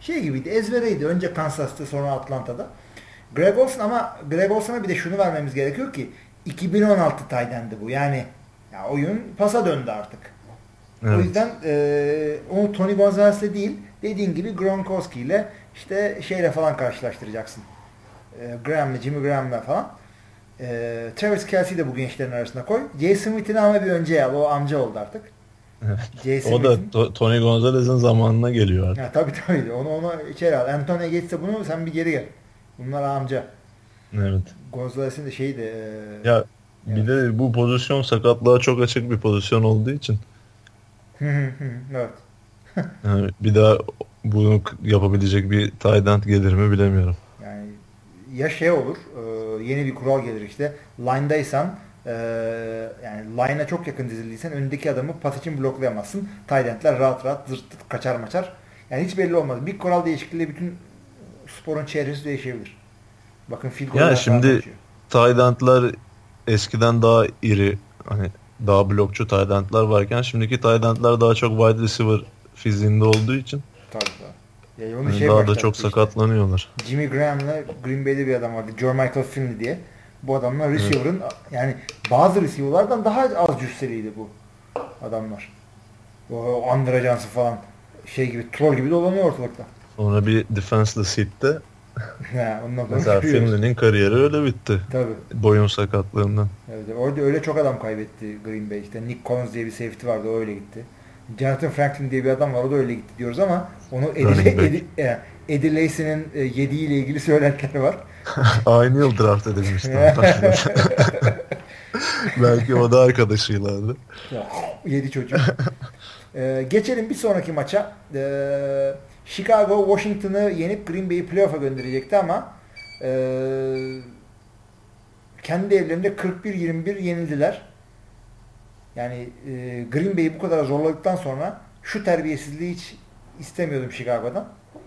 şey gibiydi, ezbereydi. Önce Kansas'ta, sonra Atlanta'da. Greg Olson'a bir de şunu vermemiz gerekiyor ki 2016 tight end'i bu. Yani ya oyun pasa döndü artık. Evet. O yüzden onu Tony Gonzalez'le değil, dediğin gibi Gronkowski ile işte şeyle falan karşılaştıracaksın. Jimmy Graham'la falan. Travis Kelce'yi de bu gençlerin arasına koy. Jason Witten'i ama bir önce al. O amca oldu artık. Evet. O da Tony Gonzalez'in zamanına geliyor artık. Ya, tabii. Onu içeri al. Antonio geçse bunu, sen bir geri gel. Bunlar amca. Evet. Gonzalez'in de şeyi de ya bir de bu pozisyon sakatlığa çok açık bir pozisyon olduğu için. Evet. Yani bir daha bunu yapabilecek bir tight end gelir mi bilemiyorum. Yani ya şey olur, yeni bir kural gelir işte. Line'daysan, yani line'a çok yakın dizildiysen önündeki adamı pas için bloklayamazsın. Tight end'ler rahat zırt kaçar maçar. Yani hiç belli olmaz. Bir kural değişikliğiyle bütün sporun çehresi değişebilir. Bakın field goal'lar ya şimdi tight end'ler eskiden daha iri, hani daha blokçu tight end'ler varken şimdiki tight end'ler daha çok wide receiver fiziğinde olduğu için tabii. Yani onu yani daha da çok işte sakatlanıyorlar. Jimmy Graham'la Green Bay'de bir adam vardı. Joe Michael Finley diye. Bu adamlar receiver'ın yani bazı receiver'lardan daha az cüsseliydi bu adamlar. O Andre Johnson falan şey gibi, troll gibi dolanıyor ortalıkta. Sonra bir defenseless hit'te mesela Finley'nin kariyeri öyle bitti. Tabii. Boyun sakatlığından. Evet, orada öyle çok adam kaybetti Green Bay. İşte Nick Collins diye bir safety vardı, o öyle gitti. Jonathan Franklin diye bir adam var, o da öyle gitti diyoruz ama onu Eddie Lacy'nin yediğiyle ilgili söylentiler var. Aynı yıl draft edilmişti. Belki o da arkadaşıylardı. Yedi çocuk. Geçelim bir sonraki maça. Chicago Washington'ı yenip Green Bay'i playoff'a gönderecekti ama kendi evlerinde 41-21 yenildiler. Yani Green Bay'i bu kadar zorladıktan sonra şu terbiyesizliği hiç istemiyordum Chicago'dan.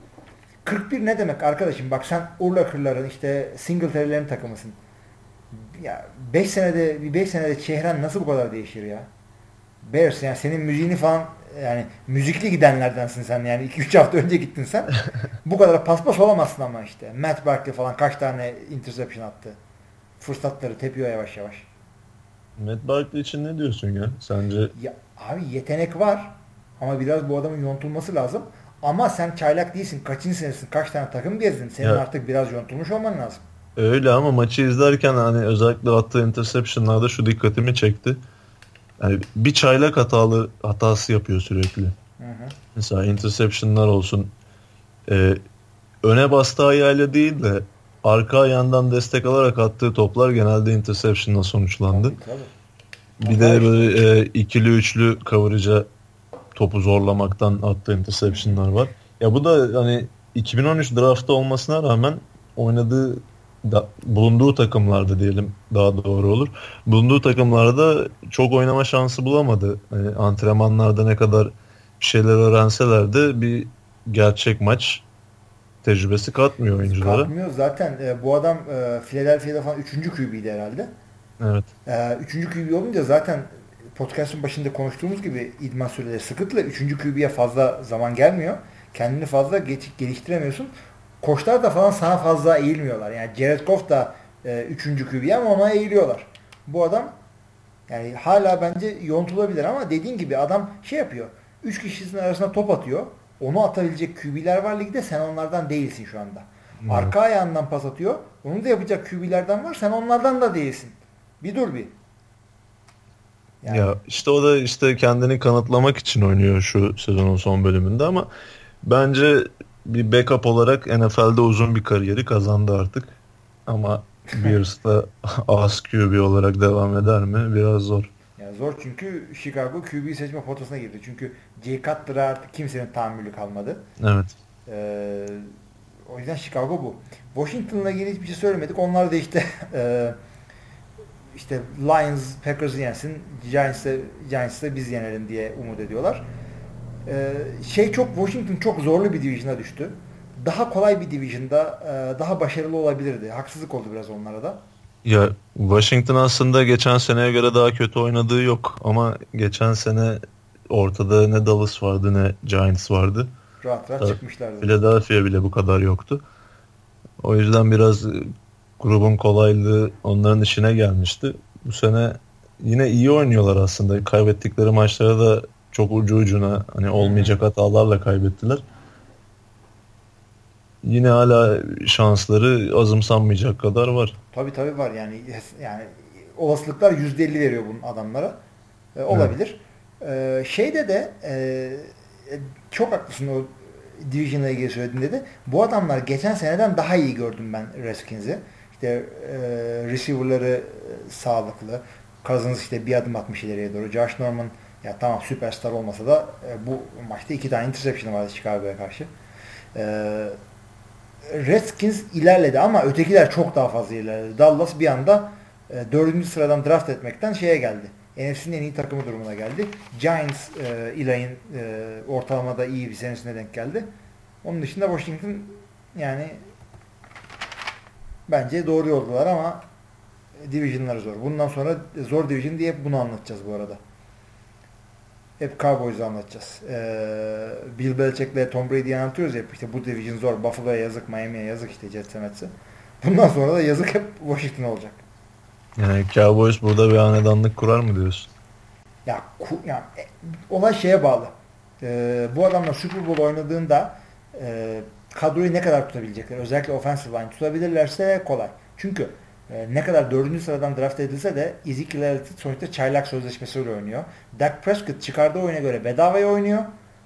41 ne demek arkadaşım? Bak sen Urlacher'ların, işte Singletary'lerin takımısın. Ya 5 senede çehren nasıl bu kadar değişir ya? Bears, yani senin müziğini falan, yani müzikli gidenlerdensin sen, yani 2-3 hafta önce gittin sen. Bu kadar paspas olamazsın ama işte. Matt Barkley falan kaç tane interception attı. Fırsatları tepiyor yavaş yavaş. Matt Barkley için ne diyorsun ya? Sence? Ya abi, yetenek var ama biraz bu adamın yontulması lazım. Ama sen çaylak değilsin. Kaçıncı senesin? Kaç tane takım gezdin? Senin artık biraz yontulmuş olman lazım. Öyle ama maçı izlerken hani özellikle attığı interception'larda şu dikkatimi çekti. Yani bir çaylak hatası yapıyor sürekli. Hı. Mesela interception'lar olsun. Öne bastığı ayağıyla değil de arka ayağından destek alarak attığı toplar genelde interception'la sonuçlandı. Tabii. Bir de böyle ikili üçlü coverage'a topu zorlamaktan attığı interception'lar var. Ya bu da hani 2013 draftı olmasına rağmen bulunduğu takımlarda diyelim daha doğru olur. Bulunduğu takımlarda çok oynama şansı bulamadı. Yani antrenmanlarda ne kadar bir şeyler öğrenseler de bir gerçek maç tecrübesi katmıyor oyunculara. Katmıyor. Zaten bu adam Philadelphia'da falan 3. QB'ydi herhalde. Evet. 3. QB olunca zaten podcast'ın başında konuştuğumuz gibi idman süreleri sıkıntılı. 3. QB'ye fazla zaman gelmiyor. Kendini fazla geliştiremiyorsun. Koçlar da falan sana fazla eğilmiyorlar. Yani Jared Goff da 3. QB ama ona eğiliyorlar. Bu adam yani hala bence yontulabilir ama dediğin gibi adam şey yapıyor. 3 kişinin arasında top atıyor. Onu atabilecek QB'ler var ligde. Sen onlardan değilsin şu anda. Evet. Arka ayağından pas atıyor. Onu da yapacak QB'lerden var. Sen onlardan da değilsin. Bir dur bir. Yani. Ya işte o da işte kendini kanıtlamak için oynuyor şu sezonun son bölümünde ama bence bir backup olarak NFL'de uzun bir kariyeri kazandı artık. Ama Bears'ta az QB olarak devam eder mi? Biraz zor. Yani zor çünkü Chicago QB seçme potasına girdi. Çünkü Jay Cutler'a artık kimsenin tahammülü kalmadı. Evet. O yüzden Chicago bu. Washington'la ilgili hiçbir şey söylemedik. Onlar da işte işte Lions Packers'ı yensin, Giants'ı biz yenelim diye umut ediyorlar. Washington çok zorlu bir division'a düştü. Daha kolay bir division'da daha başarılı olabilirdi. Haksızlık oldu biraz onlara da. Ya Washington aslında geçen seneye göre daha kötü oynadığı yok ama geçen sene ortada ne Dallas vardı ne Giants vardı. rahat Tabii, çıkmışlardı. Philadelphia bile bu kadar yoktu. O yüzden biraz grubun kolaylığı onların işine gelmişti. Bu sene yine iyi oynuyorlar aslında. Kaybettikleri maçlara da çok ucu ucuna hani olmayacak hatalarla kaybettiler. Yine hala şansları azımsanmayacak kadar var. Tabii var yani olasılıklar %50 veriyor bunun adamlara. Olabilir. Şeyde de çok haklısın o Division'la ilgili söylediğinde de. Bu adamlar geçen seneden daha iyi gördüm ben Redskins'i. İşte receiver'ları sağlıklı. Cousins işte bir adım atmış ileriye doğru. Josh Norman ya tamam süperstar olmasa da bu maçta 2 tane interception vardı Chicago'ya karşı. Redskins ilerledi ama ötekiler çok daha fazla ilerledi. Dallas bir anda 4. sıradan draft etmekten şeye geldi. NFC'nin en iyi takımı durumuna geldi. Giants Eli'nin ortalamada iyi bir senesine denk geldi. Onun dışında Washington yani bence doğru yoldalar ama division'ları zor. Bundan sonra zor division diye bunu anlatacağız bu arada. Hep Cowboys'u anlatacağız. Bill Belichick'le Tom Brady'yi anlatıyoruz ya hep işte bu division zor. Buffalo'ya yazık, Miami'ye yazık işte Jets'e Mets'e. Bundan sonra da yazık hep Washington olacak. Yani Cowboys burada bir hanedanlık kurar mı diyorsun? Ya olay şeye bağlı. Bu adamlar Super Bowl oynadığında kadroyu ne kadar tutabilecekler? Özellikle offensive line tutabilirlerse kolay. Çünkü ne kadar 4. sıradan draft edilse de Ezekiel Elliott sonuçta çaylak sözleşmesiyle oynuyor. Dak Prescott çıkardığı oyuna göre bedavaya oynuyor.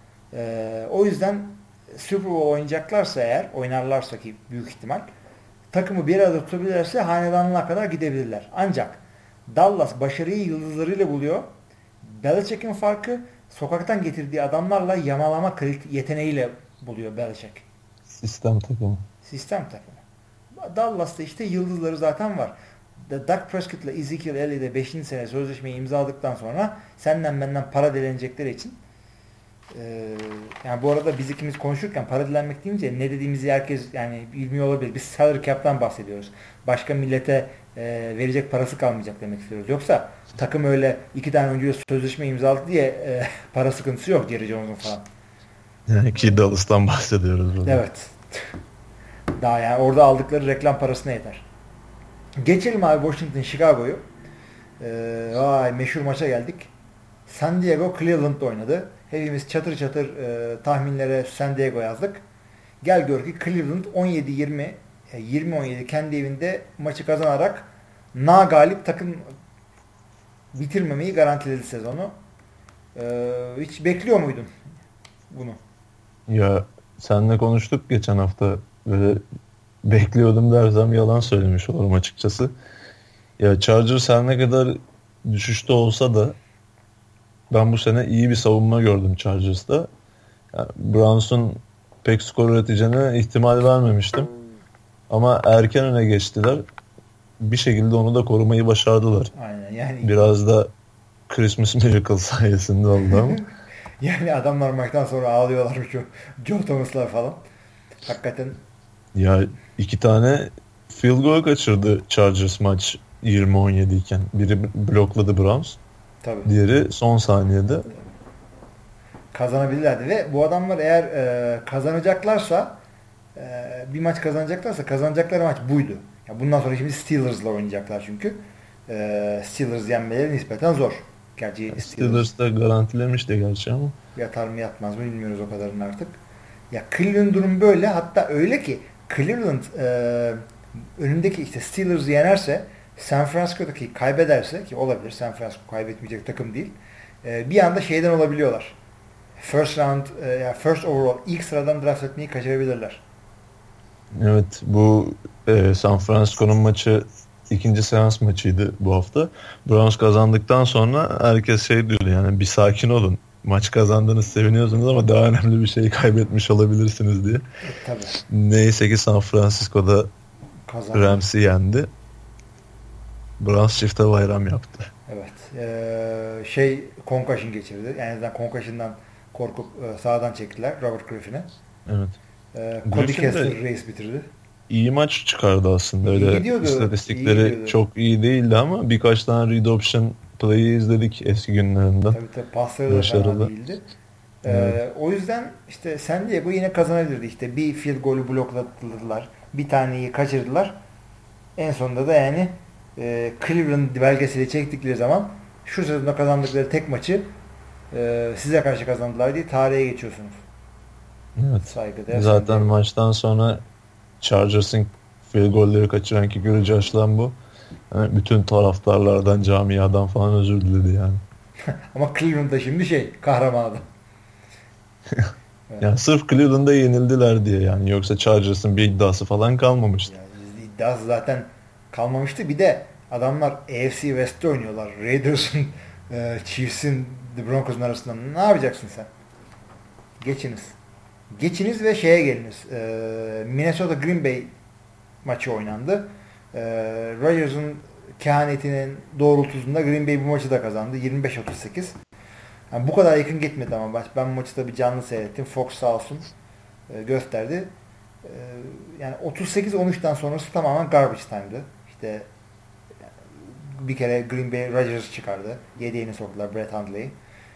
O yüzden Super Bowl oynayacaklarsa eğer, oynarlarsa ki büyük ihtimal takımı bir arada tutabilirlerse hanedanlığa kadar gidebilirler. Ancak Dallas başarıyı yıldızlarıyla buluyor. Belichick'in farkı sokaktan getirdiği adamlarla yamalama yeteneğiyle buluyor Belichick. Sistem takımı. Sistem takımı. Dallas'ta işte yıldızları zaten var. Dak Prescott'la Ezekiel Elliott'e 5. sene sözleşmeyi imzaladıktan sonra senden benden para dilenecekleri için yani bu arada biz ikimiz konuşurken para dilenmek deyince ne dediğimizi herkes yani bilmiyor olabilir. Biz salary cap'tan bahsediyoruz. Başka millete verecek parası kalmayacak demek istiyoruz. Yoksa takım öyle 2 tane oyuncuya sözleşme imzaladı diye para sıkıntısı yok Jerry Jones'un falan. Yani ki Dallas'tan bahsediyoruz burada. Evet. Daha yani orada aldıkları reklam parasına yeter. Geçelim abi Washington Chicago'yu. Meşhur maça geldik. San Diego Cleveland'da oynadı. Hepimiz çatır çatır tahminlere San Diego yazdık. Gel gör ki Cleveland 17-20 20-17 kendi evinde maçı kazanarak nagalip takım bitirmemeyi garantiledi sezonu. Hiç bekliyor muydun bunu? Ya senle konuştuk geçen hafta böyle bekliyordum dersem yalan söylemiş olurum açıkçası. Ya Chargers her ne kadar düşüşte olsa da ben bu sene iyi bir savunma gördüm Chargers'ta. Yani Browns'un pek skor üreteceğine ihtimal vermemiştim. Ama erken öne geçtiler. Bir şekilde onu da korumayı başardılar. Aynen yani. Biraz da Christmas Miracle sayesinde oldu ama. Yani adamlar maçtan sonra ağlıyorlar şu Joe Thomas'lar falan. Hakikaten. Ya 2 tane field goal kaçırdı Chargers maç 20-17 iken. Biri blokladı Browns. Tabii. Diğeri son saniyede. Kazanabilirlerdi ve bu adamlar eğer kazanacaklarsa bir maç kazanacaklarsa kazanacakları maç buydu. Ya bundan sonra şimdi Steelers'la oynayacaklar çünkü. Steelers yenmeleri nispeten zor. Gerçi Steelers da garantilemişti gerçi ama. Yatar mı yatmaz mı bilmiyoruz o kadarını artık. Ya Cleveland durum böyle. Hatta öyle ki Cleveland önündeki işte Steelers'ı yenerse San Francisco'daki kaybederse ki olabilir. San Francisco kaybetmeyecek takım değil. Bir anda şeyden olabiliyorlar. First round first overall ilk sıradan draft etmeyi kaçırabilirler. Evet bu San Francisco'nun maçı ikinci seans maçıydı bu hafta. Browns kazandıktan sonra herkes şey diyordu yani bir sakin olun. Maç kazandınız seviniyorsunuz ama daha önemli bir şey kaybetmiş olabilirsiniz diye. Tabii. Neyse ki San Francisco'da Rams'i yendi. Browns çifte bayram yaptı. Evet. Concussion geçirdi. Yani concussion'dan korkup sağdan çektiler Robert Griffin'e. Evet. Cody Kessler race bitirdi. İyi maç çıkardı aslında. Öyle istatistikleri çok iyi değildi ama birkaç tane read option play'i izledik eski günlerinden. Tabii pasları da fena değildi. Evet. O yüzden işte San Diego yine kazanabilirdi. İşte bir field golü blokladılar. Bir taneyi kaçırdılar. En sonunda da yani Cleveland belgeseli çektikleri zaman şu sezonda kazandıkları tek maçı size karşı kazandılar diye tarihe geçiyorsunuz. Evet. Saygıdeğer San Zaten Diego. maçtan sonra Chargers'ın field golleri kaçıran kicker Josh Lambo bütün taraftarlardan, camiadan falan özür diledi yani. Ama Cleveland'da şimdi kahraman adam. Evet. Yani sırf Cleveland'a yenildiler diye yani. Yoksa Chargers'ın bir iddiası falan kalmamıştı. Yani iddiası zaten kalmamıştı. Bir de adamlar AFC West'te oynuyorlar. Raiders'ın, Chiefs'in, The Broncos'un arasında. Ne yapacaksın sen? Geçiniz. Geçiniz ve şeye geliniz. Minnesota Green Bay maçı oynandı. Rodgers'ın kehanetinin doğrultusunda Green Bay bu maçı da kazandı. 25-38. Yani bu kadar yakın gitmedi ama ben bu maçı da bir canlı seyrettim. Fox sağ olsun gösterdi. Yani 38-13'ten sonrası tamamen garbage time'dı. İşte bir kere Green Bay Rodgers çıkardı. Yedeğini soktular Brett Hundley'i.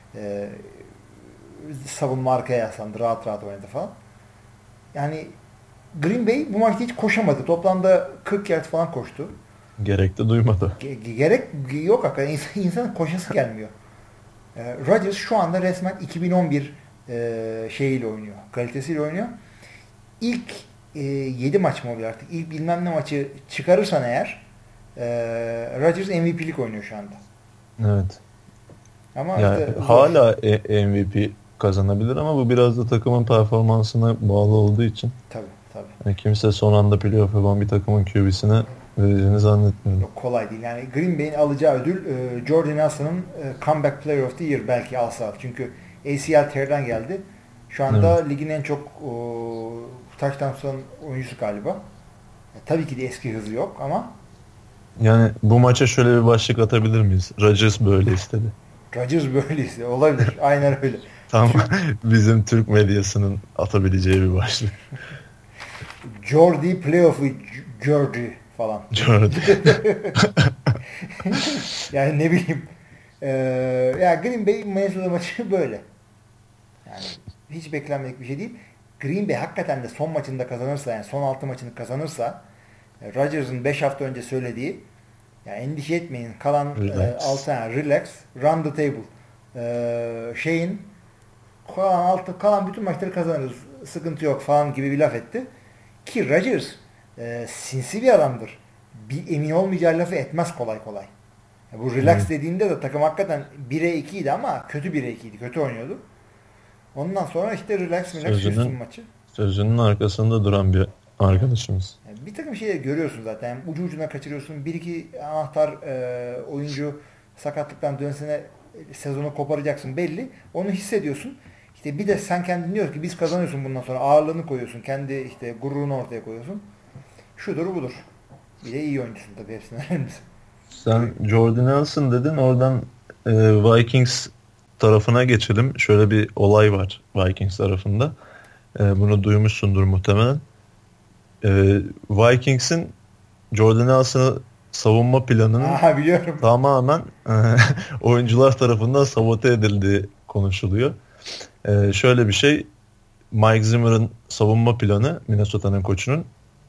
Savunma arkaya yaslandı. Rahat rahat oynadı falan. Yani Green Bay bu maçta hiç koşamadı. Toplamda 40 yard falan koştu. Gerek de duymadı. Gerek yok hakikaten. İnsanın koşası gelmiyor. Rodgers şu anda resmen 2011 şeyiyle oynuyor. Kalitesiyle oynuyor. İlk 7 maç mı oluyor artık? İlk bilmem ne maçı çıkarırsan eğer Rodgers MVP'lik oynuyor şu anda. Evet. Ama Yani işte hala MVP kazanabilir ama bu biraz da takımın performansına bağlı olduğu için. Tabii. Yani kimse son anda playoff yapan bir takımın QB'sine vereceğini zannetmiyorum. Yok, kolay değil. Yani Green Bay'in alacağı ödül Jordy Nelson'ın Comeback Player of the Year belki alsa. Çünkü ACL tear'den geldi. Şu anda ligin en çok touchdown tutan oyuncusu galiba. Tabii ki de eski hızı yok ama Yani bu maça şöyle bir başlık atabilir miyiz? Rodgers böyle istedi. Rodgers böyle ise olabilir. Aynen öyle. Tam bizim Türk medyasının atabileceği bir başlık. Jordy Playoff'u Jordy falan. Jordy. Yani ne bileyim. Ya Green Bay Minnesota maçı böyle. Yani hiç beklenmedik bir şey değil. Green Bay hakikaten de son maçında kazanırsa, yani son 6 maçını kazanırsa, Rodgers'ın 5 hafta önce söylediği, yani endişe etmeyin kalan 6 tane relax, run the table, kalan bütün maçları kazanırız, sıkıntı yok falan gibi bir laf etti. Ki Rodgers sinsi bir adamdır. Bir emin olmayacağı lafı etmez kolay kolay. Bu relax dediğinde de takım hakikaten 1'e 2 idi ama kötü 1'e 2 idi. Kötü oynuyordu. Ondan sonra işte relax Houston maçı. Sözünün arkasında duran bir arkadaşımız. Yani bir takım şeyleri görüyorsun zaten. Yani ucu ucuna kaçırıyorsun. Bir iki anahtar oyuncu sakatlıktan dönsene sezonu koparacaksın belli. Onu hissediyorsun. İşte bir de sen kendin diyorsun ki biz kazanıyorsun bundan sonra. Ağırlığını koyuyorsun. Kendi işte gururunu ortaya koyuyorsun. Şudur budur. Bir de iyi oyuncusun tabii hepsinden önemlisi. Sen Jordan Nelson dedin. Oradan Vikings tarafına geçelim. Şöyle bir olay var Vikings tarafında. Bunu duymuşsundur muhtemelen. Vikings'in Jordan Nelson'ı savunma planının biliyorum. tamamen oyuncular tarafından sabote edildiği konuşuluyor. Şöyle bir şey, Mike Zimmer'ın savunma planı, Minnesota'nın koçunun,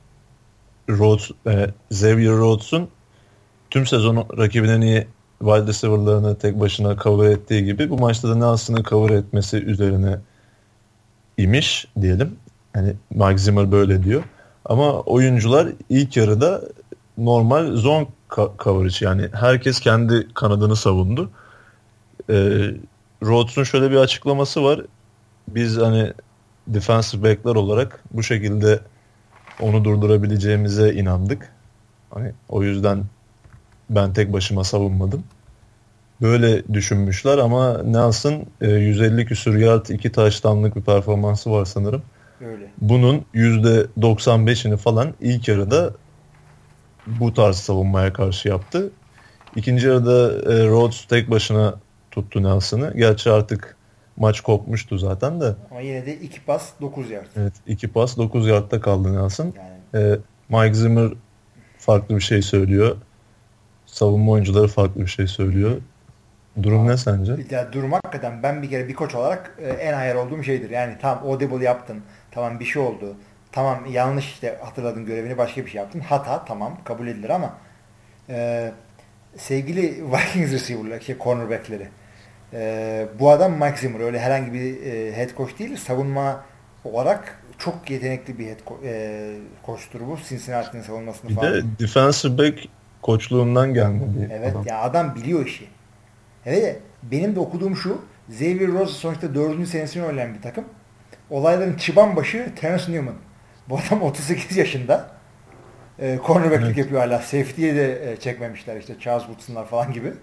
Xavier Rhodes'un tüm sezon rakibinin iyi wide receiver'larını tek başına cover ettiği gibi bu maçta da Nelson'ı cover etmesi üzerine imiş diyelim. Yani Mike Zimmer böyle diyor. Ama oyuncular ilk yarıda normal zone coverage, yani herkes kendi kanadını savundu. Rhodes'un şöyle bir açıklaması var. Biz hani defensive back'ler olarak bu şekilde onu durdurabileceğimize inandık. Hani o yüzden ben tek başıma savunmadım. Böyle düşünmüşler ama Nelson 150 küsur yard 2 touchdown'lık bir performansı var sanırım. Öyle. Bunun %95'ini falan ilk yarıda bu tarz savunmaya karşı yaptı. İkinci yarıda Rhodes tek başına tuttu Nelson'ı. Gerçi artık maç kopmuştu zaten de. Ama yine de 2 pas 9 yard. Evet, 2 pas 9 yardta kaldı Nelson. Yani. Mike Zimmer farklı bir şey söylüyor. Savunma oyuncuları farklı bir şey söylüyor. Durum ne sence? Ya durum hakikaten ben bir kere bir koç olarak en ayar olduğum şeydir. Yani tamam audible yaptın. Tamam bir şey oldu. Tamam yanlış işte hatırladın görevini başka bir şey yaptın. Hata tamam kabul edilir ama e, sevgili Vikings receiver'lar, cornerback'leri. Bu adam Mike Zimmer. Öyle herhangi bir head coach değil. Savunma olarak çok yetenekli bir koçtur bu. Cincinnati'nin savunmasını Bir falan. de defensive back koçluğundan gelme bir Evet adam. ya adam biliyor işi. Evet benim de okuduğum şu. Xavier Rhodes sonuçta 4. senesini oynayan bir takım. Olayların çıban başı Terence Newman. Bu adam 38 yaşında. Cornerback'lik Evet. yapıyor hala. Safety'ye de çekmemişler işte Charles Woodson'lar falan gibi.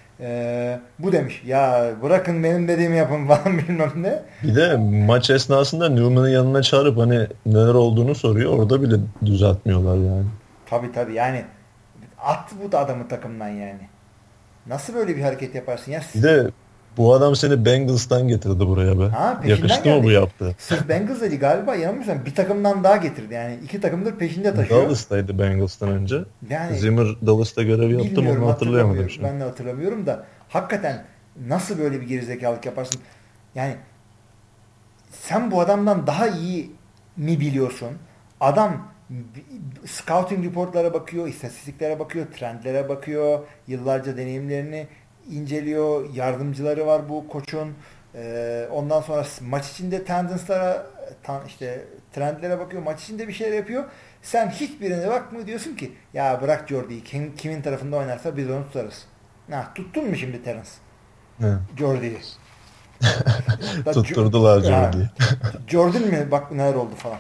Bu demiş ya bırakın benim dediğimi yapın falan bilmem ne. Bir de maç esnasında Newman'ın yanına çağırıp hani neler olduğunu soruyor. Orada bile düzeltmiyorlar yani. Tabii yani at bu da adamı takımdan yani. Nasıl böyle bir hareket yaparsın ya? Bir de bu adam seni Bengals'tan getirdi buraya be. Ha peşinden Yakıştı mı bu geldi. yaptığı? Sırf Bengals dedi galiba yanılmıyorsam bir takımdan daha getirdi. Yani iki takımdır peşinde taşıyor. Dallas'taydı Bengals'tan önce. Yani Zimmer Dallas'ta görev yaptım bilmiyorum onu hatırlayamadım hatırlamıyorum. şimdi. Ben de hatırlamıyorum da hakikaten nasıl böyle bir gerizekalılık yaparsın? Yani sen bu adamdan daha iyi mi biliyorsun? Adam scouting reportlara bakıyor, istatistiklere bakıyor, trendlere bakıyor, yıllarca deneyimlerini inceliyor, yardımcıları var bu koçun. Ondan sonra maç içinde tendence'lara, işte trendlere bakıyor, maç içinde bir şeyler yapıyor. Sen hiçbirine bakmıyor diyorsun ki ya bırak Jordy'yi kimin tarafında oynarsa biz onu tutarız. Tuttun mu şimdi Terence? He. Jordy'yi. Tutturdular Ha, Jordy'yi. Gördün mü bak neler oldu falan.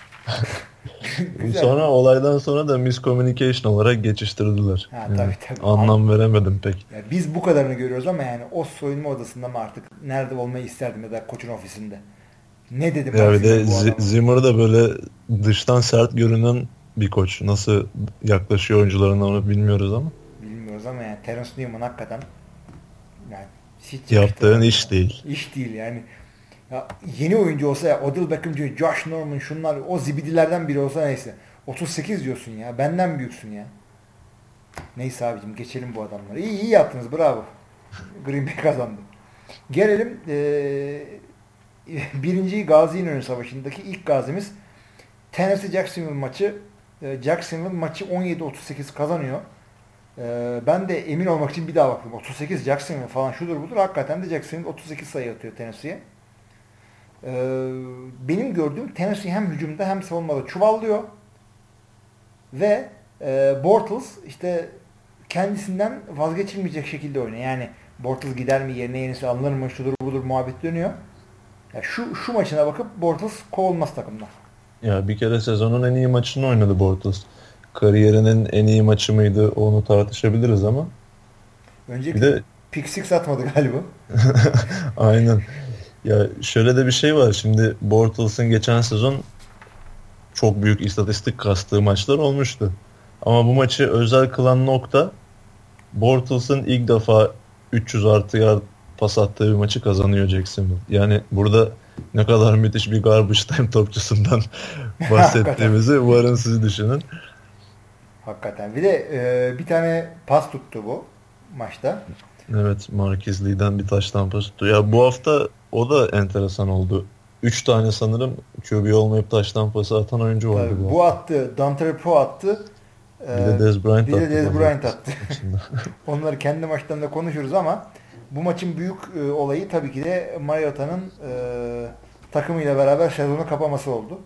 Güzel. Sonra olaydan sonra da miscommunication olarak geçiştirdiler. Ha, Yani tabii. anlam veremedim pek. Ya biz bu kadarını görüyoruz ama yani o soyunma odasında mı artık nerede olmayı isterdim ya da koçun ofisinde. Ne dedim Ya bir de bu adama? Zimmer da böyle dıştan sert görünen bir koç. Nasıl yaklaşıyor oyuncularına onu bilmiyoruz ama. Bilmiyoruz ama yani Terence Newman hakikaten yani hiç Yaptığın yakıştıramadım iş ya. değil. İş değil yani. Ya yeni oyuncu olsa ya Odell Beckham Jr., Josh Norman şunlar o zibidilerden biri olsa neyse. 38 diyorsun ya. Benden büyüksün ya. Neyse abicim geçelim bu adamları. İyi yaptınız bravo. Green Bay kazandı. Gelelim birinci Gazi İnönü Savaşı'ndaki ilk gazimiz Tennessee Jacksonville maçı. Jacksonville maçı 17-38 kazanıyor. Ben de emin olmak için bir daha baktım. 38 Jacksonville falan şudur budur. Hakikaten de Jacksonville 38 sayı atıyor Tennessee'ye. Benim gördüğüm Tennessee hem hücumda hem savunmada çuvallıyor. Ve Bortles işte kendisinden vazgeçilmeyecek şekilde oynuyor. Yani Bortles gider mi yerine yenisi alınır mı şudur budur muhabbet dönüyor. Ya şu maçına bakıp Bortles kovulmaz takımdan. Ya bir kere sezonun en iyi maçını oynadı Bortles. Kariyerinin en iyi maçı mıydı onu tartışabiliriz ama. Bir Öncelikle de pick six atmadı galiba. aynen. Ya şöyle de bir şey var. Şimdi Bortles'ın geçen sezon çok büyük istatistik kastığı maçlar olmuştu. Ama bu maçı özel kılan nokta Bortles'ın ilk defa 300 artı yard pas attığı bir maçı kazanıyor Jacksonville. Yani burada ne kadar müthiş bir garbage time topçusundan bahsettiğimizi umarım siz düşünün. Hakikaten. Bir de bir tane pas tuttu bu maçta. Evet, Marquez Lee'den bir taş tampası tuttu. Ya bu hafta o da enteresan oldu. 3 tane sanırım QB olmayıp taş tampası atan oyuncu vardı Tabii, bu bu hafta. attı. Dontre Poe attı. Bir de Dez Bryant Bir de attı. Dez Bryant attı. Maçında. Onları kendi maçlarında konuşuruz ama bu maçın büyük olayı tabii ki de Mariota'nın takımıyla beraber sezonu kapaması oldu.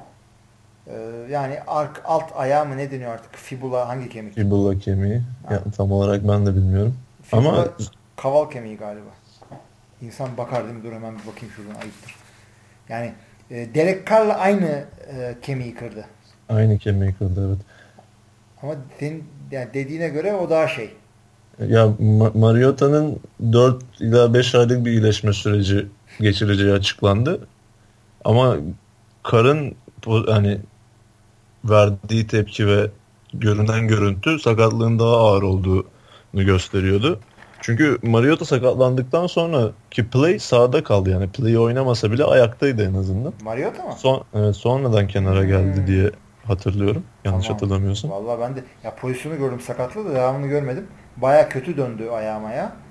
Yani alt ayağı mı ne deniyor artık? Fibula hangi kemik? Fibula kemiği. Ya, tam olarak ben de bilmiyorum. Fibula Ama kaval kemiği galiba. İnsan bakar değil mi? Dur hemen bir bakayım şuradan ayıptır. Yani Derek Carr'la aynı kemiği kırdı. aynı kemiği kırdı evet. Ama yani dediğine göre o daha şey. Ya Mariota'nın 4 ila 5 aylık bir iyileşme süreci geçireceği açıklandı. Ama Carr'ın hani verdiği tepki ve görünen görüntü sakatlığın daha ağır olduğunu gösteriyordu. Çünkü Mariota sakatlandıktan sonra ki play sahada kaldı yani play'i oynamasa bile ayaktaydı en azından. Mariota mı? Evet, sonradan kenara geldi diye hatırlıyorum. Yanlış hatırlamıyorsam. Vallahi ben de ya pozisyonu gördüm sakatlığı da devamını görmedim. Baya kötü döndü ayağıma ya.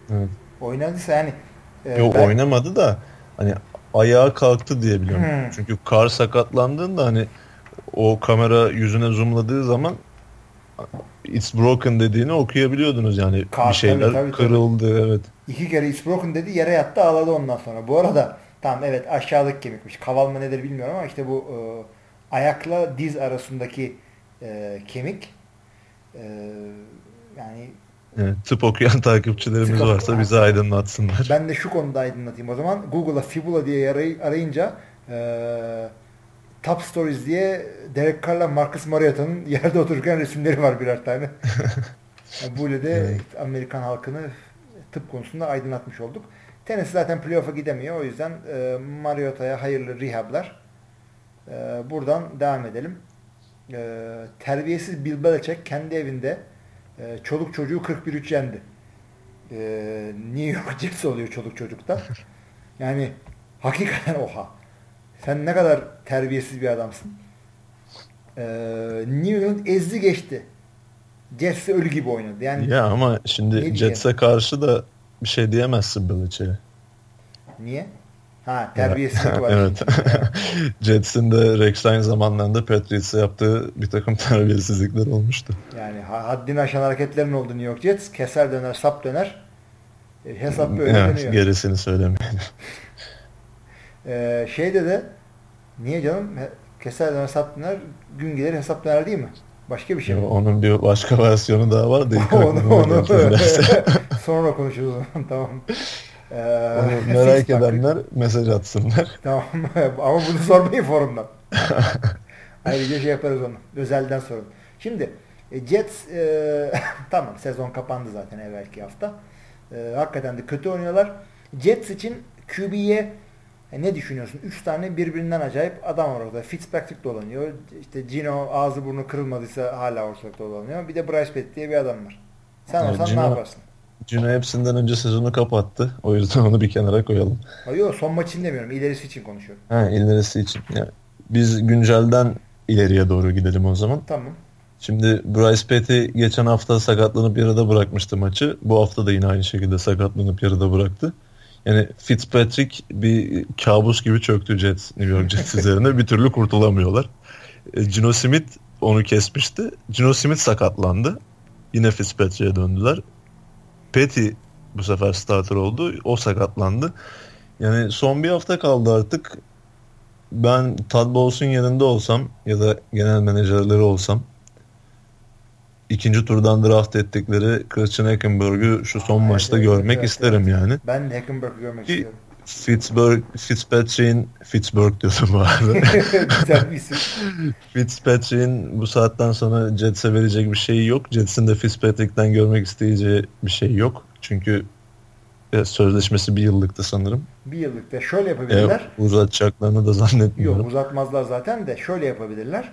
Evet. Oynadıysa yani Yok oynamadı da hani ayağa kalktı diye biliyorum. Hmm. Çünkü Carr sakatlandığında hani o kamera yüzüne zoomladığı zaman it's broken dediğini okuyabiliyordunuz yani bir Tabii şeyler tabii tabii. kırıldı evet. 2 kere it's broken dedi, yere yattı, ağladı ondan sonra. Bu arada tamam, evet, aşağılık kemikmiş. Kaval mı nedir bilmiyorum ama işte bu ayakla diz arasındaki kemik, e, yani Evet, tıp okuyan takipçilerimiz varsa bizi aydınlatsınlar. ben de şu konuda aydınlatayım o zaman. Google'a fibula diye arayınca Top Stories diye Derek Carr'la Marcus Mariota'nın yerde otururken resimleri var birer tane. Yani böyle de Evet. Amerikan halkını tıp konusunda aydınlatmış olduk. Tenis zaten playoff'a gidemiyor. O yüzden Mariota'ya hayırlı rehablar. Buradan devam edelim. Terbiyesiz Bill Belichick kendi evinde çoluk çocuğu 41-3 yendi. New York Jets oluyor çoluk çocukta. Yani hakikaten oha. Sen ne kadar terbiyesiz bir adamsın. New England ezdi geçti. Jets ölü gibi oynadı. Yani Ya ama ne şimdi diyeceğim? Jets'e karşı da bir şey diyemezsin Belichick'e. Niye? Ha, terbiyesizlik var. Evet. Jets'in de Rex Ryan zamanlarında Patriots'a yaptığı bir takım terbiyesizlikler olmuştu. Yani haddini aşan hareketlerin oldu New York Jets. Keser döner, sap döner. Hesap böyle Evet, dönüyor. gerisini söylemeyelim. Şeyde de niye canım? Keser döner, sap döner. Gün gelir hesap döner değil mi? Başka bir şey mi? Onun bir başka versiyonu daha var da ilk onu gelirse. sonra konuşuruz o zaman. Tamam. Onu merak edenler mesaj atsınlar. Tamam. Ama bunu sormayın forumdan. Ayrıca şey yaparız onu. Özelden sorun. Şimdi Jets tamam, sezon kapandı zaten evvelki hafta. Hakikaten de kötü oynuyorlar. Jets için QB'ye ne düşünüyorsun? 3 tane birbirinden acayip adam var orada. Fitzpatrick dolanıyor. İşte Gino ağzı burnu kırılmadıysa hala ortalıkta dolanıyor. Bir de Bryce Petty diye bir adam var. Sen olsan ne yaparsın? Gino hepsinden önce sezonu kapattı. O yüzden onu bir kenara koyalım. Yok, son maç için demiyorum. İlerisi için konuşuyorum. İlerisi için. Yani biz güncelden ileriye doğru gidelim o zaman. Tamam. Şimdi Bryce Petty geçen hafta sakatlanıp yarıda bırakmıştı maçı. Bu hafta da yine aynı şekilde sakatlanıp yarıda bıraktı. Yani Fitzpatrick bir kabus gibi çöktü New York Jets üzerine. Bir türlü kurtulamıyorlar. Geno Smith onu kesmişti. Geno Smith sakatlandı. Yine Fitzpatrick'e döndüler. Petty bu sefer starter oldu. O sakatlandı. Yani son bir hafta kaldı artık. Ben Todd Bowles'un yanında olsam ya da genel menajerleri olsam ikinci turdan draft ettikleri Christian Hackenberg'ü şu son maçta görmek isterim yani. Ben de Hackenberg'ü görmek istiyorum. Fitzpatrick'in diyordum bu arada. Güzel bir isim. Fitzpatrick'in bu saatten sonra Jets'e verecek bir şeyi yok. Jets'in de Fitzpatrick'ten görmek isteyeceği bir şey yok. Çünkü sözleşmesi 1 yıllıktı sanırım. 1 yıllıkta şöyle yapabilirler. Uzatacaklarını da zannetmiyorum. Yok, uzatmazlar zaten de şöyle yapabilirler.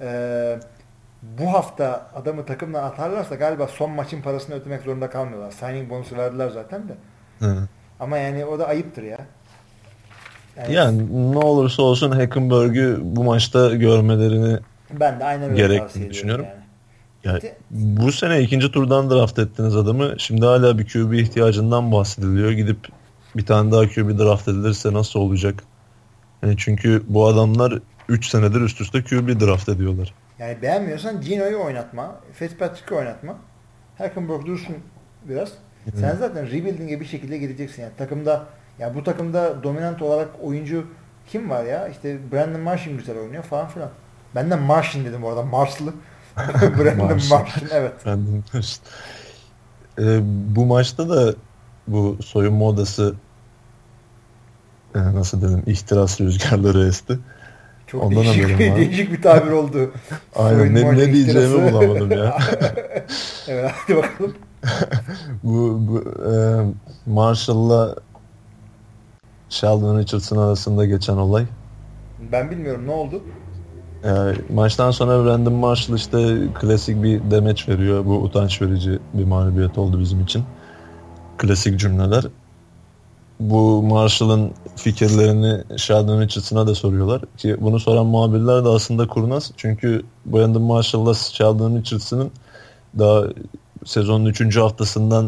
Bu hafta adamı takımdan atarlarsa galiba son maçın parasını ödemek zorunda kalmıyorlar. Signing bonusu verdiler zaten de. Hı. Ama yani o da ayıptır ya. Yani ne olursa olsun Hackenberg'ü bu maçta görmelerini ben de aynen öyle gerektiğini düşünüyorum. Yani. Bu sene ikinci turdan draft ettiniz adamı. Şimdi hala bir QB ihtiyacından bahsediliyor. Gidip bir tane daha QB draft edilirse nasıl olacak? Yani çünkü bu adamlar 3 senedir üst üste QB draft ediyorlar. Yani beğenmiyorsan Gino'yu oynatma, Fitzpatrick'i oynatma. Hackenberg dursun biraz. Sen zaten rebuilding'e bir şekilde gideceksin yani. Bu takımda dominant olarak oyuncu kim var ya? İşte Brandon Marshall güzel oynuyor falan filan. Ben de Marshall dedim orada. Marshall'ı. Brandon Marshall, evet. Brandon Marshall. Bu maçta da bu soyunma odası nasıl dedim, ihtiras rüzgarları esti. Çok ondan değişik bir tabir oldu. Aynen, ne diyeceğimi bulamadım ya. Evet, hadi bakalım. bu Marshall'la Sheldon Richardson arasında geçen olay. Ben bilmiyorum, ne oldu? Maçtan sonra Brandon Marshall işte klasik bir demeç veriyor. Bu utanç verici bir mağlubiyet oldu bizim için. Klasik cümleler. Bu Marshall'ın fikirlerini Sheldon Richardson'a da soruyorlar. Ki bunu soran muhabirler de aslında kurnaz. Çünkü Brandon Marshall'la Sheldon Richardson'ın daha sezonun 3. haftasından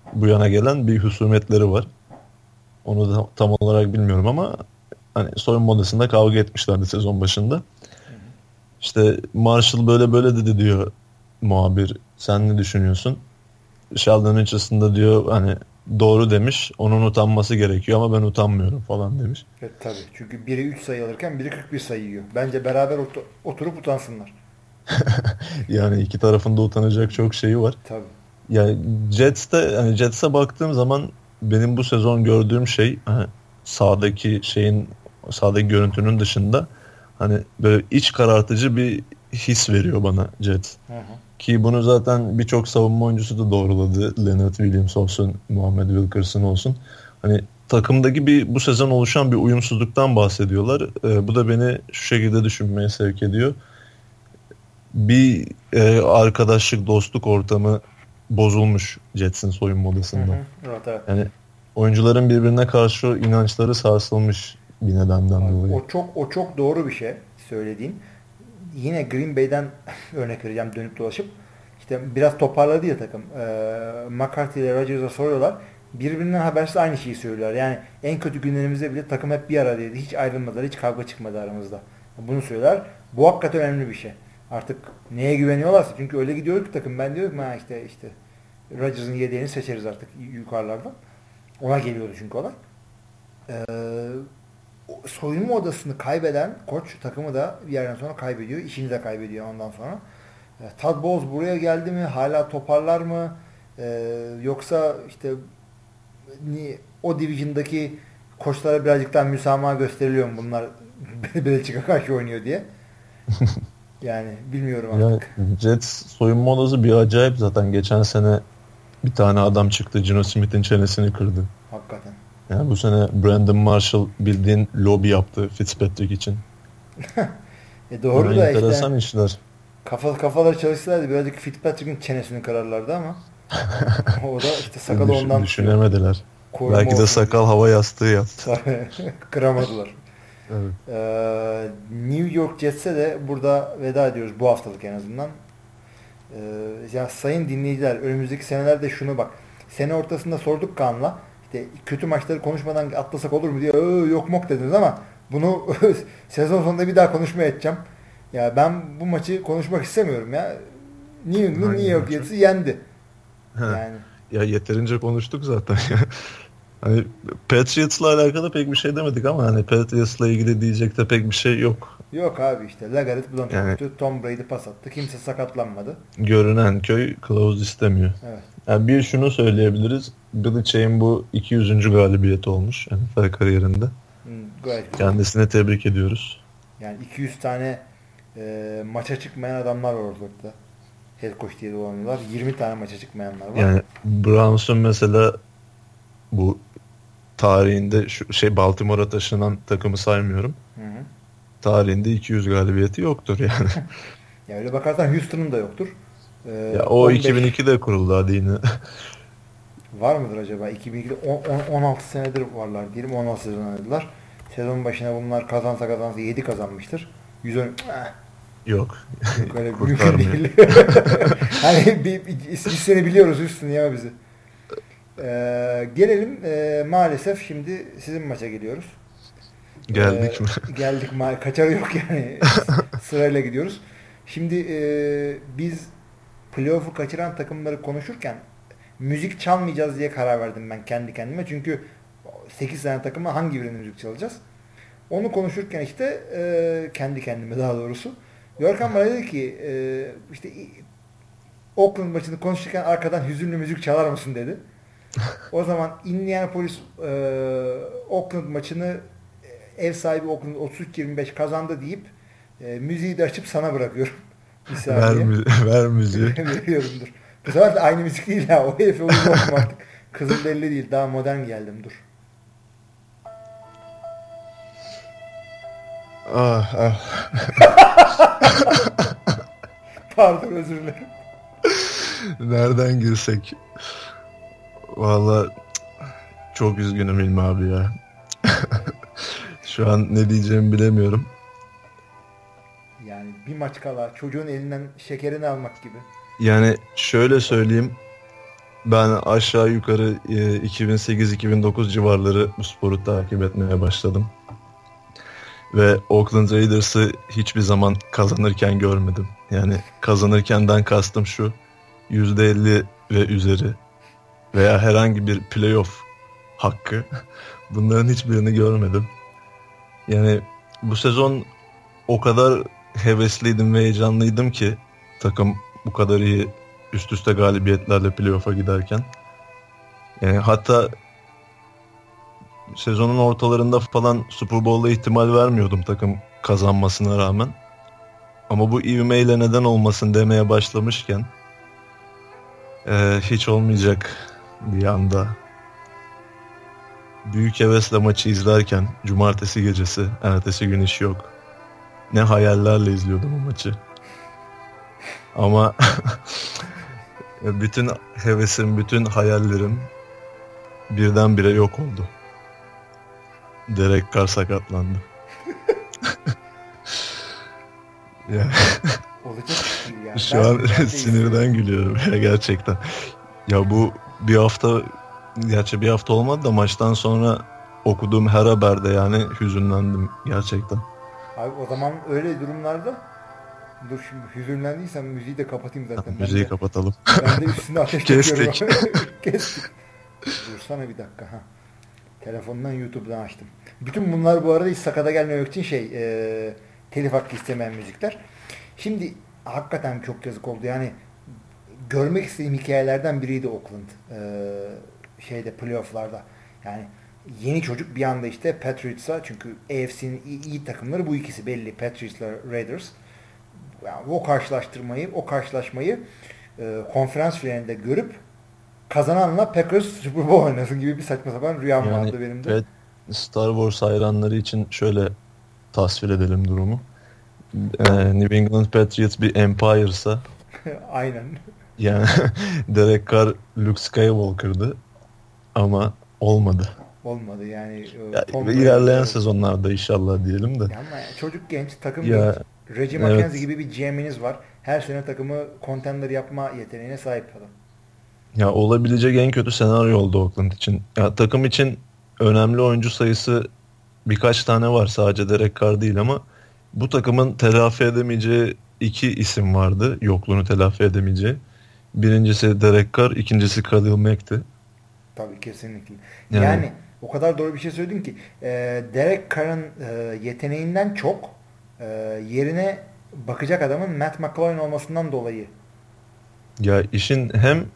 bu yana gelen bir husumetleri var. Onu da tam olarak bilmiyorum ama hani soyunma odasında kavga etmişlerdi sezon başında. İşte Marshall böyle böyle dedi diyor muhabir. Sen ne düşünüyorsun? Sheldon Richardson da diyor hani doğru demiş. Onun utanması gerekiyor ama ben utanmıyorum falan demiş. Evet tabii. Çünkü biri 3 sayı alırken biri 41 sayı yiyor. Bence beraber oturup utansınlar. Yani iki tarafında utanacak çok şeyi var. Tabii. Yani Jets'e baktığım zaman benim bu sezon gördüğüm şey hani sahadaki görüntünün dışında hani böyle iç karartıcı bir his veriyor bana Jets. Hı hı. Ki bunu zaten birçok savunma oyuncusu da doğruladı. Leonard Williams olsun, Muhammed Wilkerson olsun. Hani takımdaki bu sezon oluşan bir uyumsuzluktan bahsediyorlar. Bu da beni şu şekilde düşünmeye sevk ediyor. Bir arkadaşlık, dostluk ortamı bozulmuş Jets'in soyunma odasında. Hı hı. Evet, evet. Yani oyuncuların birbirine karşı inançları sarsılmış bir nedenden dolayı. O çok doğru bir şey söylediğin. Yine Green Bay'den örnek vereceğim dönüp dolaşıp. İşte biraz toparladı ya takım. McCarthy ile Rodgers'a soruyorlar. Birbirinden habersiz aynı şeyi söylüyorlar. Yani en kötü günlerimizde bile takım hep bir aradaydı. Hiç ayrılmadılar. Hiç kavga çıkmadı aramızda. Bunu söyler. Bu hakikaten önemli bir şey. Artık neye güveniyorlarsa. Çünkü öyle gidiyor ki takım. Ben diyorum ki işte Rodgers'ın yedeğini seçeriz artık yukarılardan. Ona geliyordu çünkü olay. Soyunma odasını kaybeden koç takımı da bir yerden sonra kaybediyor. İşini de kaybediyor ondan sonra. Todd Bowles buraya geldi mi? Hala toparlar mı? Yoksa işte o division'daki koçlara birazcık daha müsamaha gösteriliyor mu? Bunlar Belichick'e karşı oynuyor diye. Yani bilmiyorum artık. Yani Jets soyunma odası bir acayip zaten. Geçen sene bir tane adam çıktı. Geno Smith'in çenesini kırdı. Hakikaten. Yani bu sene Brandon Marshall bildiğin lobi yaptı Fitzpatrick için. Doğru yani da enteresan işte işler. kafaları çalışsaydı birazcık Fitzpatrick'in çenesini kırarlardı ama o da işte sakalı ondan düşünemediler. Koruma belki de sakal diye. Hava yastığı yaptı. Kıramadılar. Evet. New York Jets'e de burada veda ediyoruz bu haftalık en azından. Ya sayın dinleyiciler, önümüzdeki senelerde şunu bak. Sene ortasında sorduk Kaan'la. İşte kötü maçları konuşmadan atlasak olur mu diye yok mok dediniz ama bunu sezon sonunda bir daha konuşmaya edeceğim. Ya ben bu maçı konuşmak istemiyorum ya. New York Jets'i yendi. Yani. Ya yeterince konuştuk zaten. Hani Patriots'la alakalı pek bir şey demedik ama hani Patriots'la ilgili diyecek de pek bir şey yok. Yok abi işte Legaret Blount yani, Tom Brady pas attı. Kimse sakatlanmadı. Görünen köy kılavuz istemiyor. Evet. Yani bir şunu söyleyebiliriz. Belichick'in bu 200. galibiyeti olmuş NFL kariyerinde. Gayet güzel. Kendisine tebrik ediyoruz. Yani 200 tane maça çıkmayan adamlar var ortalıkta. Head coach diye dolanıyorlar. 20 tane maça çıkmayanlar var. Yani Browns'un mesela bu tarihinde Baltimore'a taşınan takımı saymıyorum. Hı. Tarihinde 200 galibiyeti yoktur yani. Ya öyle bakarsan Houston'un da yoktur. Ya o 2002'de kuruldu hadi yine. Var mıdır acaba? 2002'de 16 senedir varlar diyelim. 16 sezon oynadılar. Sezon başına bunlar kazansa 7 kazanmıştır. 110 Yok. Öyle mümkün değil. Hani bir seni biliyoruz Houston ya bizi. Gelelim maalesef şimdi sizin maça geliyoruz. Geldik mi? Geldik. Kaçarı yok yani. Sırayla gidiyoruz. Şimdi biz playoff'u kaçıran takımları konuşurken müzik çalmayacağız diye karar verdim ben kendi kendime. Çünkü 8 tane takıma hangi birinin müzik çalacağız? Onu konuşurken işte kendi kendime daha doğrusu. Görkem bana dedi ki işte Oakland maçını konuşurken arkadan hüzünlü müzik çalar mısın dedi. O zaman Indianapolis Oakland maçını ev sahibi Oakland 33-25 kazandı deyip müziği de açıp sana bırakıyorum. Ver müziği. Veriyorumdur. Bu sefer de aynı müzik değil ya. O herife uygun artık. Kızım belli değil. Daha modern geldim. Dur. Ah. Pardon özür dilerim. Nereden girsek? Vallahi çok üzgünüm İlmi abi ya. Şu an ne diyeceğimi bilemiyorum. Yani bir maç kala çocuğun elinden şekerini almak gibi. Yani şöyle söyleyeyim. Ben aşağı yukarı 2008-2009 civarları bu sporu takip etmeye başladım. Ve Oakland Raiders'ı hiçbir zaman kazanırken görmedim. Yani kazanırkenden kastım şu: %50 ve üzeri veya herhangi bir playoff hakkı. Bunların hiçbirini görmedim. Yani bu sezon o kadar hevesliydim ve heyecanlıydım ki takım bu kadar iyi üst üste galibiyetlerle playoff'a giderken. Yani hatta sezonun ortalarında falan Super Bowl'a ihtimal vermiyordum takım kazanmasına rağmen. Ama bu ivmeyle neden olmasın demeye başlamışken hiç olmayacak bir anda büyük hevesle maçı izlerken cumartesi gecesi, ertesi gün iş yok. Ne hayallerle izliyordum o maçı. Ama bütün hevesim, bütün hayallerim birdenbire yok oldu. Derek Carr sakatlandı. Ya, Olacak şey ya. şu an sinirden gülüyorum ya gerçekten. Ya bu bir hafta, gerçi bir hafta olmadı da maçtan sonra okuduğum her haberde yani hüzünlendim gerçekten. Abi o zaman öyle durumlarda dur şimdi hüzünlendiysem müziği de kapatayım zaten. Müziği kapatalım. Ben de üstüne ateş Kestik. çekiyorum. Kestik. Dursana bir dakika. Ha. Telefondan YouTube'dan açtım. Bütün bunlar bu arada hiç sakata gelmemek için telif hakkı istemeyen müzikler. Şimdi hakikaten çok yazık oldu. Yani görmek istediğim hikayelerden biriydi Oakland. Playoff'larda. Yani yeni çocuk bir anda işte Patriots'a, çünkü AFC'nin iyi takımları bu ikisi belli. Patriots'la Raiders. Yani o karşılaşmayı konferans finalinde görüp kazananla Packers Super Bowl oynasın gibi bir saçma sapan rüyam Yani vardı benim de. Star Wars hayranları için şöyle tasvir edelim durumu. New England Patriots bir empire'sa Aynen. yani Derek Carr Luke Skywalker'dı ama olmadı. Olmadı yani. Ya, ilerleyen sezonlarda inşallah diyelim de. Ama çocuk genç, takım Ya, genç. Reggie evet. McKenzie gibi bir GM'iniz var. Her sene takımı contender yapma yeteneğine sahip adam. Ya olabilecek en kötü senaryo oldu Oakland için. Ya takım için önemli oyuncu sayısı birkaç tane var. Sadece Derek Carr değil ama bu takımın telafi edemeyeceği iki isim vardı. Yokluğunu telafi edemeyeceği. Birincisi Derek Carr, ikincisi Khalil Mack'ti. Tabii kesinlikle. Yani, Yani o kadar doğru bir şey söyledin ki Derek Carr'ın yeteneğinden çok yerine bakacak adamın Matt McCoy olmasından dolayı. ya işin hem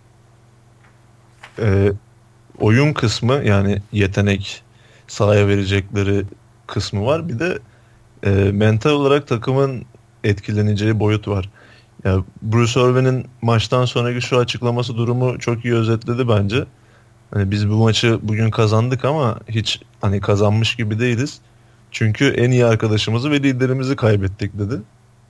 oyun kısmı, yani yetenek sahaya verecekleri kısmı var. Bir de mental olarak takımın etkileneceği boyut var. Ya Bruce Irvin'in maçtan sonraki şu açıklaması durumu çok iyi özetledi bence. Hani biz bu maçı bugün kazandık ama hiç hani kazanmış gibi değiliz. Çünkü en iyi arkadaşımızı ve liderimizi kaybettik dedi.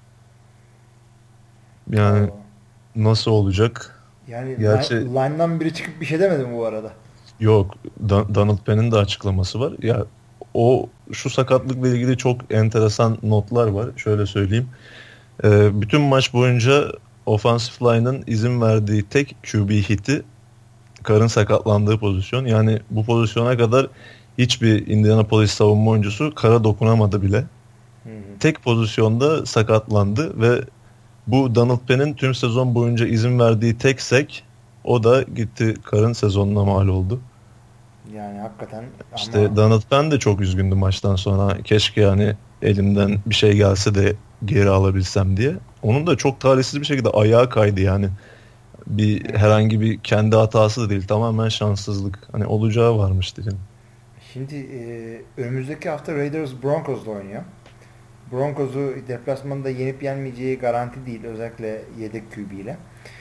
Yani nasıl olacak? Yani Gerçi line'dan biri çıkıp bir şey demedi mi bu arada? yok. Donald Penn'in de açıklaması var. Ya o şu sakatlıkla ilgili çok enteresan notlar var. Şöyle söyleyeyim. Bütün maç boyunca offensive line'ın izin verdiği tek QB hit'i Carr'ın sakatlandığı pozisyon. Yani bu pozisyona kadar hiçbir Indianapolis savunma oyuncusu Carr'a dokunamadı bile. Hı hı. Tek pozisyonda sakatlandı ve bu Donald Penn'in tüm sezon boyunca izin verdiği tek sek, o da gitti Carr'ın sezonuna mal oldu. Yani hakikaten İşte ama Donald Penn de çok üzgündü maçtan sonra. Keşke yani elimden bir şey gelse de geri alabilsem diye. Onun da çok talihsiz bir şekilde ayağı kaydı yani. Herhangi bir kendi hatası da değil. Tamamen şanssızlık. Hani olacağı varmış diyeceğim. şimdi önümüzdeki hafta Raiders Broncos'la oynuyor. Broncos'u deplasmanda yenip yenmeyeceği garanti değil. Özellikle yedek QB ile.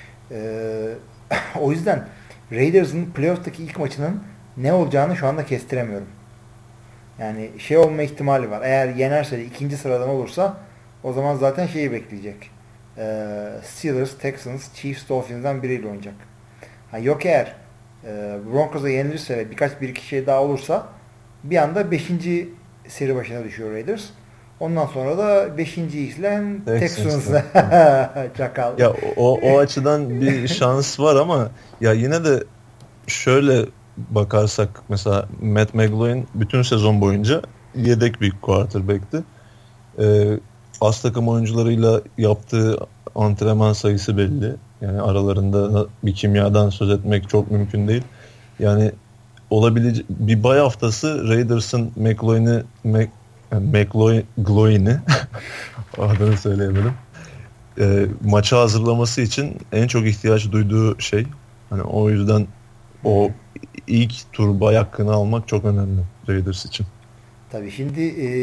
O yüzden Raiders'ın playoff'taki ilk maçının ne olacağını şu anda kestiremiyorum. Yani şey olma ihtimali var. Eğer yenerse de ikinci sıradan olursa o zaman zaten şeyi bekleyecek. Steelers, Texans, Chiefs, Dolphins'dan biriyle oynayacak. Yok eğer Broncos'a yenilirse ve bir iki şey daha olursa bir anda 5. seri başına düşüyor Raiders. Ondan sonra da 5. izlen Texans'la. Çakal. Ya o açıdan bir şans var ama ya yine de şöyle bakarsak mesela Matt McGloin bütün sezon boyunca yedek bir quarterback'ti. Az takım oyuncularıyla yaptığı antrenman sayısı belli. Yani aralarında bir kimyadan söz etmek çok mümkün değil. Yani olabilecek bir bay haftası Raiders'ın McGloin'i adını söyleyemedim. Maça hazırlaması için en çok ihtiyaç duyduğu şey. Hani o yüzden o ilk tur bay hakkını almak çok önemli Raiders için. Tabii şimdi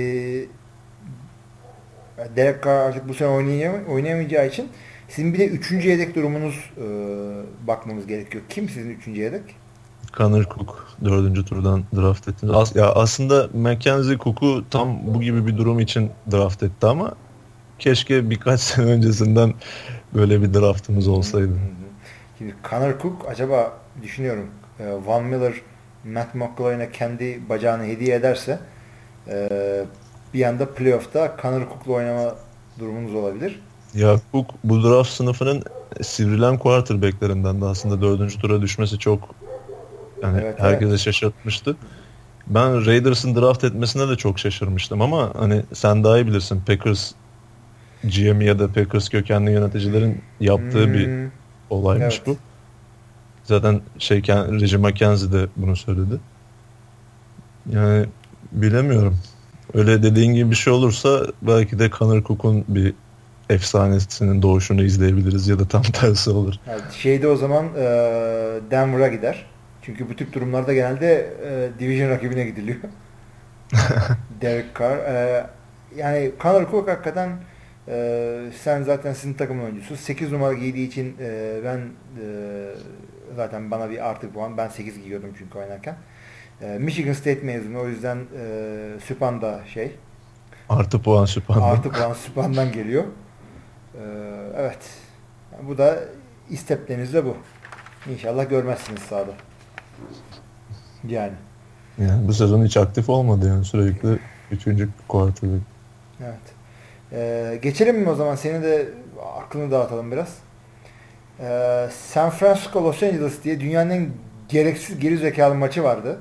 Derek Carr artık bu sene oynayamayacağı için sizin bir de 3. yedek durumunuz bakmamız gerekiyor. Kim sizin 3. yedek? Connor Cook 4. turdan draft ettiniz. Ya aslında Mackenzie Cook'u tam bu gibi bir durum için draft etti ama keşke birkaç sene öncesinden böyle bir draftımız olsaydı. Şimdi Connor Cook acaba düşünüyorum Von Miller Matt McGloin'e kendi bacağını hediye ederse bir anda playoff'ta Connor Cook'la oynama durumunuz olabilir. Ya Cook bu draft sınıfının sivrilen quarterbacklerinden de aslında 4. tura düşmesi çok yani evet, herkese evet. şaşırtmıştı. Ben Raiders'ın draft etmesine de çok şaşırmıştım ama hani sen daha iyi bilirsin Packers GM ya da Packers kökenli yöneticilerin yaptığı bir olaymış evet. bu. Zaten Reggie McKenzie de bunu söyledi. Yani bilemiyorum. Öyle dediğin gibi bir şey olursa belki de Connor Cook'un bir efsanesinin doğuşunu izleyebiliriz ya da tam tersi olur. Yani şeyde o zaman Denver'a gider. Çünkü bu tip durumlarda genelde division rakibine gidiliyor. Derek Carr. Yani Connor Cook hakikaten sen zaten sizin takımın oyuncusu. 8 numara giydiği için ben zaten bana bir artı puan. Ben 8 giyiyordum çünkü oynarken. Michigan State mezunu. O yüzden Süphan'da Artı puan Süphan'dan. Artı puan Süphan'dan geliyor. Evet. Bu da istepleriniz de bu. İnşallah görmezsiniz sahada. Yani. Yani bu sezon hiç aktif olmadı yani sürekli 3. quarterback. Evet. Geçelim mi o zaman? Senin de aklını dağıtalım biraz. San Francisco Los Angeles diye dünyanın en gereksiz geri zekalı maçı vardı.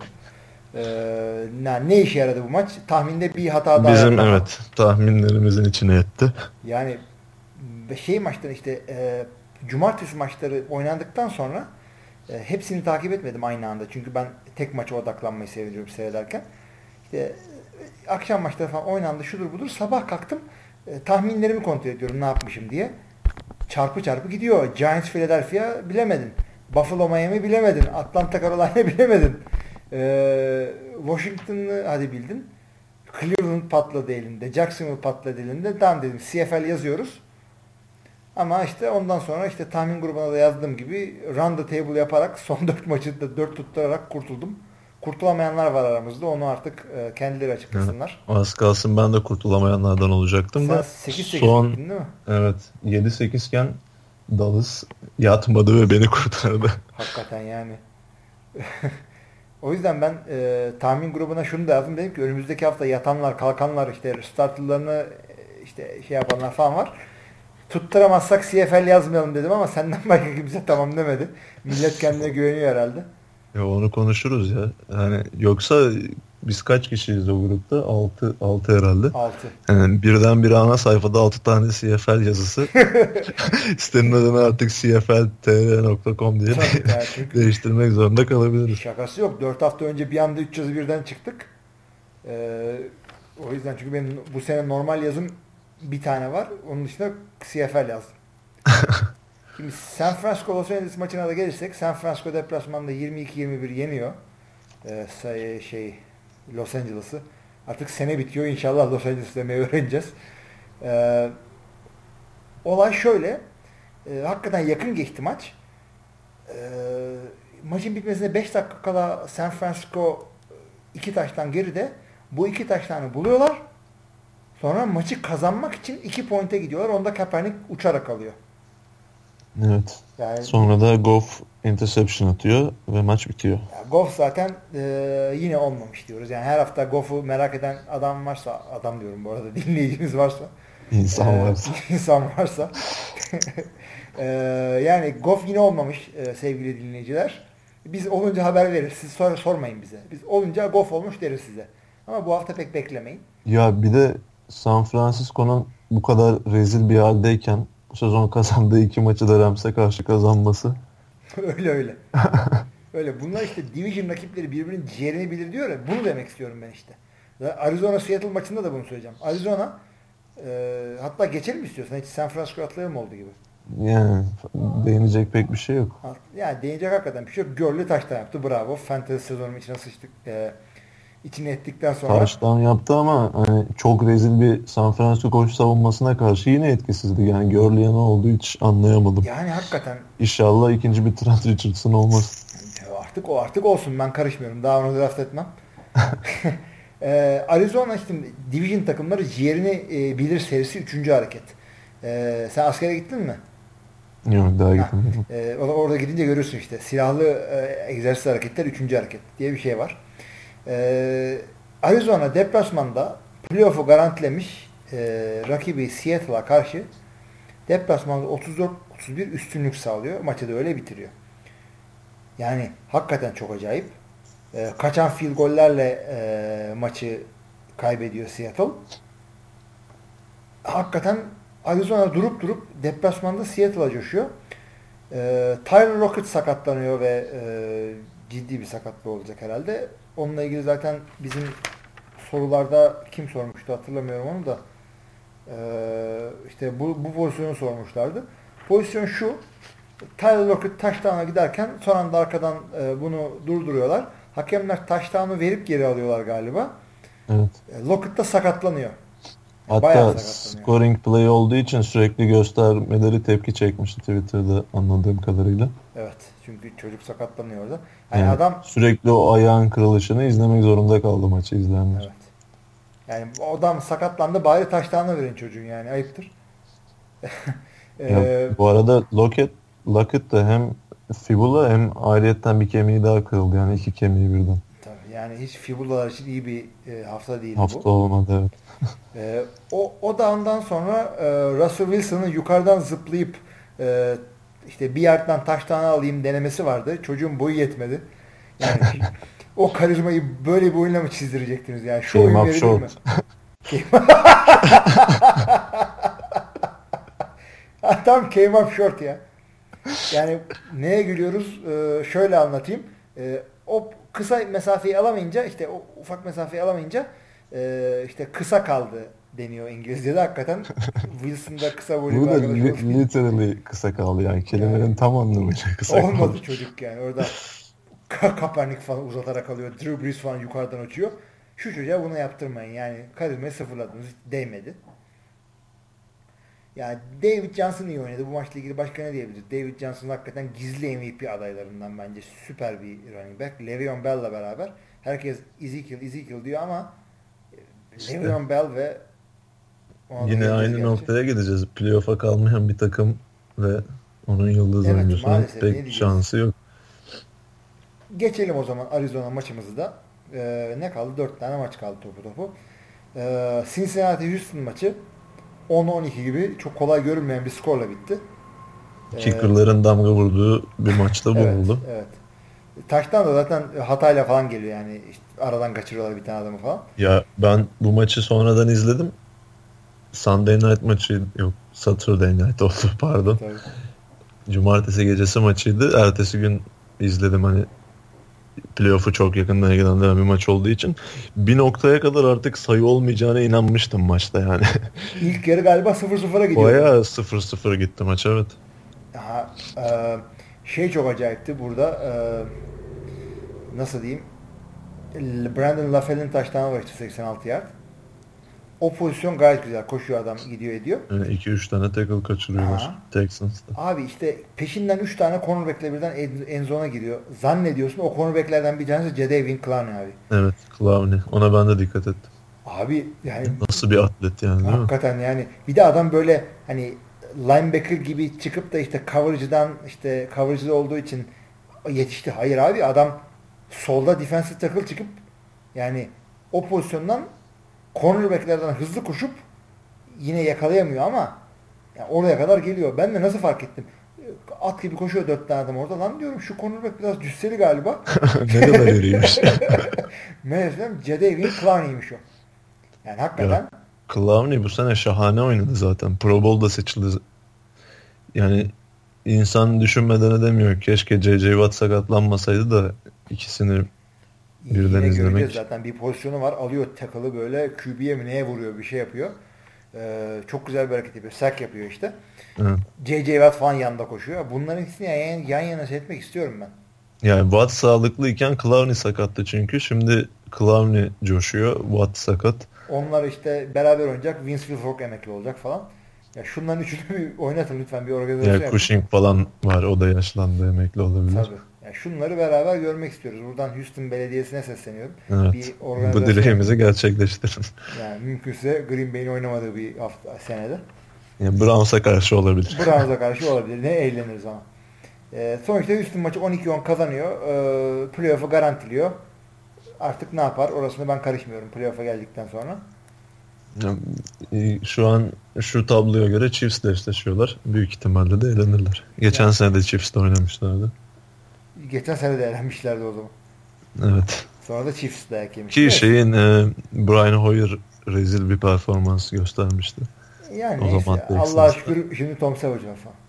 Ne işe yaradı bu maç? Tahminde bir hata daha Bizim yaptı. evet tahminlerimizin içine etti. Yani maçları işte cumartesi maçları oynandıktan sonra hepsini takip etmedim aynı anda. Çünkü ben tek maça odaklanmayı seviyorum seyrederken. İşte akşam maçları falan oynandı şudur budur. Sabah kalktım tahminlerimi kontrol ediyorum ne yapmışım diye. Çarpı çarpı gidiyor. Giants Philadelphia bilemedin. Buffalo Miami bilemedin. Atlanta Carolina bilemedin. Washington'ı hadi bildin. Cleveland patladı elinde. Jacksonville patladı elinde. Tamam dedim. CFL yazıyoruz. Ama işte ondan sonra işte tahmin grubuna da yazdığım gibi run the table yaparak son 4 maçı da 4 tutturarak kurtuldum. Kurtulamayanlar var aramızda. Onu artık kendileri açıklasınlar. Yani az kalsın ben de kurtulamayanlardan olacaktım Sen da 8-8 son gittin değil mi? evet 7-8 iken Dallas yatmadı ve beni kurtardı. Hakikaten yani. O yüzden ben tahmin grubuna şunu da yazdım. Dedim ki önümüzdeki hafta yatanlar, kalkanlar, işte starterlarını işte yapanlar falan var. Tutturamazsak CFL yazmayalım dedim ama senden başka kimse tamam demedi. Millet kendine güveniyor herhalde. Ya onu konuşuruz ya. Yani yoksa biz kaç kişiyiz o grupta? 6 herhalde. 6. Yani birdenbire ana sayfada 6 tane CFL yazısı. Sitenin adını artık cfltr.com diye değiştirmek zorunda kalabiliriz. Şakası yok. 4 hafta önce bir anda 3 yazı birden çıktık. O yüzden çünkü benim bu sene normal yazım bir tane var. Onun dışında CFL yazdım. Şimdi San Francisco Los Angeles maçına da gelirsek San Francisco deplasmanda 22-21 yeniyor. Los Angeles'ı. Artık sene bitiyor. İnşallah Los Angeles demeyi öğreneceğiz. Olay şöyle. Hakikaten yakın geçti maç. Maçın bitmesine 5 dakika kala San Francisco 2 taştan geride. Bu 2 taştanı buluyorlar. Sonra maçı kazanmak için 2 point'e gidiyorlar. Onda Kaepernick uçarak alıyor. Evet. Yani Sonra da Goff interception atıyor ve maç bitiyor. Goff zaten yine olmamış diyoruz. Yani her hafta Goff'u merak eden adam varsa, adam diyorum bu arada, dinleyicimiz varsa, İnsan varsa. insan varsa yani Goff yine olmamış sevgili dinleyiciler. Biz olunca haber veririz. Siz sormayın bize. Biz olunca Goff olmuş deriz size. Ama bu hafta pek beklemeyin. Ya bir de San Francisco'nun bu kadar rezil bir haldeyken bu sezon kazandığı 2 maçı da Rams'e karşı kazanması. Öyle öyle. Öyle. Bunlar işte division rakipleri birbirinin ciğerini bilir diyor ya. Bunu demek istiyorum ben işte. Arizona Seattle maçında da bunu söyleyeceğim. Arizona hatta geçelim mi istiyorsan? Hiç San Francisco atlayalım oldu gibi. Yani değinecek pek bir şey yok. Yani değinecek hakikaten bir şey yok. Gurley taştan yaptı. Bravo. Fantasy sezonun içine sıçtık. İçine ettikten sonra. Taştan yaptı ama hani çok rezil bir San Francisco koşu savunmasına karşı yine etkisizdi. Yani Gurley'e ne oldu hiç anlayamadım. Yani hakikaten. İnşallah ikinci bir Trent Richardson olmaz. Artık olsun. Ben karışmıyorum. Daha onu draft etmem. Arizona işte division takımları ciğerini bilir serisi 3. hareket. Sen askere gittin mi? Yok daha gitmedim. Orada gidince görürsün işte. Silahlı egzersiz hareketler 3. hareket diye bir şey var. Arizona deplasmanda playoff'u garantilemiş rakibi Seattle'a karşı deplasmanda 34-31 üstünlük sağlıyor. Maçı da öyle bitiriyor. Yani hakikaten çok acayip. Kaçan field gollerle maçı kaybediyor Seattle. Hakikaten Arizona durup deplasmanda Seattle'a coşuyor. Tyler Lockett sakatlanıyor ve ciddi bir sakatlığı olacak herhalde. Onunla ilgili zaten bizim sorularda kim sormuştu hatırlamıyorum onu da. İşte bu pozisyonu sormuşlardı. Pozisyon şu. Tyler Lockett touchdown'a giderken son anda arkadan bunu durduruyorlar. Hakemler touchdown'u verip geri alıyorlar galiba. Evet. Lockett da sakatlanıyor. Hatta scoring play olduğu için sürekli göstermeleri tepki çekmişti Twitter'da anladığım kadarıyla. Evet. Çünkü çocuk sakatlanıyor orada. Yani adam sürekli o ayağın kırılışını izlemek zorunda kaldı maçı izleyenler. Evet. Yani o adam sakatlandı bari taşlarına verin çocuğun yani ayıptır. Bu arada Lockett da hem fibula hem ayrıyetten bir kemiği daha kırıldı. Yani 2 kemiği birden. Tabii yani hiç fibulalar için iyi bir hafta değil bu. Olmadı evet. O da ondan sonra Russell Wilson'ın yukarıdan zıplayıp işte bir yerden taştan alayım denemesi vardı. Çocuğun boyu yetmedi. Yani o karizmayı böyle bir oyunla mı çizdirecektiniz yani? Şu oyun verilir mi? Tam came up short ya. Yani neye gülüyoruz? Şöyle anlatayım. O kısa mesafeyi alamayınca işte o ufak mesafeyi alamayınca işte kısa kaldı deniyor İngilizce'de hakikaten. Wilson'da kısa boylu bir arkadaş oldu. Bu da literally kısa kaldı yani. Kelimenin tam anlamıyla kısa kaldı. Olmadı çocuk yani. Orada Kaepernick falan uzatarak alıyor. Drew Brees falan yukarıdan uçuyor. Şu çocuğa bunu yaptırmayın. Yani karizmayı sıfırladınız. Hiç değmedi. Yani David Johnson iyi oynadı. Bu maçla ilgili başka ne diyebiliriz? David Johnson hakikaten gizli MVP adaylarından bence. Süper bir running back. Le'Veon Bell'la beraber. Herkes Ezekiel diyor ama Le'Veon Bell ve yine aynı noktaya gideceğiz. Playoff'a kalmayan bir takım ve onun yıldız oyuncusunun pek şansı yok. Geçelim o zaman Arizona maçımızı da. Ne kaldı? 4 tane maç kaldı topu. Cincinnati-Houston maçı 10-12 gibi çok kolay görünmeyen bir skorla bitti. Kicker'ların damga vurduğu bir maçta bu oldu. Evet. Taştan da zaten hatayla falan geliyor yani. İşte aradan kaçırıyorlar bir tane adamı falan. Ya ben bu maçı sonradan izledim. Sunday Night maçı yok. Saturday Night oldu pardon. Tabii. Cumartesi gecesi maçıydı. Ertesi gün izledim hani playoff'u çok yakından ilgilenen bir maç olduğu için bir noktaya kadar artık sayı olmayacağına inanmıştım maçta yani. İlk yarı galiba 0-0'a gidiyor. Bayağı 0-0 gitti maç evet. Çok acayipti burada. Nasıl diyeyim? Brandon LaFell'in taştanı var işte 86 yard. O pozisyon gayet güzel. Koşuyor adam gidiyor ediyor. Yani 2-3 tane tackle kaçırıyorlar Texans'ta. Abi işte peşinden 3 tane cornerback'le birden end zone'a giriyor. Zannediyorsun o cornerback'lerden bir tanesi Jadeveon Clowney abi. Evet Clowney. Ona ben de dikkat ettim. Abi yani nasıl bir atlet yani değil hakikaten mi? Yani bir de adam böyle hani linebacker gibi çıkıp da işte coverage'da olduğu için yetişti. Hayır abi, adam solda defensive tackle çıkıp yani o pozisyondan cornerback'lerden hızlı koşup yine yakalayamıyor ama yani oraya kadar geliyor. Ben de nasıl fark ettim? At gibi koşuyor 4 tane adam orada. Lan diyorum şu cornerback biraz cüsseli galiba. Ne kadar iriymiş. Meğersem Jadeveon Clowney'miş o. Yani hakikaten. Ya, Clowney bu sene şahane oynadı zaten. Pro Bowl'da seçildi. Yani insan düşünmeden edemiyor. Keşke J.J. Watt sakatlanmasaydı da ikisini birden Yine izlemek. göreceğiz zaten. Bir pozisyonu var. Alıyor tackle'ı böyle QB'ye mi neye vuruyor, bir şey yapıyor. Çok güzel bir hareket yapıyor. Sack yapıyor işte. Evet. J.J. Watt falan yanında koşuyor. Bunların ikisini yan yana seyretmek istiyorum ben. Yani Watt sağlıklıyken Clowney sakattı çünkü. Şimdi Clowney coşuyor. Watt sakat. Onlar işte beraber oynayacak. Vince Wilfork emekli olacak falan. Ya şunların üçünü bir oynatın lütfen, bir organizasyon Yani Cushing falan var. O da yaşlandı, emekli olabilir. Tabii. Yani şunları beraber görmek istiyoruz. Buradan Houston Belediyesi'ne sesleniyorum. Evet. Bir Bu dileğimizi gerçekleştirin. Yani mümkünse Green Bay'in oynamadığı bir senede. Yani Browns'a karşı olabilir. Browns'a karşı olabilir. Ne eğleniriz ama. Sonuçta Houston maçı 12-10 kazanıyor. Playoff'u garantiliyor. Artık ne yapar? Orasını ben karışmıyorum playoff'a geldikten sonra. Yani, şu an şu tabloya göre Chiefs'le eşleşiyorlar. Büyük ihtimalle de eğlenirler. Geçen sene de Chiefs'le oynamışlardı. Geçen sene de eğlenmişlerdi o zaman. Evet. Sonra da Chiefs dayak yemiş. Ki Brian Hoyer rezil bir performans göstermişti. Yani o neyse. zaman Allah'a şükür şimdi Tom Savage var falan.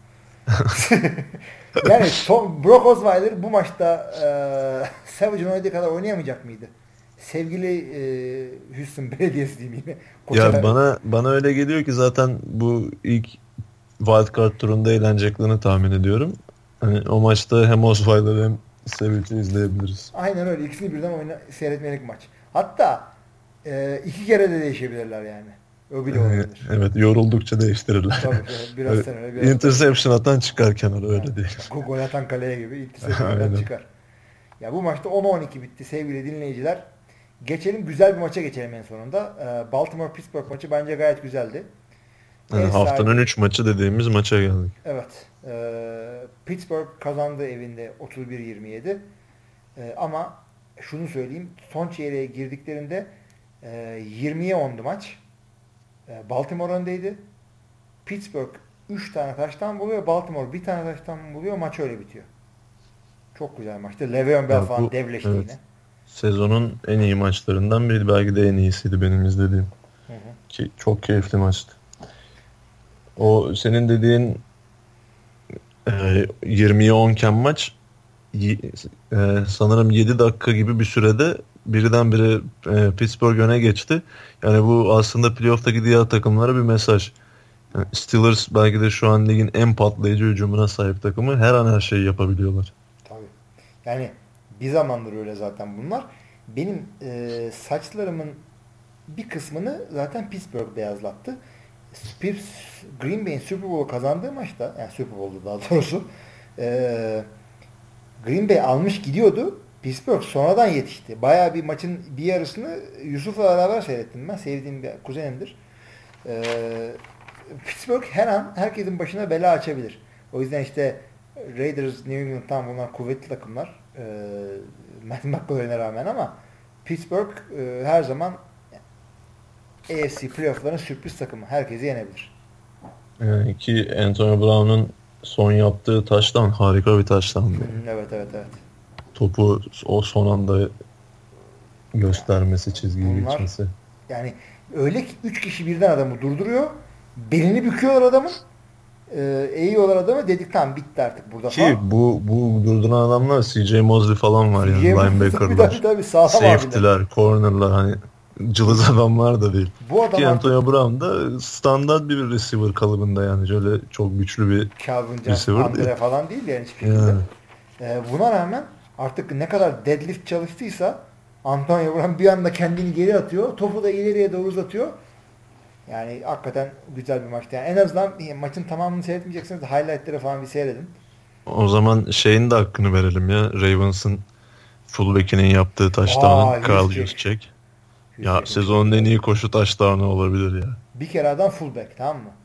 Yani Brock Osweiler bu maçta Savage'ın oynadığı kadar oynayamayacak mıydı? Sevgili Houston Belediyesi diyeyim yine. Ya bana öyle geliyor ki zaten bu ilk wildcard turunda eğleneceklerini tahmin ediyorum. Hani o maçta hem Osweiler hem Savage'i izleyebiliriz. Aynen öyle. İkisini birden seyretmelik maç. Hatta 2 kere de değişebilirler yani. O bile olabilir. Evet, yoruldukça değiştirirler. Tabii, biraz sen öyle. Biraz interception atan çıkar kenara, öyle değil. Gol atan kaleye gibi interception çıkar. Ya bu maçta 10-12 bitti sevgili dinleyiciler. Geçelim, güzel bir maça geçelim en sonunda. Baltimore-Pittsburgh maçı bence gayet güzeldi. Yani haftanın 3 maçı dediğimiz maça geldik. Evet. Pittsburgh kazandı evinde 31-27. Ama şunu söyleyeyim. Son çeyreğe girdiklerinde 20'ye 10'du maç. Baltimore öndeydi. Pittsburgh 3 tane taştan buluyor. Baltimore 1 tane taştan buluyor. Maç öyle bitiyor. Çok güzel maçtı. Le'Veon Bell falan devleşti yine. Sezonun en iyi maçlarından biri. Belki de en iyisiydi benim izlediğim. Hı. Ki çok keyifli maçtı. O senin dediğin 20'ye 10'ken maç sanırım 7 dakika gibi bir sürede birdenbire Pittsburgh öne geçti. Yani bu aslında playoff'taki diğer takımlara bir mesaj. Yani Steelers belki de şu an ligin en patlayıcı hücumuna sahip takımı. Her an her şeyi yapabiliyorlar. Tabii. Yani bir zamandır öyle zaten bunlar. Benim saçlarımın bir kısmını zaten Pittsburgh beyazlattı. Green Bay'in Super Bowl'u kazandığı maçta, yani Super Bowl'du daha doğrusu, Green Bay almış gidiyordu. Pittsburgh sonradan yetişti. Bayağı bir maçın bir yarısını Yusuf'la beraber seyrettim ben. Sevdiğim bir kuzenimdir. Pittsburgh her an herkesin başına bela açabilir. O yüzden işte Raiders, New England'tan bunlar kuvvetli takımlar. Matt McCoy'una rağmen ama Pittsburgh her zaman AFC playoff'ların sürpriz takımı. Herkesi yenebilir. Ki Antonio Brown'un son yaptığı taştan harika bir taştan. Evet. Topu o son anda göstermesi, çizgiyi geçmesi. Yani öyle ki 3 kişi birden adamı durduruyor. Belini büküyorlar adamın. Eğiyorlar adamı, dedik tamam bitti artık burada ki falan. bu durduran adamlar CJ Mosley falan var yani, linebacker'lar, safety'ler, corner'lar, hani cılız adamlar da değil. Bu adam ki Antonio Brown da standart bir receiver kalıbında, yani şöyle çok güçlü bir receiver değil. falan değil yani hiçbir şekilde. Buna rağmen artık ne kadar deadlift çalıştıysa Antonio Brown bir anda kendini geri atıyor. Topu da ileriye doğru uzatıyor. Yani hakikaten güzel bir maçtı. Yani en azından maçın tamamını seyretmeyeceksiniz de highlight'ları falan bir seyredin. O zaman şeyin de hakkını verelim ya. Ravens'ın fullback'inin yaptığı touchdown'ın Kyle Juszczyk. Ya sezonun en iyi koşu touchdown'ı olabilir ya. Bir kere adam fullback, tamam mı?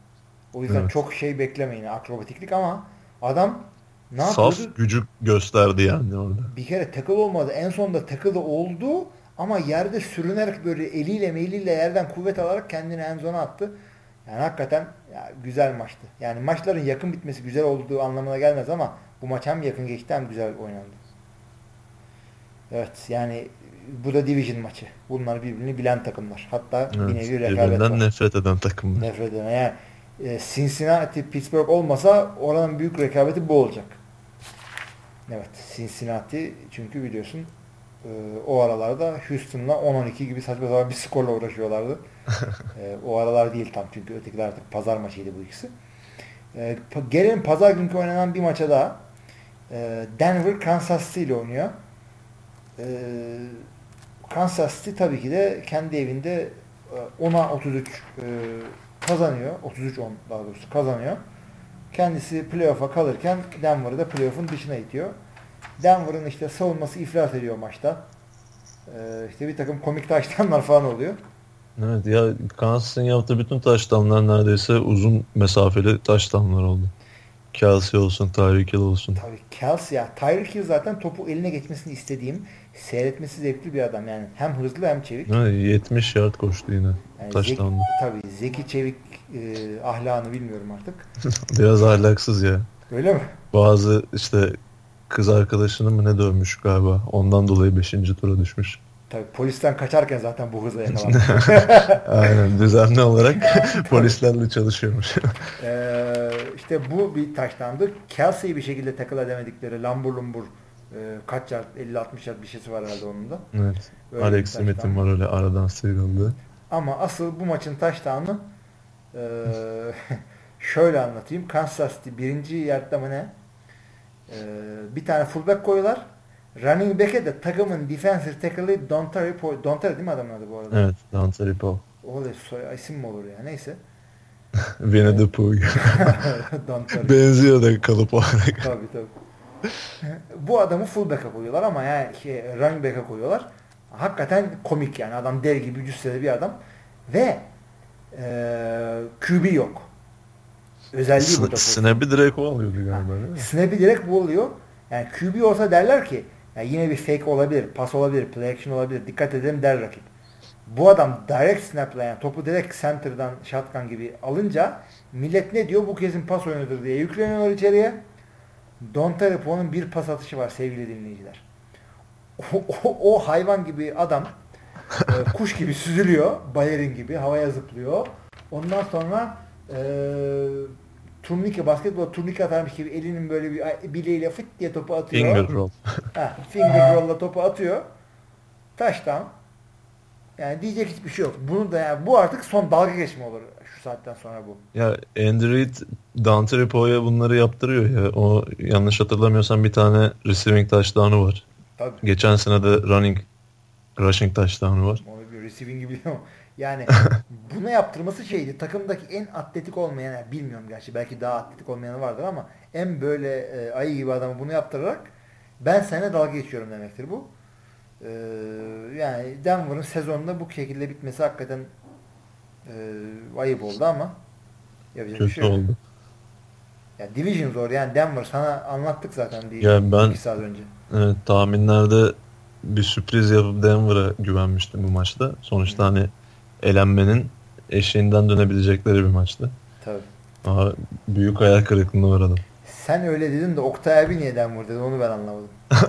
O yüzden Evet. çok şey beklemeyin, akrobatiklik, ama adam ne Saf yapıyordu? gücü gösterdi yani orada. Bir kere tackle olmadı. En sonunda tackle oldu ama yerde sürünerek böyle eliyle meyliyle yerden kuvvet alarak kendini en zona attı. Yani hakikaten ya, güzel maçtı. Yani maçların yakın bitmesi güzel olduğu anlamına gelmez ama bu maç hem yakın geçti hem güzel oynandı. Evet, yani bu da division maçı. Bunlar birbirini bilen takımlar. Hatta bir Evet. nevi rekabet Birbirinden var. nefret eden takımlar. Nefret eden. Yani Cincinnati, Pittsburgh olmasa oranın büyük rekabeti bu olacak. Evet, Cincinnati çünkü biliyorsun o aralarda Houston'la 10-12 gibi saçma sapan bir skorla uğraşıyorlardı. O aralar değil tam, çünkü ötekiler artık pazar maçıydı bu ikisi. Gelelim pazar günkü oynanan bir maça daha. Denver Kansas City ile oynuyor. E, Kansas City tabii ki de kendi evinde 10'a 33 kazanıyor. 33-10 daha doğrusu kazanıyor. Kendisi playoff'a kalırken Denver'ı da playoff'un dışına itiyor. Denver'ın işte savunması iflas ediyor maçta. İşte bir takım komik taştanlar falan oluyor. Evet ya, Kansas'ın yaptığı bütün touchdownlar neredeyse uzun mesafeli touchdownlar oldu. Kelsey olsun, Tyreek Hill olsun. Tabii Kelsey ya. Tyreek Hill zaten topu eline geçmesini istediğim, seyretmesi zevkli bir adam. Yani hem hızlı hem çevik. Evet, 70 yard koştu yine Yani touchdown'da. tabii zeki çevik ahlakını bilmiyorum artık. Biraz ahlaksız ya. Öyle mi? Bazı işte kız arkadaşını mı ne dövmüş galiba. Ondan dolayı 5. tura düşmüş. Tabii polisten kaçarken zaten bu hıza yakalanmış. Aynen, düzenli olarak polislerle çalışıyormuş. İşte bu bir taştandı. Kelsey'i bir şekilde tackle edemedikleri lambur lumbur kaç yard, 50-60 yard bir şeysi var herhalde onun da. Evet. Öyle bir Alex Smith'in taştan. var öyle aradan sıyrıldı. Ama asıl bu maçın taştanı şöyle anlatayım. Kansas City birinci yardta mı ne? Bir tane fullback koyuyorlar. Running back'e de takımın defensive tackle'ı Dontari değil mi adamın adı bu arada? Evet, Dante Ripo. O da isim mi olur ya? Neyse. Winnie the Pooh. Dontari. Benziyor da kalıp olarak. Tabii tabii. Bu adamı fullback'a koyuyorlar ama yani running back'a koyuyorlar. Hakikaten komik yani. Adam dev gibi cüsseli bir adam. Ve QB yok. Özelliği bu da. Snap'i direkt o alıyordu galiba değil mi? Snap'i direkt bu oluyor. Yani QB olsa derler ki ya yine bir fake olabilir, pas olabilir, play action olabilir. Dikkat edelim der rakip. Bu adam direct snap'la, yani topu direkt center'dan shotgun gibi alınca millet ne diyor? Bu kesin pas oyunudur diye yükleniyorlar içeriye. Dontari Poe'nun bir pas atışı var sevgili dinleyiciler. O hayvan gibi adam kuş gibi süzülüyor. Balerin gibi havaya zıplıyor. Ondan sonra turnike, basketbol turnike atarmış gibi elinin böyle bir bileğiyle fıt diye topu atıyor. Finger roll. Finger roll'la topu atıyor. Touchdown. Yani diyecek hiçbir şey yok. Bunu da yani bu artık son dalga geçme olur şu saatten sonra bu. Ya Andy Reid Dante Ripo'ya bunları yaptırıyor ya. O yanlış hatırlamıyorsam bir tane receiving touchdown'u var. Tabii. Geçen sene de rushing touchdown'u var. Onu bir receiving gibi ama yani bunu yaptırması şeydi. Takımdaki en atletik olmayan, yani bilmiyorum gerçi belki daha atletik olmayanı vardır ama en böyle ayı gibi adamı bunu yaptırarak ben seninle dalga geçiyorum demektir bu. Yani Denver'ın sezonunda bu şekilde bitmesi hakikaten ayıp oldu ama yapacak bir Kötü şey yok. oldu. Ya Division zor yani. Denver sana anlattık zaten bir Ya ben 2 saat önce. evet, tahminlerde bir sürpriz yapıp Denver'a güvenmiştim bu maçta. Sonuçta hani elenmenin eşiğinden dönebilecekleri bir maçtı. Tabii. Ama büyük hayal kırıklığına uğradım. Sen öyle dedin de Oktay abi niye Denver dedi onu ben anlamadım.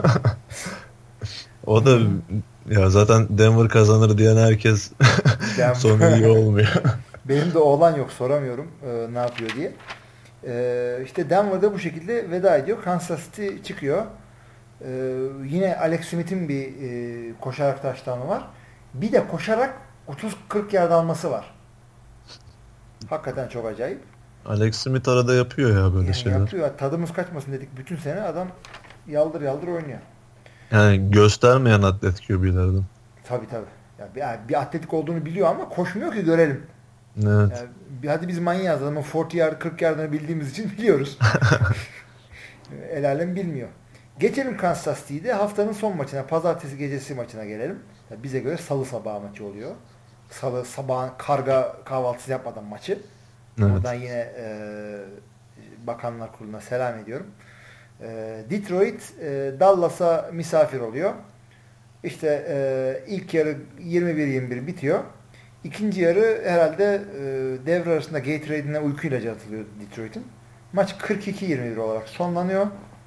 O da ya zaten Denver kazanır diyen herkes sonu iyi olmuyor. Benim de oğlan yok, soramıyorum ne yapıyor diye. İşte Denver'da bu şekilde veda ediyor. Kansas City çıkıyor. Yine Alex Smith'in bir koşarak taştanı var. Bir de koşarak 30-40 yard alması var. Hakikaten çok acayip. Alex Smith arada yapıyor ya böyle Yani şeyler. yapıyor. Tadımız kaçmasın dedik. Bütün sene adam yaldır yaldır oynuyor. Yani göstermeyen atlet QB'lerden. Tabii tabii. Yani bir atletik olduğunu biliyor ama koşmuyor ki görelim. Evet. Yani hadi biz manyağız, adamın 40 yard 40 yardını bildiğimiz için biliyoruz. El alem bilmiyor. Geçelim Kansas City'de haftanın son maçına, pazartesi gecesi maçına gelelim. Yani bize göre salı sabahı maçı oluyor. Salı sabahın karga kahvaltısı yapmadan maçı. Evet. Buradan yine Bakanlar Kurulu'na selam ediyorum. Detroit Dallas'a misafir oluyor. İşte ilk yarı 21-21 bitiyor. İkinci yarı herhalde devre arasında Gatorade'ine uyku ilacı atılıyor Detroit'in. Maç 42-21 olarak sonlanıyor.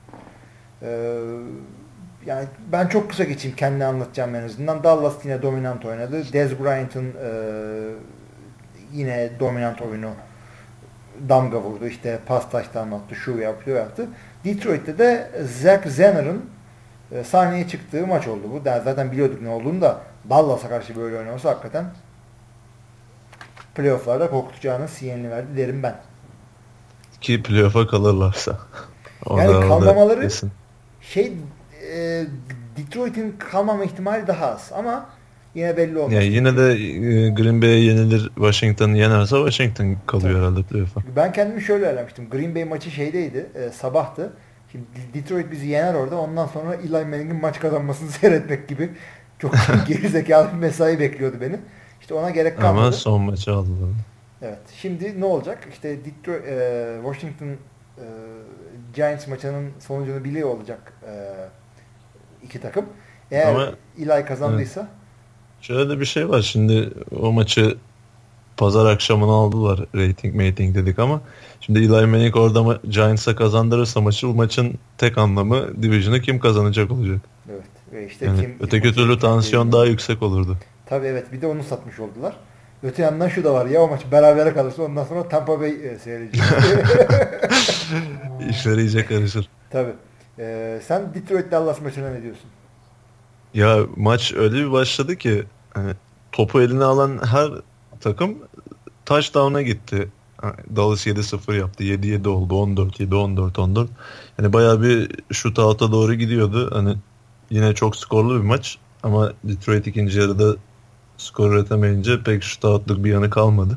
Yani ben çok kısa geçeyim, kendi anlatacağım en azından. Dallas yine dominant oynadı. Dez Bryant'ın yine dominant oyunu damga vurdu. İşte pas taştan attı, şu yaptı. Detroit'te de Zach Zenner'ın sahneye çıktığı maç oldu bu. Zaten biliyorduk ne olduğunu da, Dallas'a karşı böyle oynaması hakikaten playoff'larda korkutacağını sinyalini verdi derim ben. Ki playoff'a kalırlarsa. Yani kalmamaları Detroit'in kalmama ihtimali daha az ama yine belli olmaz. Yani yine de Green Bay'e yenilir, Washington'ı yenerse Washington kalıyor herhalde playoff'a. Ben kendimi şöyle ayarlamıştım. Green Bay maçı şeydeydi, sabahtı. Şimdi Detroit bizi yener orada. Ondan sonra Eli Manning'in maç kazanmasını seyretmek gibi çok gerizekalı bir mesai bekliyordu beni. İşte ona gerek kalmadı. Ama son maçı aldılar. Evet. Şimdi ne olacak? İşte Detroit, Washington Giants maçının sonucunu biliyor olacak iki takım. Eğer ama Eli kazandıysa, evet. Şöyle de bir şey var. Şimdi o maçı pazar akşamına aldılar. Rating dedik ama şimdi Eli Manning orada Giants'a kazandırırsa maçı, bu maçın tek anlamı division'ı kim kazanacak olacak. Evet. Ve işte yani öteki türlü tansiyon daha yüksek olurdu. Tabii evet. Bir de onu satmış oldular. Öte yandan şu da var ya, o maç berabere kalırsa ondan sonra Tampa Bay seyredecek. İşler iyice karışır. Tabii. Sen Detroit Dallas maçına ne diyorsun? Ya maç öyle bir başladı ki hani topu eline alan her takım touchdown'a gitti. Dallas 7-0 yaptı. 7-7 oldu. 14-7, 14-14. Yani bayağı bir shootout'a doğru gidiyordu. Hani yine çok skorlu bir maç ama Detroit ikinci yarıda skor üretemeyince pek shootout'luk bir yanı kalmadı.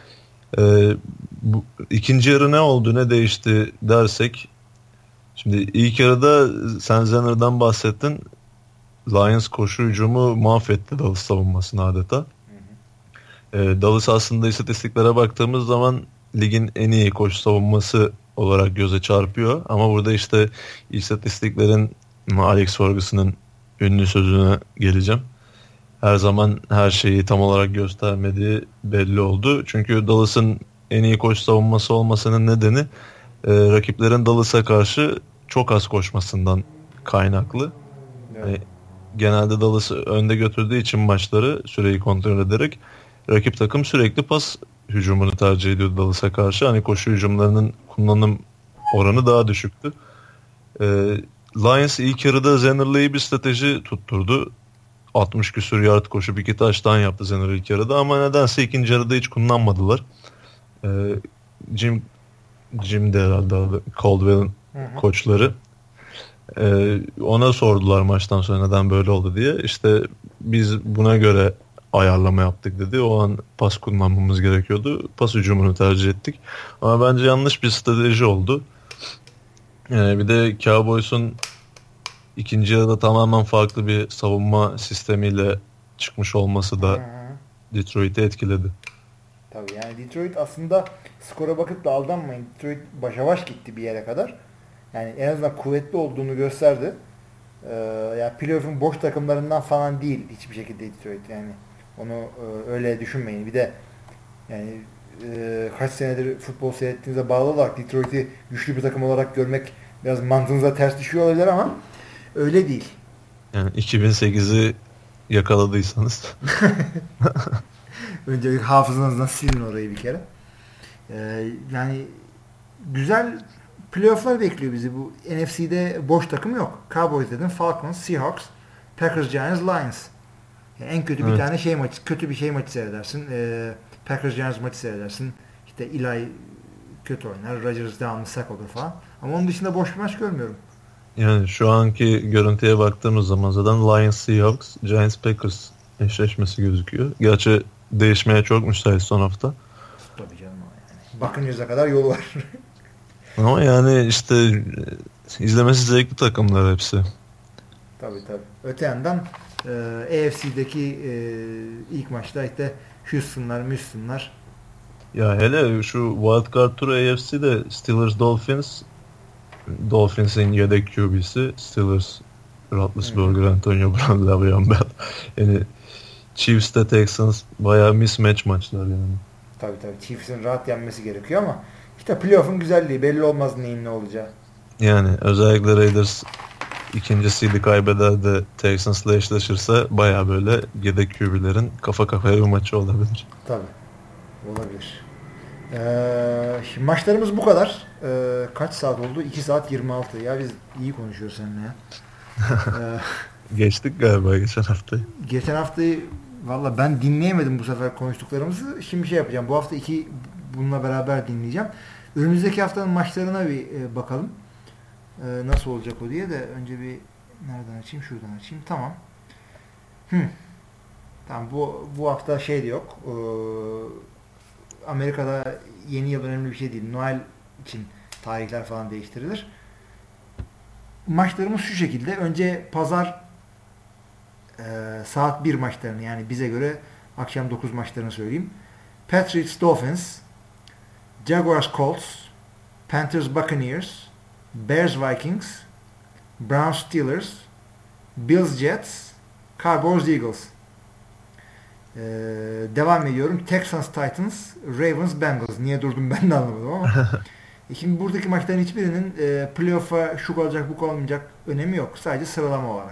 Bu ikinci yarı ne oldu, ne değişti dersek, şimdi ilk yarıda sen Zenner'dan bahsettin. Lions koşu hücumu mahvetti Dallas savunmasını adeta. Dallas aslında istatistiklere baktığımız zaman ligin en iyi koşu savunması olarak göze çarpıyor. Ama burada işte istatistiklerin Alex Ferguson'ın ünlü sözüne geleceğim. Her zaman her şeyi tam olarak göstermediği belli oldu. Çünkü Dallas'ın en iyi koşu savunması olmasının nedeni rakiplerin Dallas'a karşı çok az koşmasından kaynaklı. Evet. Yani genelde Dallas'ı önde götürdüğü için maçları süreyi kontrol ederek rakip takım sürekli pas hücumunu tercih ediyordu Dallas'a karşı. Hani koşu hücumlarının kullanım oranı daha düşüktü. Lions ilk yarıda Zenner'la iyi bir strateji tutturdu. 60 küsur yard koşup 2 taştan yaptı Zenner ilk yarıda ama nedense ikinci yarıda hiç kullanmadılar. Jim de herhalde Caldwell'in koçları. Ona sordular maçtan sonra neden böyle oldu diye. İşte biz buna göre ayarlama yaptık dedi. O an pas kullanmamız gerekiyordu. Pas hücumunu tercih ettik. Ama bence yanlış bir strateji oldu. Bir de Cowboys'un ikinci yarıda tamamen farklı bir savunma sistemiyle çıkmış olması da Detroit'i etkiledi. Tabii yani Detroit aslında skora bakıp da aldanmayın. Detroit başa baş gitti bir yere kadar. Yani en azından kuvvetli olduğunu gösterdi. Yani playoff'un boş takımlarından falan değil hiçbir şekilde Detroit, yani onu öyle düşünmeyin. Bir de yani kaç senedir futbol seyrettiğinize bağlı olarak Detroit'i güçlü bir takım olarak görmek biraz mantığınıza ters düşüyor olabilir ama öyle değil. Yani 2008'i yakaladıysanız önce hafızanızdan silin orayı bir kere. Yani güzel playoff'lar bekliyor bizi. Bu NFC'de boş takım yok. Cowboys dedin, Falcons, Seahawks, Packers, Giants, Lions. Yani en kötü bir tane kötü bir şey maçı seyredersin. Packers, Giants maçı seyredersin. İşte Eli kötü oynar, Rodgers devamlı sack olur falan. Ama onun dışında boş bir maç görmüyorum. Yani şu anki görüntüye baktığımız zaman zaten Lions, Seahawks, Giants, Packers eşleşmesi gözüküyor. Gerçi değişmeye çok müsait son hafta. Tabii canım yani. Buccaneers'a kadar yolu var. Ama yani işte izlemesi zevkli takımlar hepsi. Tabii. Öte yandan AFC'deki ilk maçta işte Houston'lar Ya hele şu Wild Card turu AFC'de Steelers Dolphins, Dolphins'in yedek QB'si Steelers, Roethlisberger, Antonio Brown, Le'Veon Bell. Yani Chiefs'te Texans bayağı mismatch maçlar yani. Tabii. Chiefs'in rahat yenmesi gerekiyor ama işte playoff'un güzelliği. Belli olmaz neyin ne olacağı. Yani özellikle Raiders ikinci seed'i kaybeder de Texans'la eşleşirse bayağı böyle yedek QB'lerin kafa kafaya bir maçı olabilir. Tabii. Olabilir. Şimdi maçlarımız bu kadar. Kaç saat oldu? 2 saat 26. Ya biz iyi konuşuyoruz seninle ya. Geçtik galiba geçen haftayı. Geçen haftayı valla ben dinleyemedim bu sefer konuştuklarımızı. Şimdi şey yapacağım. Bu hafta bununla beraber dinleyeceğim. Önümüzdeki haftanın maçlarına bir bakalım. Nasıl olacak o diye de önce bir nereden açayım? Şuradan açayım. Tamam. Tamam bu hafta şey de yok. Amerika'da yeni yıl önemli bir şey değil. Noel için tarihler falan değiştirilir. Maçlarımız şu şekilde. Önce pazar saat 1 maçlarını, yani bize göre akşam 9 maçlarını söyleyeyim. Patriots Dolphins, Jaguars Colts, Panthers Buccaneers, Bears Vikings, Browns Steelers, Bills Jets, Cowboys Eagles. Devam ediyorum. Texans Titans, Ravens Bengals. Niye durdum ben de anlamadım ama. Şimdi buradaki maçların hiçbirinin playoff'a şu kalacak bu kalmayacak önemi yok. Sadece sıralama olarak.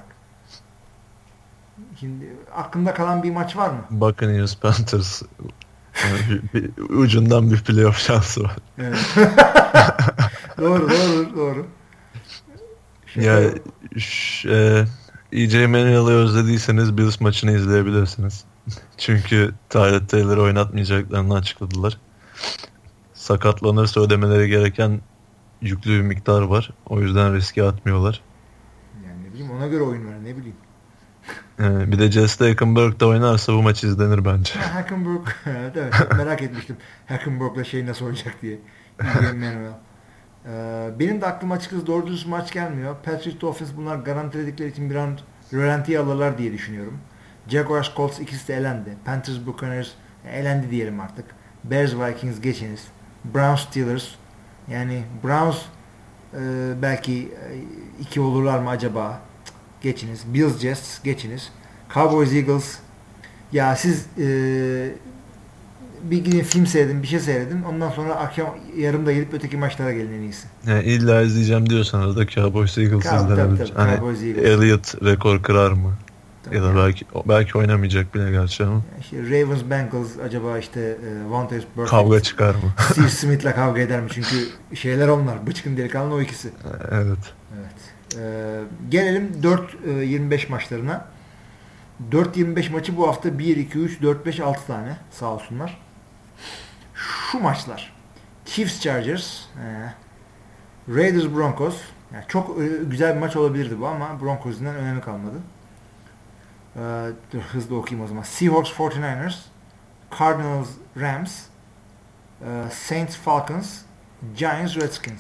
Şimdi aklında kalan bir maç var mı? Buccaneers Panthers. Yani ucundan bir playoff şansı var. Evet. Doğru. Ya E.J. Manuel'ı özlediyseniz Bills maçını izleyebilirsiniz. Çünkü Tyrod Taylor'ı oynatmayacaklarını açıkladılar. Sakatlanırsa ödemeleri gereken yüklü bir miktar var. O yüzden riske atmıyorlar. Yani ne bileyim, ona göre oyun ver, ne bileyim. Bir de Jesse Hackenberg de oynarsa bu maç izlenir bence. Hackenberg, evet, merak etmiştim. Hackenberg'la şey nasıl olacak diye. Manuel. Benim de aklıma açıkçası doğru düz maç gelmiyor. Patriots Dolphins bunlar garantiledikleri için bir an rölantiye alırlar diye düşünüyorum. Jaguars Colts ikisi de elendi. Panthers Buccaneers elendi diyelim artık. Bears Vikings geçiniz. Browns Steelers, yani Browns belki 2 olurlar mı acaba? Geçiniz. Bills Jets geçiniz. Cowboys Eagles, ya siz bir gidin film seyredin, bir şey seyredin. Ondan sonra akşam yarımda gelip öteki maçlara gelin en iyisi. Yani illa izleyeceğim diyorsanız da Cowboys Eagles izlenebilir. Hani Cowboys Eagles. Elliott rekor kırar mı? Tabii ya da belki oynamayacak bile gerçi ama. İşte Ravens Bengals acaba işte Vontaze Burfict kavga çıkar mı? Steve Smith'le kavga eder mi? Çünkü şeyler onlar. Bıçkın delikanlı o ikisi. Evet. Gelelim 4-25 maçlarına. 4-25 maçı bu hafta 1, 2, 3, 4, 5, 6 tane. Sağ olsunlar. Şu maçlar. Chiefs Chargers, Raiders Broncos. Yani çok güzel bir maç olabilirdi bu ama Broncos'un önemi kalmadı. Hızlı okuyayım o zaman. Seahawks 49ers, Cardinals Rams, Saints Falcons, Giants Redskins.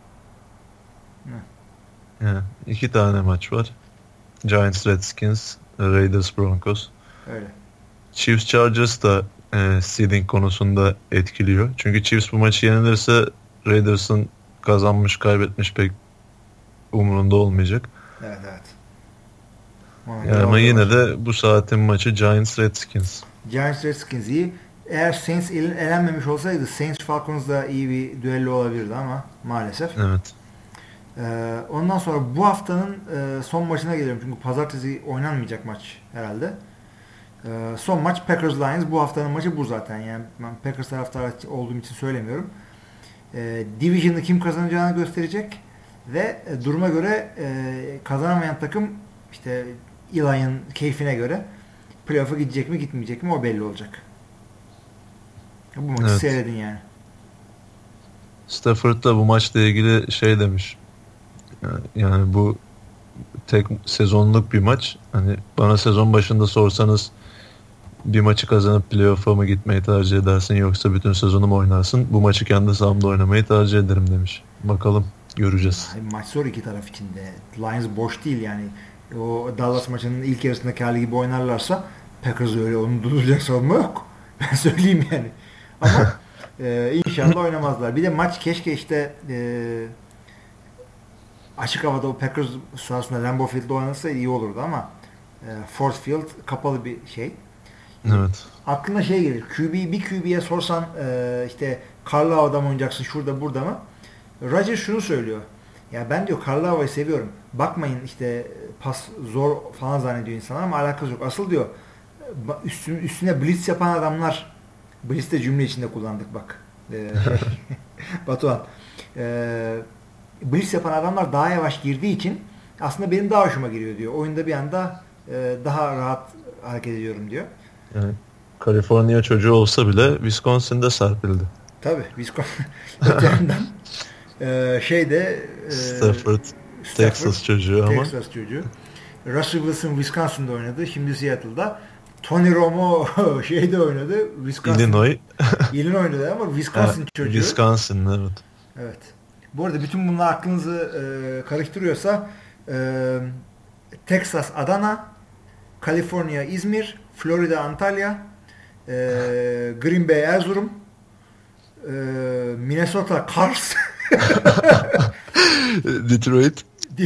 Yani 2 tane maç var. Giants Redskins, Raiders Broncos. Öyle. Chiefs Chargers da seeding konusunda etkiliyor. Çünkü Chiefs bu maçı yenilirse Raiders'ın kazanmış kaybetmiş pek umurunda olmayacak. Evet. Yani ama yine de bu saatin maçı Giants Redskins. Giants Redskins iyi. Eğer Saints elenmemiş olsaydı Saints Falcons da iyi bir düello olabilirdi ama maalesef. Evet. Ondan sonra bu haftanın son maçına geliyorum. Çünkü pazartesi oynanmayacak maç herhalde. Son maç Packers Lions. Bu haftanın maçı bu zaten. Yani ben Packers taraftarı olduğum için söylemiyorum. Division'ı kim kazanacağını gösterecek ve duruma göre kazanamayan takım işte Eli'nin keyfine göre playoff'a gidecek mi gitmeyecek mi o belli olacak. Bu maçı seyredin yani. Stafford da bu maçla ilgili şey demiş. Yani bu tek sezonluk bir maç. Hani bana sezon başında sorsanız bir maçı kazanıp playoff'a mı gitmeyi tercih edersin yoksa bütün sezonu mu oynarsın? Bu maçı kendi sahamda oynamayı tercih ederim demiş. Bakalım, göreceğiz. Maç zor iki taraf için de. Lions boş değil yani. O Dallas maçının ilk yarısında hali gibi oynarlarsa Packers öyle onu durduracak savunma yok. Ben söyleyeyim yani. Ama İnşallah oynamazlar. Bir de maç keşke işte açık havada o Packers sahasında Lambeau Field'de oynansa iyi olurdu ama Ford Field kapalı bir şey. Evet. Aklına şey gelir. Bir QB'ye sorsan işte karlı havada mı oynayacaksın şurada burada mı? Rodgers şunu söylüyor. Ya ben diyor karlı havayı seviyorum. Bakmayın işte pas zor falan zannediyor insanlar ama alakası yok. Asıl diyor üstüne blitz yapan adamlar, blitz de cümle içinde kullandık bak. Batuhan. Blitz yapan adamlar daha yavaş girdiği için aslında benim daha hoşuma giriyor diyor. Oyunda bir anda daha rahat hareket ediyorum diyor. Yani Kaliforniya çocuğu olsa bile Wisconsin'de serpildi. Tabii Wisconsin öte yandan Stafford, Texas çocuğu ama. Texas çocuğu. Russell Wilson Wisconsin'da oynadı. Şimdi Seattle'da. Tony Romo şeyde oynadı. Illinois. Illinois'da ama Wisconsin çocuğu. Wisconsin evet. Evet. Bu arada bütün bunlar aklınızı karıştırıyorsa Texas Adana, Kaliforniya İzmir, Florida Antalya, Green Bay Erzurum, Minnesota Cars, Detroit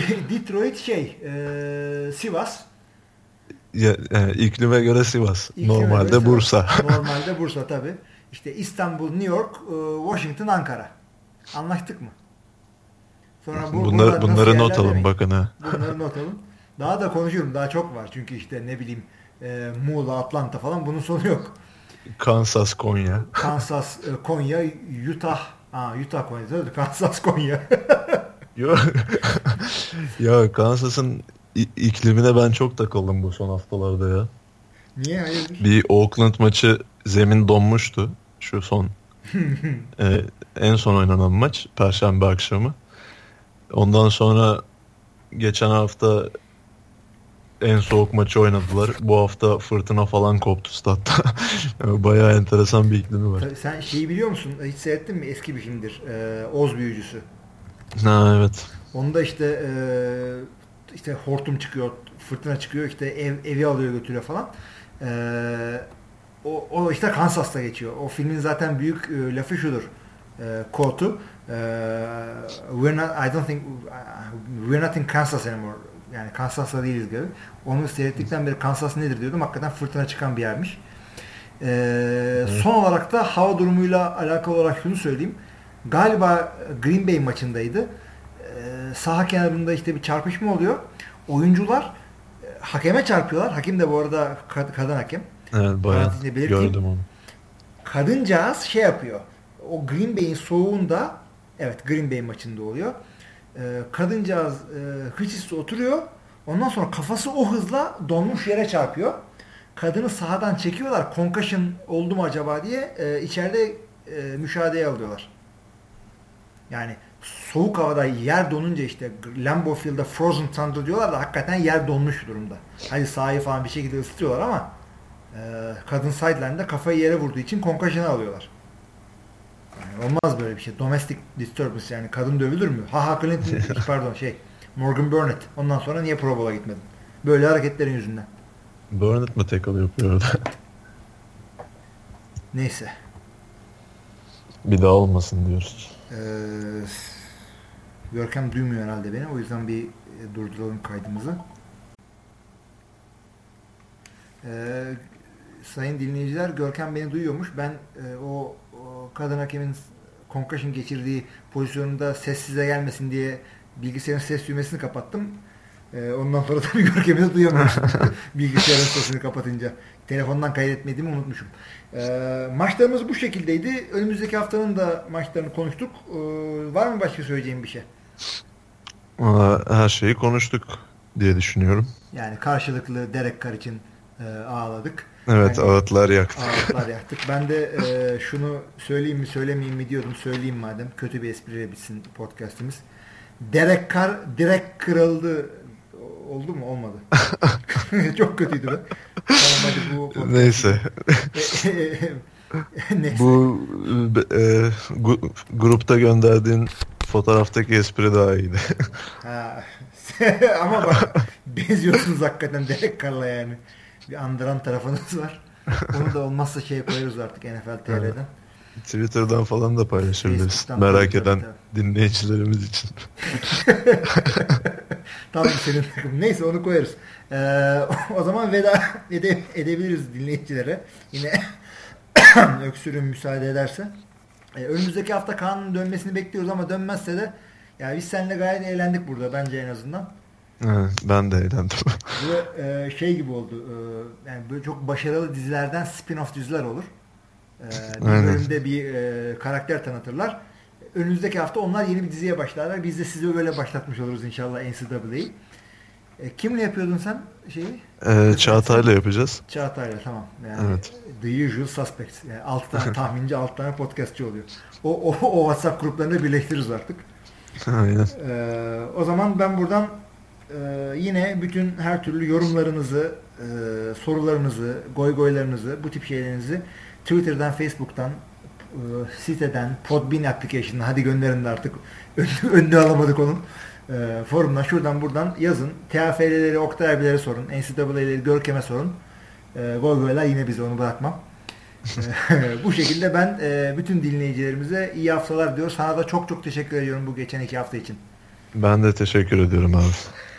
Sivas. İklime göre Sivas. Normalde Bursa. Normalde Bursa tabii. İşte İstanbul, New York, Washington, Ankara. Anlaştık mı? Sonra bunları not alın bakın ha. Bunları not alın. Daha da konuşuyorum. Daha çok var. Çünkü işte ne bileyim Muğla, Atlanta falan bunun sonu yok. Kansas, Konya. Kansas, Konya, Utah. Utah, Konya. Kansas, Konya. Ya Kansas'ın iklimine ben çok takıldım bu son haftalarda ya. Niye? Hayırdır? Bir Oakland maçı zemin donmuştu. Şu son en son oynanan maç Perşembe akşamı. Ondan sonra geçen hafta en soğuk maçı oynadılar. Bu hafta fırtına falan koptu statta. Bayağı enteresan bir iklimi var. Sen şeyi biliyor musun? Hiç seyrettin mi? Eski bir filmdir. Oz Büyücüsü. Ha evet. Onda işte hortum çıkıyor, fırtına çıkıyor, işte evi alıyor götürüyor falan. O işte Kansas'ta geçiyor. O filmin zaten büyük lafı şudur. Quote'u we're not in Kansas anymore. Yani Kansas'ta değiliz gibi. Onu seyrettikten beri Kansas nedir diyordum. Hakikaten fırtına çıkan bir yermiş. Son olarak da hava durumuyla alakalı olarak şunu söyleyeyim. Galiba Green Bay maçındaydı. Saha kenarında işte bir çarpışma oluyor. Oyuncular hakeme çarpıyorlar. Hakem de bu arada kadın hakem. Evet bayağı gördüm onu. Kadıncağız şey yapıyor. O Green Bay'in soğuğunda, evet Green Bay maçında oluyor. Kadıncağız hıçısı oturuyor. Ondan sonra kafası o hızla donmuş yere çarpıyor. Kadını sahadan çekiyorlar. Concussion oldu mu acaba diye içeride müşahedeye alıyorlar. Yani soğuk havada yer donunca işte Lambeau Field'da Frozen Thunder diyorlar da hakikaten yer donmuş durumda. Hadi sahayı falan bir şekilde ısıtıyorlar ama kadın sideline'da kafayı yere vurduğu için concussion'ı alıyorlar. Yani olmaz böyle bir şey. Domestic disturbance yani kadın dövülür mü? Clinton pardon Morgan Burnett. Ondan sonra niye Pro Bowl'a gitmedin? Böyle hareketlerin yüzünden. Burnett mi tackle yapıyor orada? Neyse. Bir daha olmasın diyoruz. Görkem duymuyor herhalde beni. O yüzden bir durduralım kaydımızı. Sayın dinleyiciler, Görkem beni duyuyormuş. Ben o kadın hakemin concussion geçirdiği pozisyonunda sessize gelmesin diye bilgisayarın ses düğmesini kapattım. Ondan sonra tabii Görkem'i de duyamıyorsun. Bilgisayarın sesini kapatınca. Telefondan kaydetmediğimi unutmuşum. Maçlarımız bu şekildeydi. Önümüzdeki haftanın da maçlarını konuştuk. Var mı başka söyleyeceğim bir şey? Her şeyi konuştuk diye düşünüyorum. Yani karşılıklı Derek Carr için ağladık. Evet, yani, ağıtlar yaktık. Ben de şunu söyleyeyim mi söylemeyeyim mi diyordum. Söyleyeyim madem. Kötü bir espriyle bitsin podcastimiz. Derek Carr direkt kırıldı. Oldu mu? Olmadı. Çok kötüydü be. Tamam, hadi bu neyse. Neyse. Bu grupta gönderdiğin fotoğraftaki espri daha iyiydi. Ama bak benziyorsunuz hakikaten Derek Carr'la yani. Bir andıran tarafınız var. Onu da olmazsa koyarız artık NFL TR'den. Twitter'dan falan da paylaşabiliriz. Facebook'tan Merak eden tabii. dinleyicilerimiz için. Tabii senin takım. Neyse onu koyarız. O zaman veda edebiliriz dinleyicilere. Yine öksürüğüm müsaade ederse. Önümüzdeki hafta Kaan'ın dönmesini bekliyoruz ama dönmezse de yani biz seninle gayet eğlendik burada bence en azından. Evet, ben de eğlendim. Ve şey gibi oldu. Yani böyle çok başarılı dizilerden spin-off diziler olur. Bir bölümde bir karakter tanıtırlar. Önümüzdeki hafta onlar yeni bir diziye başlarlar. Biz de sizi böyle başlatmış oluruz inşallah NCAA'yi. Kimle yapıyordun sen şeyi? Çağatay'la yapacağız. Çağatay'la tamam. Yani Evet. The Usual Suspects. Yani 6 tane tahminci, 6 tane podcastçı oluyor. O WhatsApp gruplarını birleştiririz artık. Aynen. O zaman ben buradan yine bütün her türlü yorumlarınızı, sorularınızı, goylarınızı, bu tip şeylerinizi Twitter'dan, Facebook'tan, siteden, Podbean application'dan hadi gönderin de artık önünü alamadık onun. Forumdan şuradan buradan yazın. TFL'leri Oktay abilere sorun. NCAA'leri Görkem'e sorun. Goylar yine bize onu bırakmam. Bu şekilde ben bütün dinleyicilerimize iyi haftalar diyor. Sana da çok çok teşekkür ediyorum bu geçen 2 hafta için. Ben de teşekkür ediyorum abi.